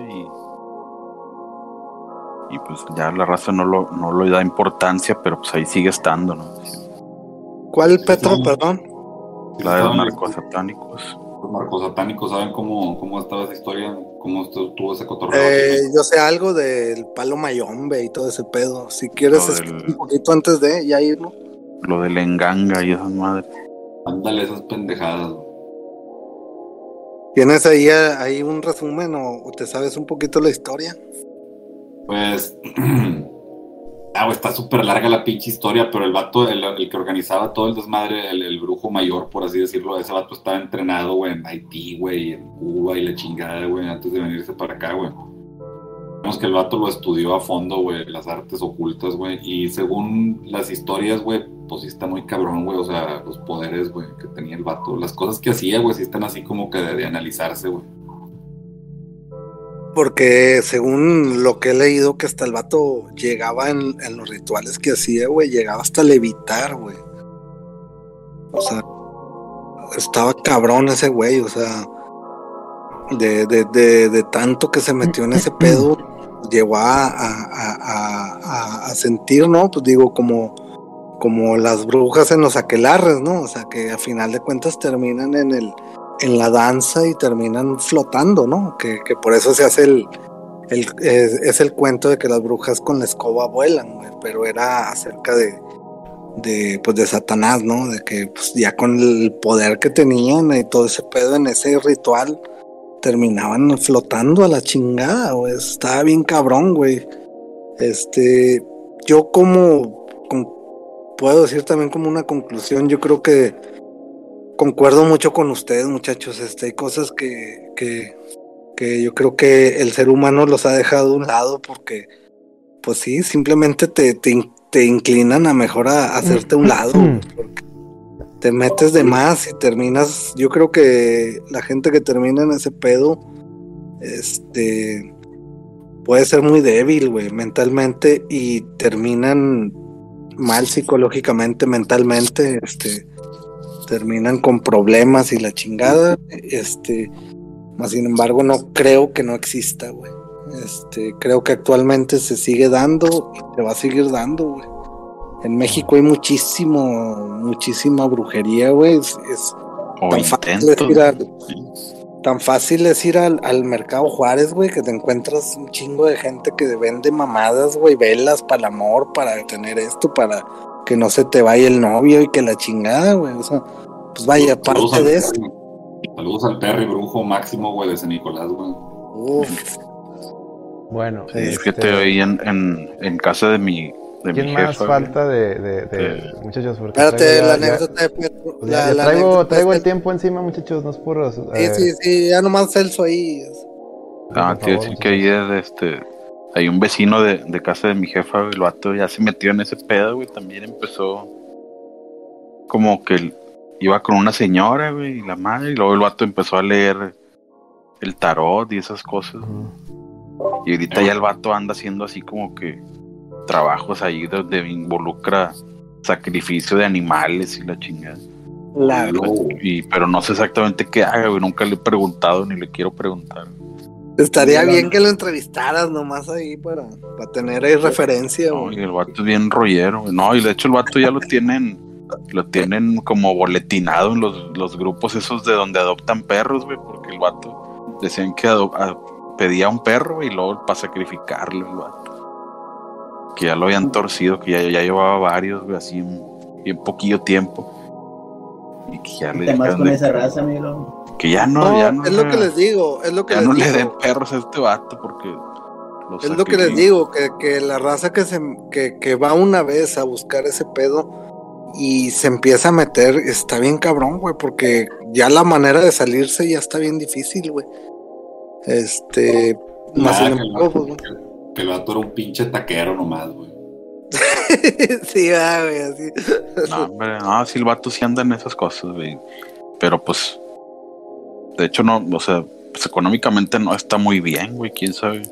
Y pues ya la raza no le da importancia, pero pues ahí sigue estando, ¿no? ¿Cuál, Petro, perdón? La de los narcosatánicos. Los narcosatánicos, ¿saben cómo estaba esa historia? ¿Cómo estuvo ese cotorreo? Yo sé algo del palo mayombe y todo ese pedo. Si quieres explicar un poquito antes de ya irnos. Lo del enganga y esas madres. Ándale esas pendejadas, güey. ¿Tienes ahí un resumen o te sabes un poquito la historia? Pues, güey, está súper larga la pinche historia, pero el vato, el que organizaba todo el desmadre, el brujo mayor, por así decirlo, ese vato estaba entrenado, güey, en Haití, güey, en Cuba y la chingada, güey, antes de venirse para acá, güey. Vemos que el vato lo estudió a fondo, güey, las artes ocultas, güey, y según las historias, güey, pues sí está muy cabrón, güey, o sea, los poderes, güey, que tenía el vato, las cosas que hacía, güey, sí están así como que de analizarse, güey. Porque según lo que he leído, que hasta el vato llegaba en los rituales que hacía, güey, llegaba hasta levitar, güey. O sea, estaba cabrón ese güey, o sea, de tanto que se metió en ese pedo, llegó a sentir, ¿no? Pues digo, como las brujas en los aquelarres, ¿no? O sea, que a final de cuentas terminan en la danza y terminan flotando, ¿no? Que por eso se hace es el cuento de que las brujas con la escoba vuelan, güey, pero era acerca de Satanás, ¿no? De que pues ya con el poder que tenían y todo ese pedo en ese ritual terminaban flotando a la chingada, güey. Estaba bien cabrón, güey. Yo puedo decir también como una conclusión, yo creo que concuerdo mucho con ustedes, muchachos. Hay cosas que yo creo que el ser humano los ha dejado a un lado porque, pues sí, simplemente te inclinan a mejor a hacerte a un lado, porque te metes de más y terminas. Yo creo que la gente que termina en ese pedo, puede ser muy débil, güey, mentalmente, y terminan mal psicológicamente, mentalmente, terminan con problemas y la chingada, más sin embargo no creo que no exista, güey. Creo que actualmente se sigue dando y se va a seguir dando, güey. En México hay muchísima brujería, güey. Es tan fácil es ir al Mercado Juárez, güey, que te encuentras un chingo de gente que vende mamadas, güey, velas para el amor, para tener esto, para que no se te vaya el novio y que la chingada, güey. O sea, pues vaya, aparte de eso. Saludos al Terry Brujo Máximo, güey, de San Nicolás, güey. Uf. Bueno, es que te oí en casa de mi ¿Quién más falta de muchachos? Porque espérate, la anécdota de Petro. Pues ya traigo el tiempo encima, muchachos, no es por... Sí, ya nomás Celso ahí. Quiero decir que ahí hay un vecino de casa de mi jefa, el vato ya se metió en ese pedo, güey, también empezó como que iba con una señora, güey, y la madre, y luego el vato empezó a leer el tarot y esas cosas. Y ahorita ya el vato anda haciendo así como que trabajos ahí donde involucra sacrificio de animales y la chingada. Pero no sé exactamente qué haga, güey, nunca le he preguntado ni le quiero preguntar. Estaría bien que lo entrevistaras nomás ahí para tener ahí referencia. No, y el vato es bien rollero, güey. No, y de hecho el vato ya lo tienen como boletinado en los grupos esos de donde adoptan perros, güey, porque el vato decían que pedía un perro y luego para sacrificarlo, el vato. Que ya lo habían torcido, que ya llevaba varios, güey, así en poquillo tiempo. Y que ya le más con esa raza, amigo. Que ya no. Es lo que les digo, ya no le den perros a este vato porque es lo que les digo, que la raza que va una vez a buscar ese pedo y se empieza a meter, está bien cabrón, güey, porque ya la manera de salirse ya está bien difícil, güey. Más que el vato era un pinche taquero nomás, güey. Sí, güey, así. No, hombre, no, sí, el vato sí anda en esas cosas, güey. Pero pues, de hecho, no, o sea, pues económicamente no está muy bien, güey, quién sabe.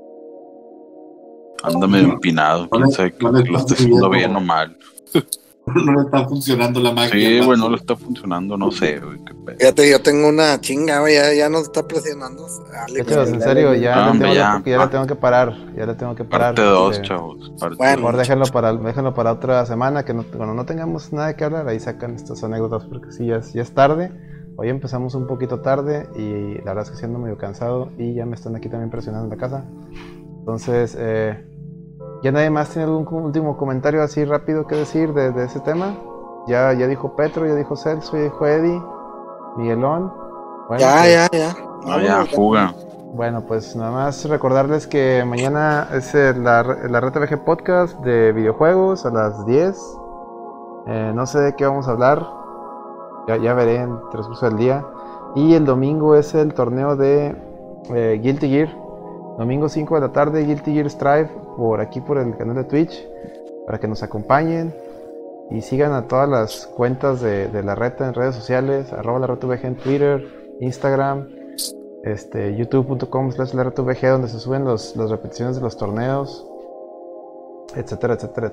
Anda medio empinado, quién sabe que lo está haciendo bien o mal. No le está funcionando la máquina. Sí, güey, no le está funcionando, no sé, güey, qué pedo. Fíjate, yo tengo una chinga, güey, ya nos está presionando. En serio, ya la tengo que parar. Parte 2, chavos. Mejor déjenlo para otra semana, que cuando no tengamos nada que hablar, ahí sacan estas anécdotas, porque sí, ya es tarde. Hoy empezamos un poquito tarde y la verdad es que siendo medio cansado y ya me están aquí también presionando en la casa. Entonces, ¿ya nadie más tiene algún último comentario así rápido que decir de ese tema? Ya dijo Petro, ya dijo Celso, ya dijo Eddie, Miguelón. Bueno, ya, fuga. Bueno, pues nada más recordarles que mañana es la RTVG Podcast de videojuegos a las 10. No sé de qué vamos a hablar. Ya veré en el transcurso del día. Y el domingo es el torneo de Guilty Gear. Domingo 5 de la tarde, Guilty Gear Strive, por el canal de Twitch, para que nos acompañen y sigan a todas las cuentas de la reta en redes sociales, @LaRetaVG en Twitter, Instagram, youtube.com/LaRetaVG, donde se suben las repeticiones de los torneos, etcétera.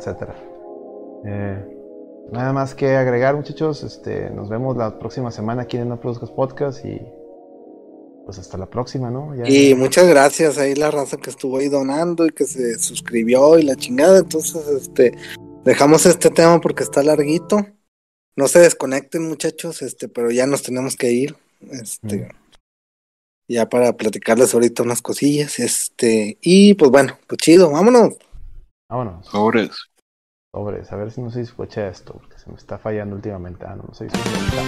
Nada más que agregar, muchachos. Nos vemos la próxima semana aquí en No Produzcas Podcast y pues hasta la próxima, ¿no? Y muchas gracias ahí la raza que estuvo ahí donando y que se suscribió y la chingada. Entonces, dejamos este tema porque está larguito. No se desconecten, muchachos, pero ya nos tenemos que ir. Ya para platicarles ahorita unas cosillas. Y pues bueno, pues chido, vámonos. Sobres. A ver si no se escucha esto, porque se me está fallando últimamente. No se escucha.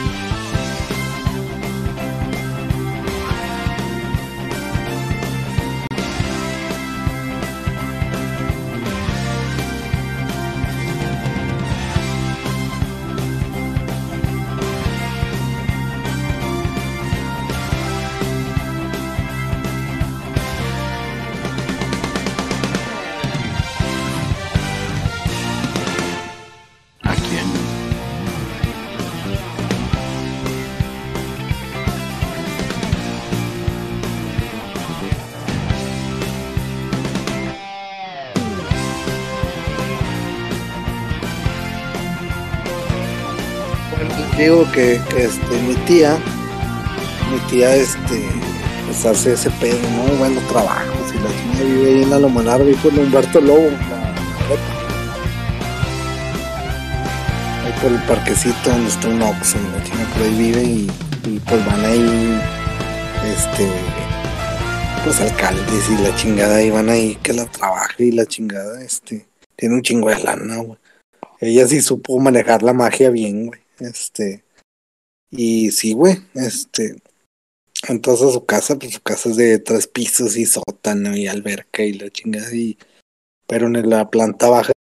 Digo que mi tía pues hace ese pedo, ¿no? Bueno, trabajos y la chingada vive ahí en la Loma Larga y por Humberto Lobo, ahí por el parquecito donde está un Oxxo, la chingada por ahí vive y pues van ahí pues alcaldes y la chingada y van ahí que la trabaje y la chingada tiene un chingo de lana, güey. Ella sí supo manejar la magia bien, güey. Y sí, güey, entonces su casa es de 3 pisos y sótano y alberca y la chingada, pero en la planta baja